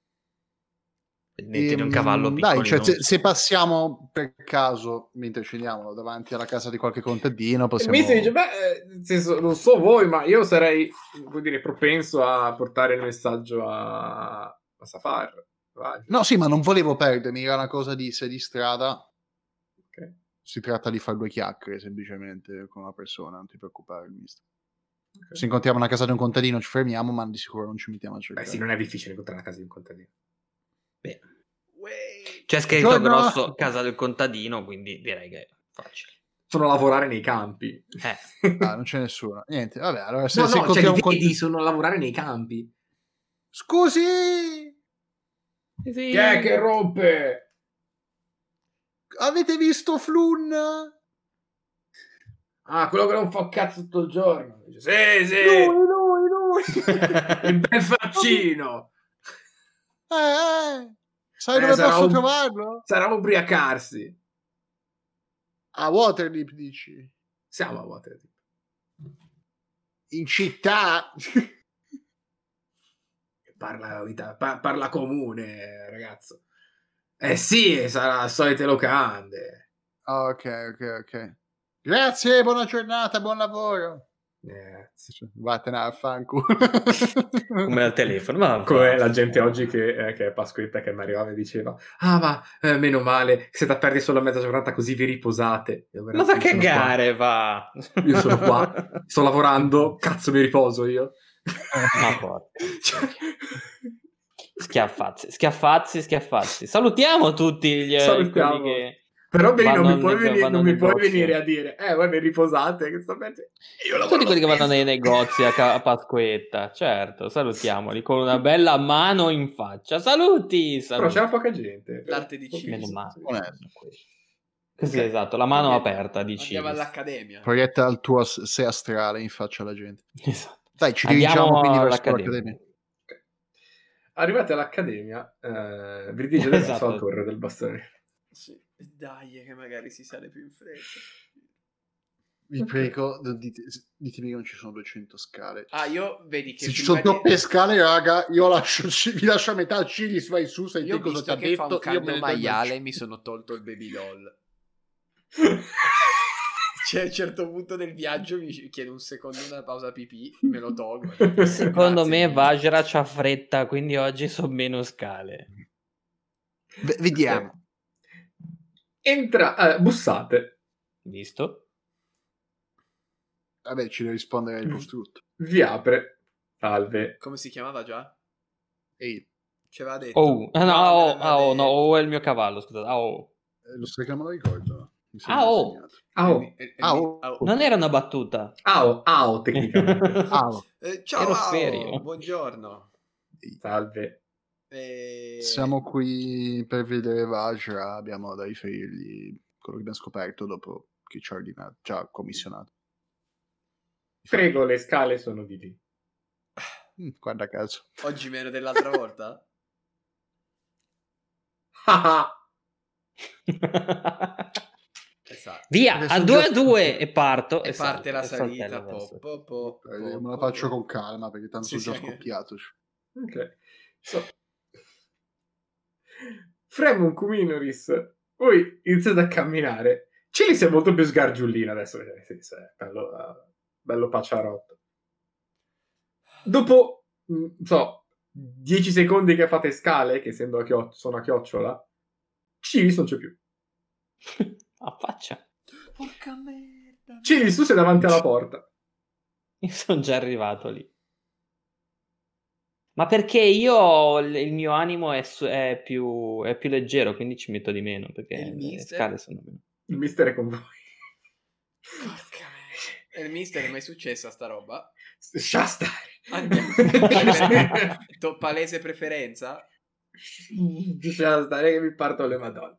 Di un cavallo piccolo. Dai, cioè, se passiamo per caso mentre scendiamo davanti alla casa di qualche contadino, possiamo... Mi si dice, non so voi, ma io sarei, vuol dire, propenso a portare il messaggio a Safar. Vai. No, sì, ma non volevo perdermi, era una cosa di strada. Okay. Si tratta di fare 2 chiacchiere semplicemente con una persona, non ti preoccupare, mister. Okay. Se incontriamo una casa di un contadino ci fermiamo, ma di sicuro non ci mettiamo a cercare. Sì, non è difficile incontrare una casa di un contadino. Beh, c'è scritto grosso casa del contadino, quindi direi che è facile. Sono a lavorare nei campi. Non c'è nessuno. Niente, vabbè, allora se incontriamo un contadino sono a lavorare nei campi. Scusi! Sì. Chi è che rompe? Avete visto Flun? Ah, quello che non fa cazzo tutto il giorno. Dice, sì. Lui. Il bel faccino. Sai dove sarà posso trovarlo? Sarà ubriacarsi. A Waterdeep, dici? Siamo a Waterdeep. In città? Parla comune, ragazzo. Sì, sarà solite locande. Ok. Grazie, buona giornata, buon lavoro. Vattene a fanculo. Come al telefono. Come la gente oggi che è Pasquetta che mi arrivava e diceva ma meno male, siete aperti solo a mezza giornata così vi riposate. Ma fa cagare, va. Io sono qua, sto lavorando, cazzo mi riposo io. Ma porca. Schiaffazzi. Salutiamo tutti gli quelli che... Però Beni non mi puoi venire a dire voi vi riposate, che sto io tutti quelli che vanno nei negozi a Pasquetta, certo, salutiamoli con una bella mano in faccia. Saluti. Però c'era poca gente. L'arte di Meno Cisi. male. Così, esatto, la mano aperta di Andiamo Cilis. all'accademia. Proietta il tuo sé astrale in faccia alla gente. Esatto. Dai, ci dirigiamo quindi verso l'accademia. Okay. Arrivati all'accademia, Virgilio adesso al torre del bastone. Sì. Dai, che magari si sale più in fretta. Vi prego, ditemi che non ci sono 200 scale. Io vedi che se ci sono troppe scale, raga, io vi lascio a metà. Cilis, vai su, sai io cosa ti ha che detto. fa un caldo maiale, mi sono tolto il baby doll. Cioè, a un certo punto del viaggio mi chiedo un secondo una pausa pipì, me lo tolgo. Secondo me Vajra c'ha fretta, quindi oggi sono meno scale. Vediamo. Entra, bussate. Visto? Vabbè, ci deve rispondere il costrutto. Vi apre. Salve. Come si chiamava già? Ehi. Ci aveva detto. No, è il mio cavallo, scusate. Lo sai che me lo ricordo. Non era una battuta. Tecnicamente. Ciao, ero serio. Buongiorno. Salve. Siamo qui per vedere Vajra, abbiamo da riferirgli quello che abbiamo scoperto dopo che ci ha commissionato. Prego, le scale sono di lì. Guarda caso. Oggi meno dell'altra volta? Esatto. Via, a 2 e parto. E parte la salita. Me la faccio con calma perché tanto sono già scoppiato. Ok. Fremon Cuminoris, voi iniziate a camminare. Cilis è molto più sgargiullina adesso, è bello pacciarotto. Dopo 10 secondi che fate scale, che essendo sono a chiocciola, Cilis non c'è più. A faccia. Porca merda. Cilis, tu sei davanti alla porta. Io sono già arrivato lì. Ma perché il mio animo è più leggero, quindi ci metto di meno, perché le scale sono meno. Il mister è con voi. Porca merda. E il mister è mai successa sta roba? Lascia stare. Palese preferenza? Lascia stare che mi parto le madonne.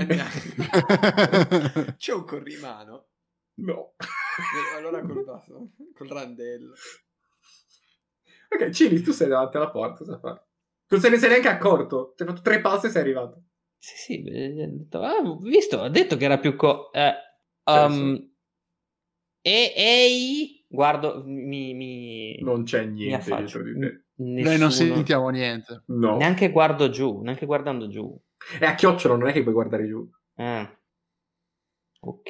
C'è un corrimano? No. Allora col randello. Ok, Cilis, tu sei davanti alla porta, cosa fai? Non se ne sei neanche accorto. Ti hai fatto 3 passi e sei arrivato. Sì, visto, ha detto che era più guardo, non c'è niente dietro di te. Noi non sentiamo niente. No. Neanche guardando giù. È a chiocciola, non è che puoi guardare giù. Ok.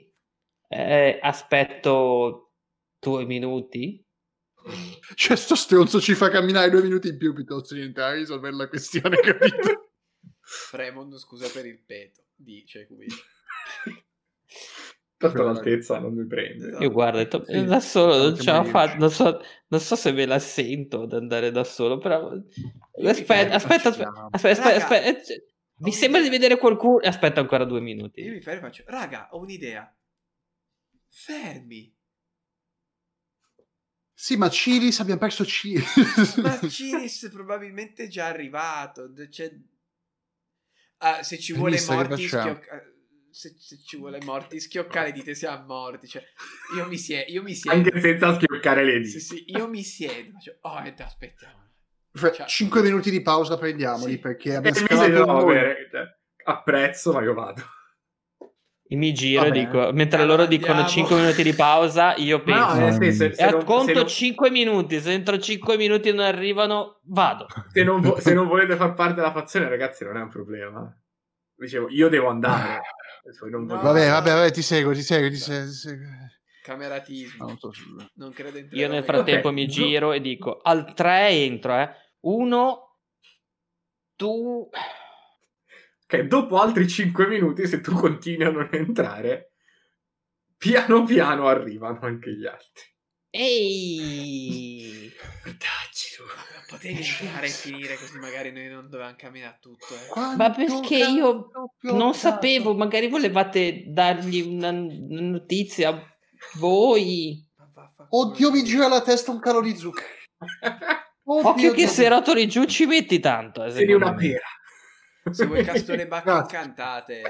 Aspetto 2 minuti. Cioè, sto stronzo ci fa camminare 2 minuti in più piuttosto di entrare a risolvere la questione, capito? Fremond, scusa per il peto, dice qui. Tanto l'altezza non mi prende. Io guardo, da solo non ce la faccio, non so se me la sento ad andare da solo, però aspetta. Mi sembra di vedere qualcuno. Aspetta ancora 2 minuti. Io mi fermo e faccio, raga, ho un'idea. Fermi. Sì, ma Cilis, abbiamo perso Cilis. Ma Cilis probabilmente è già arrivato. Se ci vuole Lista, che morti, facciamo? se ci vuole morti, schioccare dite siamo morti. Cioè, io mi siedo. Anche senza schioccare le dita. Sì, io mi siedo. Aspettiamo. 5 minuti di pausa prendiamoli, Sì. perché E abbiamo mi scavato siedo, un va mondo. bene, cioè, apprezzo, ma io vado. Io mi giro e Vabbè. dico, mentre Allora loro dicono andiamo. 5 minuti di pausa, io Ma penso. no, se E non- conto se non- 5 minuti, se entro 5 minuti non arrivano, vado. se non volete far parte della fazione, ragazzi, non è un problema. Dicevo, io devo andare. Non No. voglio- Vabbè, ti seguo. Cameratismo. Non so. Non credo in Io nel frattempo mi giro e dico, al 3 entro, 1, tu... Che dopo altri 5 minuti, se tu continui a non entrare, piano piano arrivano anche gli altri. Ehi! Dacci tu. Potevi entrare e finire così magari noi non dovevamo camminare tutto. Ma perché io non sapevo, magari volevate dargli una notizia voi. Oddio, mi gira la testa un calo di zucchero. Occhio che se rotoli giù ci metti tanto. Sei una pera. Se vuoi castore bacche Grazie. incantate.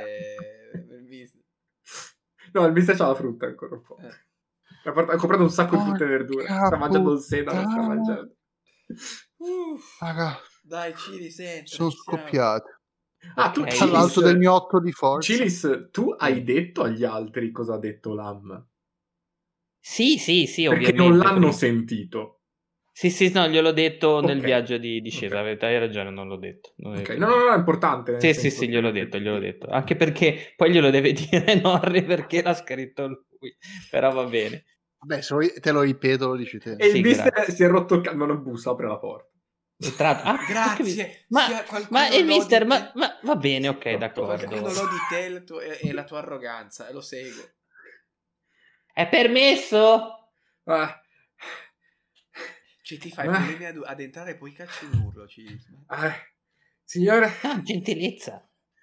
No, il mister c'ha la frutta ancora un po'. Ha comprato un sacco di frutta e verdure. Sta mangiando il sedano, sta mangiando. Raga, Dai, Cili, senti. sono scoppiato. Tu Ok. All'alto del mio 8 di forza. Cilis, tu hai detto agli altri cosa ha detto Lam? Sì, Perché ovviamente. non l'hanno sentito. Sì, no, gliel'ho detto nel Ok. viaggio di scesa. Hai ragione, non l'ho detto. Non l'ho Ok, detto. no, è importante. nel Sì, senso gliel'ho che- detto. Anche perché poi glielo deve dire Norri perché l'ha scritto lui. Però va bene. Vabbè, se vuoi te lo ripeto, lo dici te. E il Sì, mister grazie. si è rotto il non bussa, apre la porta. E tra... Grazie. Ma, qualcuno il lodi mister, te. ma va bene, ok, d'accordo. Qualcuno lodi te e la tua arroganza e lo seguo. È permesso? Ah. Cioè ti fai problemi ad entrare e poi cacci un urlo, Cilis. Signore, Ah, gentilezza.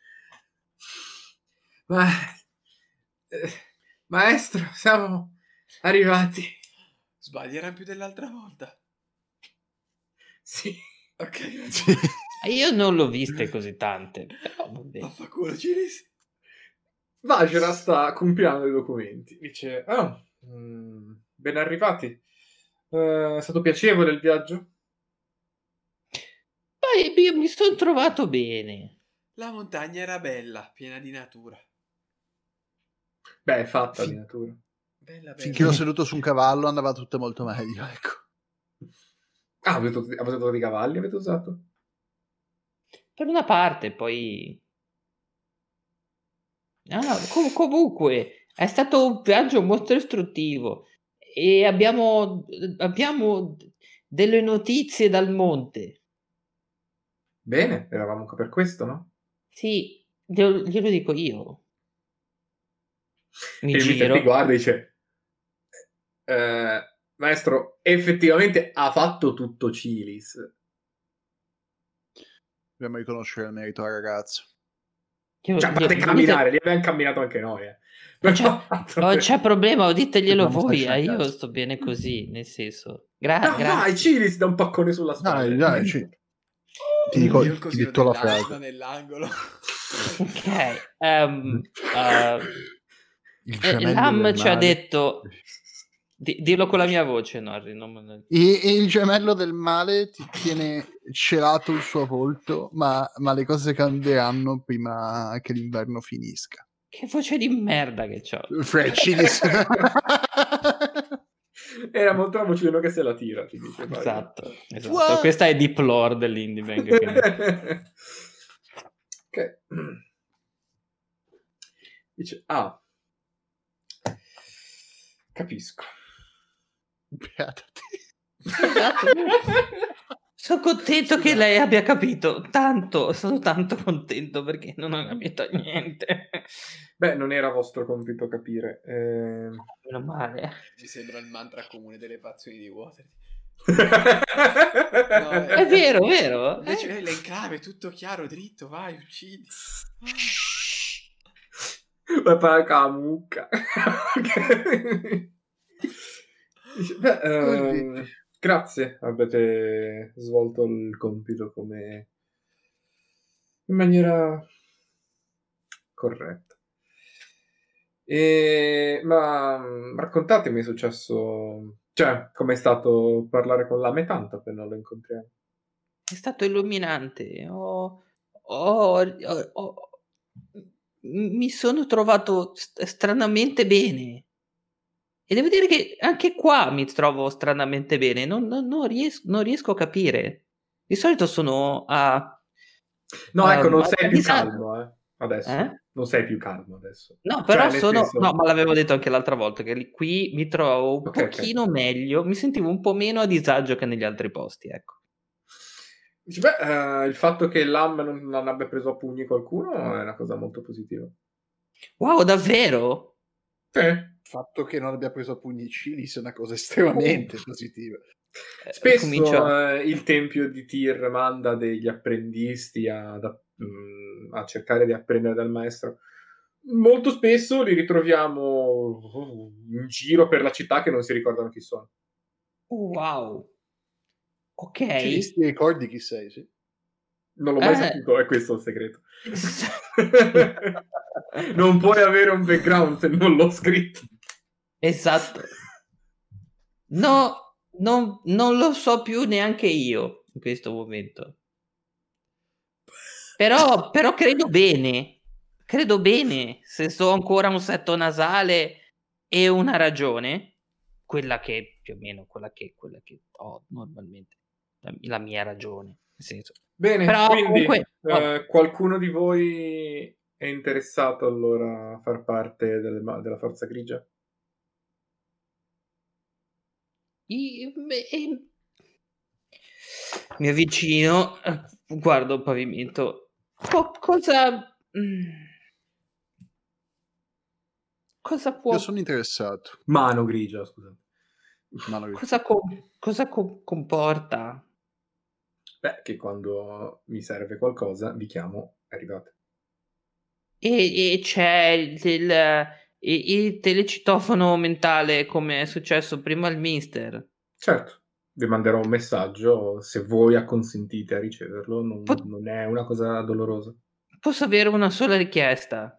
maestro, siamo arrivati. Sbaglieranno più dell'altra volta. Sì. Ok. Sì. Io non l'ho viste così tante, però va bene. Vaffanculo, Cilis. Vajra sta compilando i documenti. Dice, ben arrivati. È stato piacevole il viaggio? Poi io mi sono trovato bene. La montagna era bella, piena di natura. Beh, è fatta di natura. Bella. Finché ero seduto su un cavallo andava tutto molto meglio, ecco. Avete usato dei cavalli? Avete usato? Per una parte, poi... comunque, è stato un viaggio molto istruttivo. E abbiamo delle notizie dal monte. Bene, eravamo qua per questo, no? Sì, glielo dico io. Mi E il mister ti giro. guarda e dice, maestro, effettivamente ha fatto tutto Cilis. Dobbiamo riconoscere il merito al ragazzo. Cioè, a parte camminare, lì abbiamo camminato anche noi. Non c'è problema, diteglielo Dobbiamo voi, starci a io casa. sto bene così, nel senso. No, Grazie. vai, Cilis dà un paccone sulla spalla. Dai, ti dico, Io il ti cosino detto la dell'asma frase. nell'angolo. Ok. Il gemello Lam del ci ha male. detto... Dillo con la mia voce, Norri. E il gemello del male ti tiene celato il suo volto, ma le cose cambieranno prima che l'inverno finisca. Che voce di merda che c'ho. Cilis. Era molto la voce di uno che se la tira, ti dice. Esatto. Questa è Deep Lore dell'Indie Bang. Ok. Dice, capisco. Beata te. Esatto. Sono contento che lei abbia capito. Sono tanto contento perché non ho capito niente. Beh, non era vostro compito capire. Meno male. Mi sembra il mantra comune delle passioni di Water. È vero. Invece l'enclave, tutto chiaro, dritto, vai, uccidi. Vai per la mucca. Grazie, avete svolto il compito come in maniera Corretto. Ma raccontatemi, è successo... Cioè, com'è stato parlare con Lame tanto appena lo incontriamo? È stato illuminante. Mi sono trovato stranamente bene. E devo dire che anche qua mi trovo stranamente bene. Non riesco a capire. Di solito sono No, ecco, non a sei più disagio. calmo, adesso. Eh? Non sei più calmo adesso. No, Cioè, però nel sono senso... no, ma l'avevo detto anche l'altra volta che qui mi trovo un Ok, ok. pochino meglio, mi sentivo un po' meno a disagio che negli altri posti, ecco. Dici, il fatto che Lam non abbia preso a pugni qualcuno è una cosa molto positiva. Wow, davvero? Sì. Il fatto che non abbia preso a pugni Cilis è una cosa estremamente positiva. Spesso Comincio il tempio di Tyr manda degli apprendisti a cercare di apprendere dal maestro. Molto spesso li ritroviamo in giro per la città che non si ricordano chi sono. wow. Cilis, Okay. ti ricordi chi sei, sì? Non l'ho mai saputo, è questo il segreto. S Non puoi avere un background se non l'ho scritto. Esatto. No, non lo so più neanche io in questo momento. Però credo bene. Credo bene. Se so ancora un setto nasale e una ragione, quella che più o meno quella che ho normalmente, la mia ragione, nel senso. Bene, Però quindi comunque qualcuno di voi è interessato allora a far parte della Forza Grigia? Mi avvicino, guardo il pavimento. Cosa cosa Io può sono interessato. Mano grigia, scusate. cosa comporta? Beh, che quando mi serve qualcosa vi chiamo, arrivate. E c'è il telecitofono mentale come è successo prima al mister? Certo, vi manderò un messaggio, se voi acconsentite a riceverlo, Po non è una cosa dolorosa. Posso avere una sola richiesta?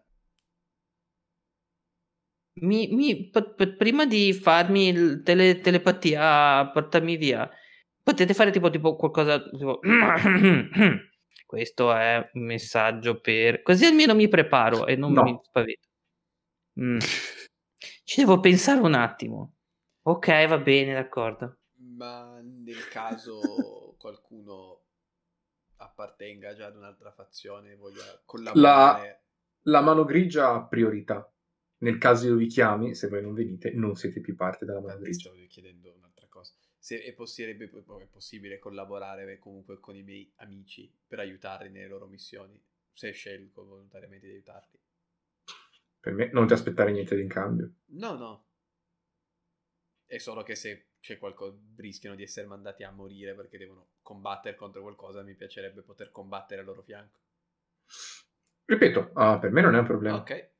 Prima di farmi il telepatia, portarmi via, potete fare tipo qualcosa tipo questo è un messaggio per così almeno mi preparo e non mi No, spavento. Mh. Ci devo pensare un attimo. Okay, va bene, d'accordo. Ma nel caso qualcuno appartenga già ad un'altra fazione e voglia collaborare... la mano grigia ha priorità. Nel caso io vi chiami, se voi non venite, non siete più parte della mano Ti grigia. stavo chiedendo un'altra cosa. Se è possibile collaborare comunque con i miei amici per aiutarli nelle loro missioni, se scelgo volontariamente di aiutarli. Per me non ti aspettare niente di in cambio. No. È solo che se c'è qualcosa, rischiano di essere mandati a morire perché devono combattere contro qualcosa, mi piacerebbe poter combattere al loro fianco. Ripeto, per me non è un problema. Ok.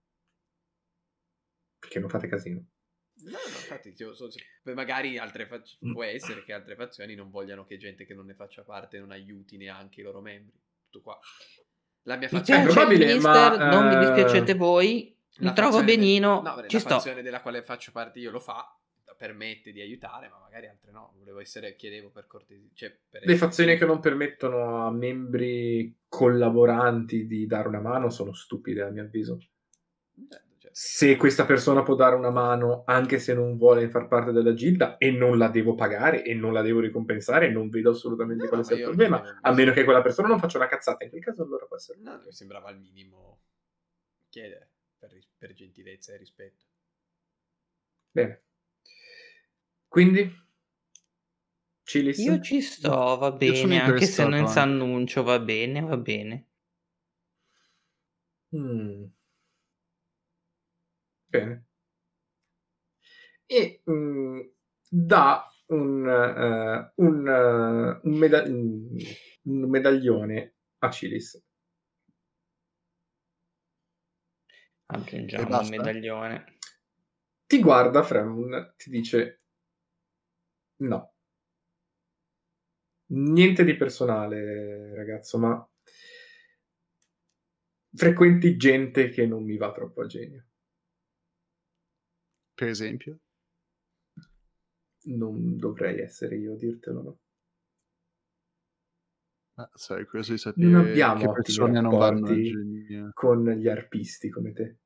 Perché non fate casino. No, infatti, magari può essere che altre fazioni non vogliano che gente che non ne faccia parte non aiuti neanche i loro membri. Tutto qua. La mia Mi fazione... piace il probabile, mister, ma, non mi dispiacete voi, mi La trovo fazione benino, no, ci la sto. fazione della quale faccio parte io lo fa, permette di aiutare, ma magari altre no. Chiedevo per cortesia, cioè per le essere fazioni giusto. che non permettono a membri collaboranti di dare una mano sono stupide, a mio avviso. Certo. Se questa persona può dare una mano anche se non vuole far parte della gilda e non la devo pagare e non la devo ricompensare, non vedo assolutamente quale sia il problema, a meno che quella persona non faccia una cazzata. In quel caso allora può essere. No, mi sembrava al minimo chiedere per gentilezza e rispetto. Bene. Quindi? Cilis? Io ci sto, va Io sono bene, anche se interessato senza anche. annuncio, va bene, va bene. Bene. E dà un medaglione a Cilis. E Aggiungiamo un basta? medaglione. Ti guarda Fremun, ti dice no. Niente di personale, ragazzo, ma frequenti gente che non mi va troppo a genio. Per esempio? Non dovrei essere io a dirtelo, no? Sei curioso di Non sapere abbiamo che ottimi persone non vanno a rapporti genio. con gli arpisti come te.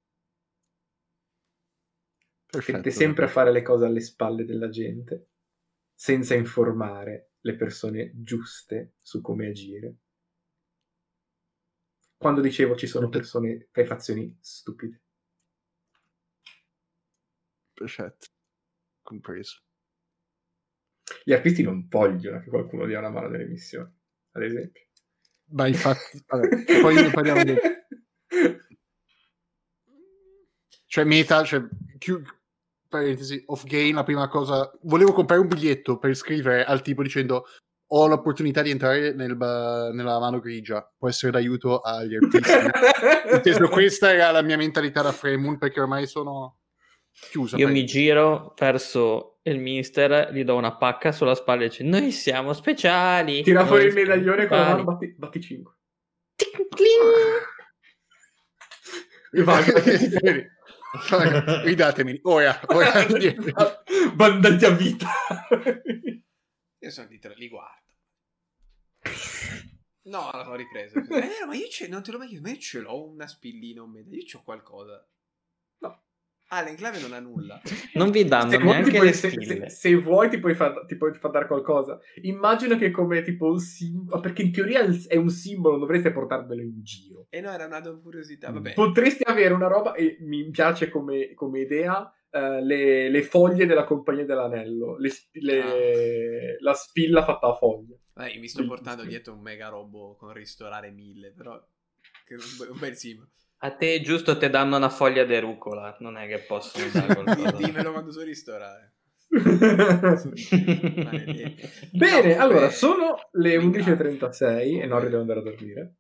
Perfetto. Tende sempre a fare le cose alle spalle della gente, senza informare le persone giuste su come agire. Quando dicevo ci sono persone che fazioni stupide. Perfetto. Compreso. Gli artisti non vogliono che qualcuno dia una mano nelle missioni, ad esempio. Ma infatti, vabbè, poi ne parliamo dopo. Cioè meta, cioè parentesi, off game, la prima cosa, volevo comprare un biglietto per scrivere al tipo dicendo ho l'opportunità di entrare nella mano grigia, può essere d'aiuto agli artisti. Inteso, questa era la mia mentalità da Fremont, perché ormai sono chiusa. Io mi giro verso il mister, gli do una pacca sulla spalla e dice noi siamo speciali. Tira fuori il Noi siamo medaglione con la speciali. mano, batti 5. Vai, ridatemi ora bandati a vita. Io sono dietro, li guardo. No, l'ho ripreso. È vero, ma io non te l'ho mai chiesto, ma io ce l'ho una spillina, un medaglio, io c'ho qualcosa. No. Ah, l'enclave non ha nulla. Non vi danno neanche le spille. Se vuoi ti puoi far dare qualcosa. Immagino che come tipo un simbolo, perché in teoria è un simbolo, non dovreste portarvelo in giro. E no, era una curiosità, vabbè. Potresti avere una roba, e mi piace come idea, le foglie della Compagnia dell'Anello, la spilla fatta a foglie. Mi sto portando dietro un mega robo con ristorare 1000, però che un bel simbolo. A te giusto te danno una foglia di rucola, non è che possono dare qualcosa. Dimmelo quando so ristorare. Bene, no, allora sono le 11:36 e Norri deve andare a dormire.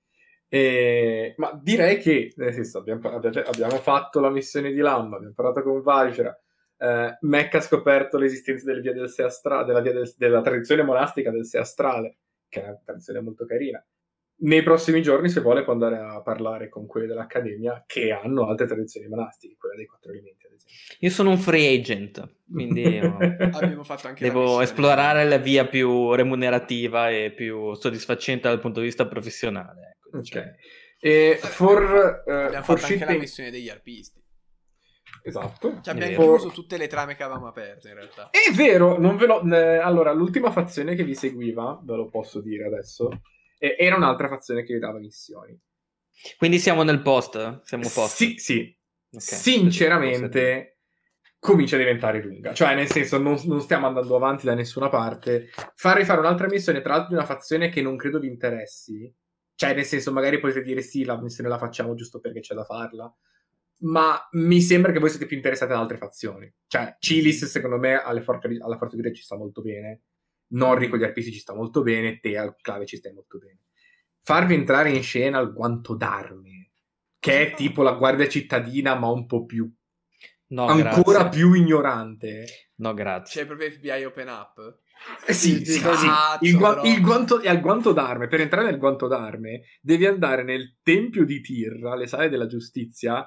Ma direi che nel senso, abbiamo fatto la missione di Lam, abbiamo parlato con Vajra, Mac ha scoperto l'esistenza della via del sé astrale, della tradizione monastica del sé astrale, che è una tradizione molto carina. Nei prossimi giorni, se vuole, può andare a parlare con quelli dell'Accademia che hanno altre tradizioni monastiche, quella dei 4 elementi, ad esempio. Io sono un free agent, quindi abbiamo fatto anche devo esplorare la via più remunerativa e più soddisfacente dal punto di vista professionale. Ecco, diciamo. Ok. Abbiamo fatto anche la missione degli arpisti. Esatto. Ci abbiamo chiuso tutte le trame che avevamo aperto, in realtà. È vero, non ve lo... allora, l'ultima fazione che vi seguiva, ve lo posso dire adesso, era un'altra fazione che vi dava missioni. Quindi siamo nel post? Siamo post? Sì. Okay. Sinceramente comincia a diventare lunga. Cioè, nel senso, non stiamo andando avanti da nessuna parte. Rifare un'altra missione, tra l'altro di una fazione che non credo vi interessi. Cioè, nel senso, magari potete dire sì, la missione la facciamo giusto perché c'è da farla. Ma mi sembra che voi siete più interessati ad altre fazioni. Cioè, Cilis, secondo me, alla Forza Grigia ci sta molto bene. Norri con gli arpisti ci sta molto bene. Te al clave ci stai molto bene. Farvi entrare in scena il Guanto d'Arme, che è tipo la guardia cittadina, ma un po' più... ancora più ignorante. No, grazie. C'è proprio FBI Open Up? Sì. Il Guanto d'Arme, per entrare nel Guanto d'Arme devi andare nel tempio di Tirra, le sale della giustizia,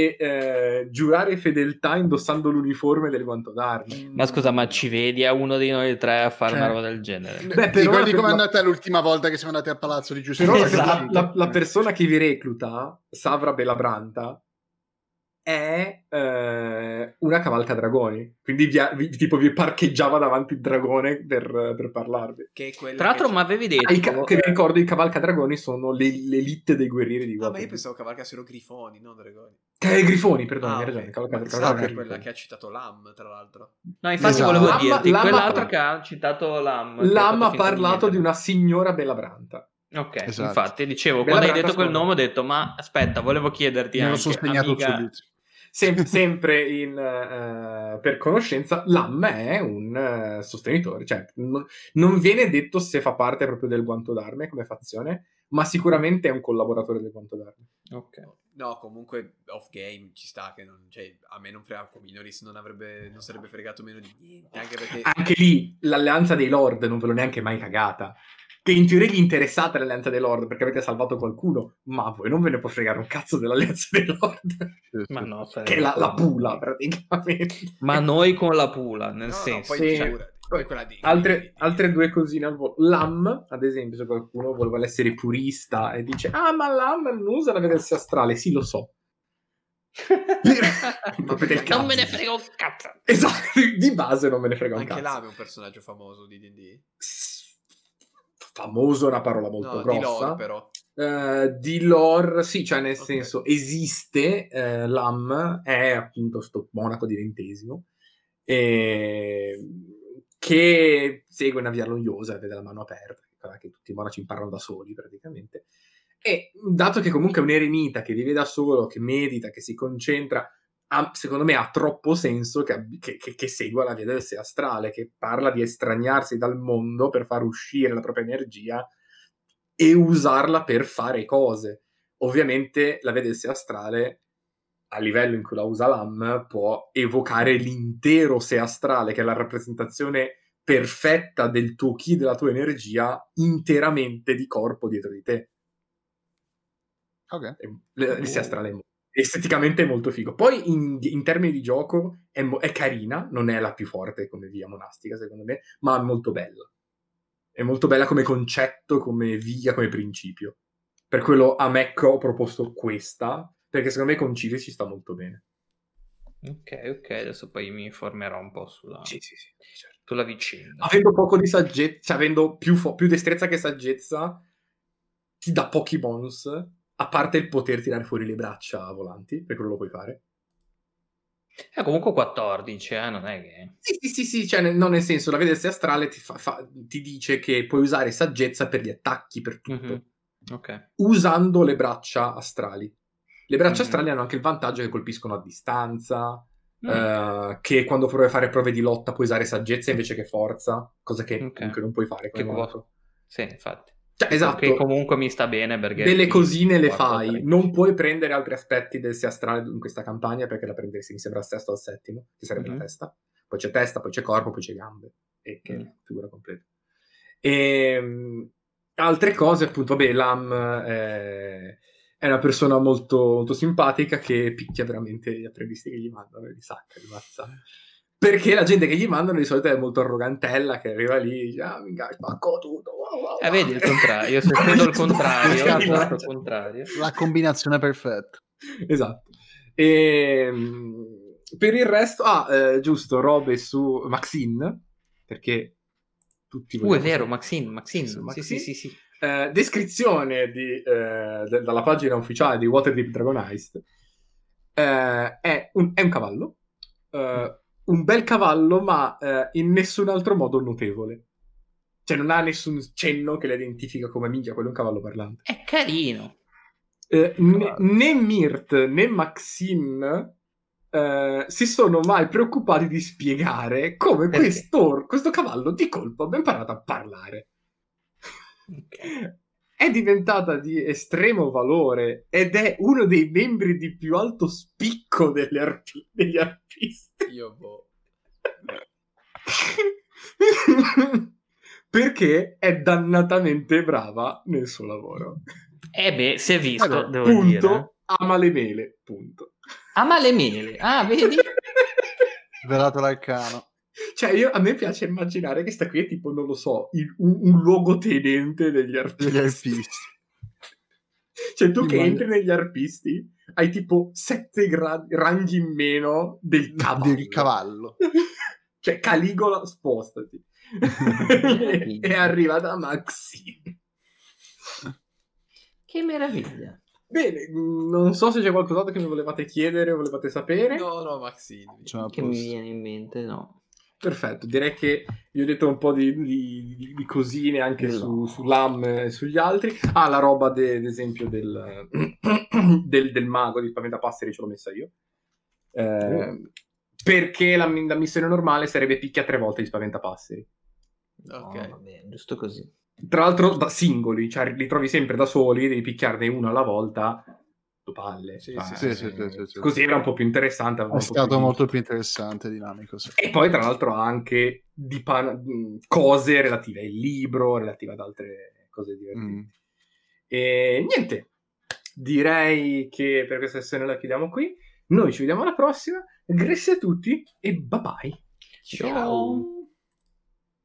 e giurare fedeltà indossando l'uniforme del Guanto d'Arme. Ma scusa, ma ci vedi a uno di noi tre a fare una roba del genere? Beh, però ricordi come è andata l'ultima volta che siamo andati al Palazzo di Giustizia? Però esatto. la persona che vi recluta, Savra Belabranta, è una cavalca dragoni, quindi vi parcheggiava davanti il dragone per parlarvi. Che è quella tra l'altro, ma avevi detto che vi ricordo, i cavalca dragoni sono l'elite dei guerrieri di Gotham. Ma io pensavo cavalcassero grifoni, non dragoni. Grifoni, perdono, hai ragione. Cavalca è quella che ha citato Lam, tra l'altro. No, infatti volevo dirti, quell'altro che ha citato Lam. Lam ha parlato di una signora Belabranta. Ok, esatto. Infatti dicevo, quando hai detto quel nome ho detto, ma aspetta, volevo chiederti me lo sono segnato subito. Sempre per conoscenza, Lam è un sostenitore, cioè non viene detto se fa parte proprio del Guanto d'Arme come fazione, ma sicuramente è un collaboratore del Guanto d'Arme. Ok. No, comunque off game ci sta che a me non frega, Minoris non sarebbe fregato meno di niente, anche perché anche lì l'alleanza dei Lord non ve l'ho neanche mai cagata. che in teoria gli interessate l'alleanza dell'Horde perché avete salvato qualcuno, ma a voi non ve ne può fregare un cazzo dell'alleanza dell'Horde. Ma no, che è la pula praticamente. Ma noi con la pula, nel No, senso. poi Sì. figurati. Poi quella di Altre due cosine al volo. L'AM, ad esempio, se qualcuno vuole essere purista e dice ma l'AM non usa la vedenza astrale, sì lo so. Non me ne frega un cazzo. Esatto, di base non me ne frega un Anche cazzo. l'AM è un personaggio famoso di D&D. Famoso è una parola molto grossa. Di lore però. Di lore, sì, cioè nel senso esiste, l'AM è appunto sto monaco di XX, che segue una via noiosa e vede la mano aperta, che tutti i monaci imparano da soli praticamente. E dato che comunque è un eremita che vive da solo, che medita, che si concentra, secondo me ha troppo senso che segua la via del sé astrale, che parla di estraniarsi dal mondo per far uscire la propria energia e usarla per fare cose. Ovviamente la via del sé astrale, a livello in cui la usa l'AM, può evocare l'intero sé astrale, che è la rappresentazione perfetta del tuo chi, della tua energia, interamente di corpo dietro di te. Ok. Il sé astrale esteticamente è molto figo. Poi in termini di gioco è carina, non è la più forte come via monastica secondo me, ma è molto bella. È molto bella come concetto, come via, come principio. Per quello a Mac ho proposto questa, perché secondo me con Cile ci sta molto bene. Ok, adesso poi mi informerò un po' sulla, certo. sulla vicenda. Avendo poco di saggezza, cioè avendo più destrezza che saggezza, ti dà pochi bonus, a parte il poter tirare fuori le braccia volanti, per quello lo puoi fare. È comunque 14, non è che... Sì, cioè non nel senso, la vedesse astrale ti dice che puoi usare saggezza per gli attacchi, per tutto. Mm-hmm. Ok. Usando le braccia astrali. Le braccia astrali hanno anche il vantaggio che colpiscono a distanza, che quando provi a fare prove di lotta puoi usare saggezza invece che forza, cosa che comunque non puoi fare. Sì, infatti. Cioè, esatto. Che comunque mi sta bene perché... Delle cosine le fai. Non puoi prendere altri aspetti del sé astrale in questa campagna perché la prendersi, mi sembra, al sesto o al settimo, che sarebbe la testa. Poi c'è testa, poi c'è corpo, poi c'è gambe. E che è figura completa. Altre cose, appunto, vabbè, Lam è una persona molto, molto simpatica che picchia veramente gli apprendisti che gli mandano e li sacca, li mazza. Perché la gente che gli mandano di solito è molto arrogantella, che arriva lì e dice mi spacco tutto. Wow. Vedi il contrario, io se vedo il contrario. La combinazione perfetta. Esatto. Per il resto, giusto, robe su Maxine, perché tutti è vero, Maxine. Sì. Descrizione dalla pagina ufficiale di Waterdeep Dragon Heist. È un cavallo. Un bel cavallo, ma in nessun altro modo notevole. Cioè non ha nessun cenno che la identifica come minchia, quello è un cavallo parlante. È carino. Né Mirt né Maxim si sono mai preoccupati di spiegare come questo cavallo di colpo abbia imparato a parlare. Okay. È diventata di estremo valore ed è uno dei membri di più alto spicco degli arpisti. Io boh. Perché è dannatamente brava nel suo lavoro. Si è visto, devo punto, dire. Ama le mele, punto. Ama le mele, vedi? Svelato l'arcano. Cioè, a me piace immaginare che sta qui è tipo, non lo so, un luogotenente degli arpisti. Cioè, tu che entri negli arpisti hai tipo 7 ranghi in meno del cavallo. Cioè, Caligola, spostati. È arrivata Maxi. Che meraviglia. Bene, non so se c'è qualcos'altro che mi volevate chiedere o volevate sapere. No, Maxi. Che mi viene in mente, no. Perfetto, direi che vi ho detto un po' di cosine anche su Lam e sugli altri. La roba, ad esempio, del mago di Spaventapasseri ce l'ho messa io. Perché la missione normale sarebbe picchia 3 volte di Spaventapasseri. Ok. Vabbè, giusto così. Tra l'altro da singoli, cioè li trovi sempre da soli, devi picchiarne uno alla volta. Palle. Sì. Così era un po' più interessante. È stato molto più interessante, dinamico. Sì. E poi tra l'altro ha anche cose relative al libro, relative ad altre cose divertenti. E niente, direi che per questa sessione la chiudiamo qui. Noi ci vediamo alla prossima. Grazie a tutti e bye bye. Ciao.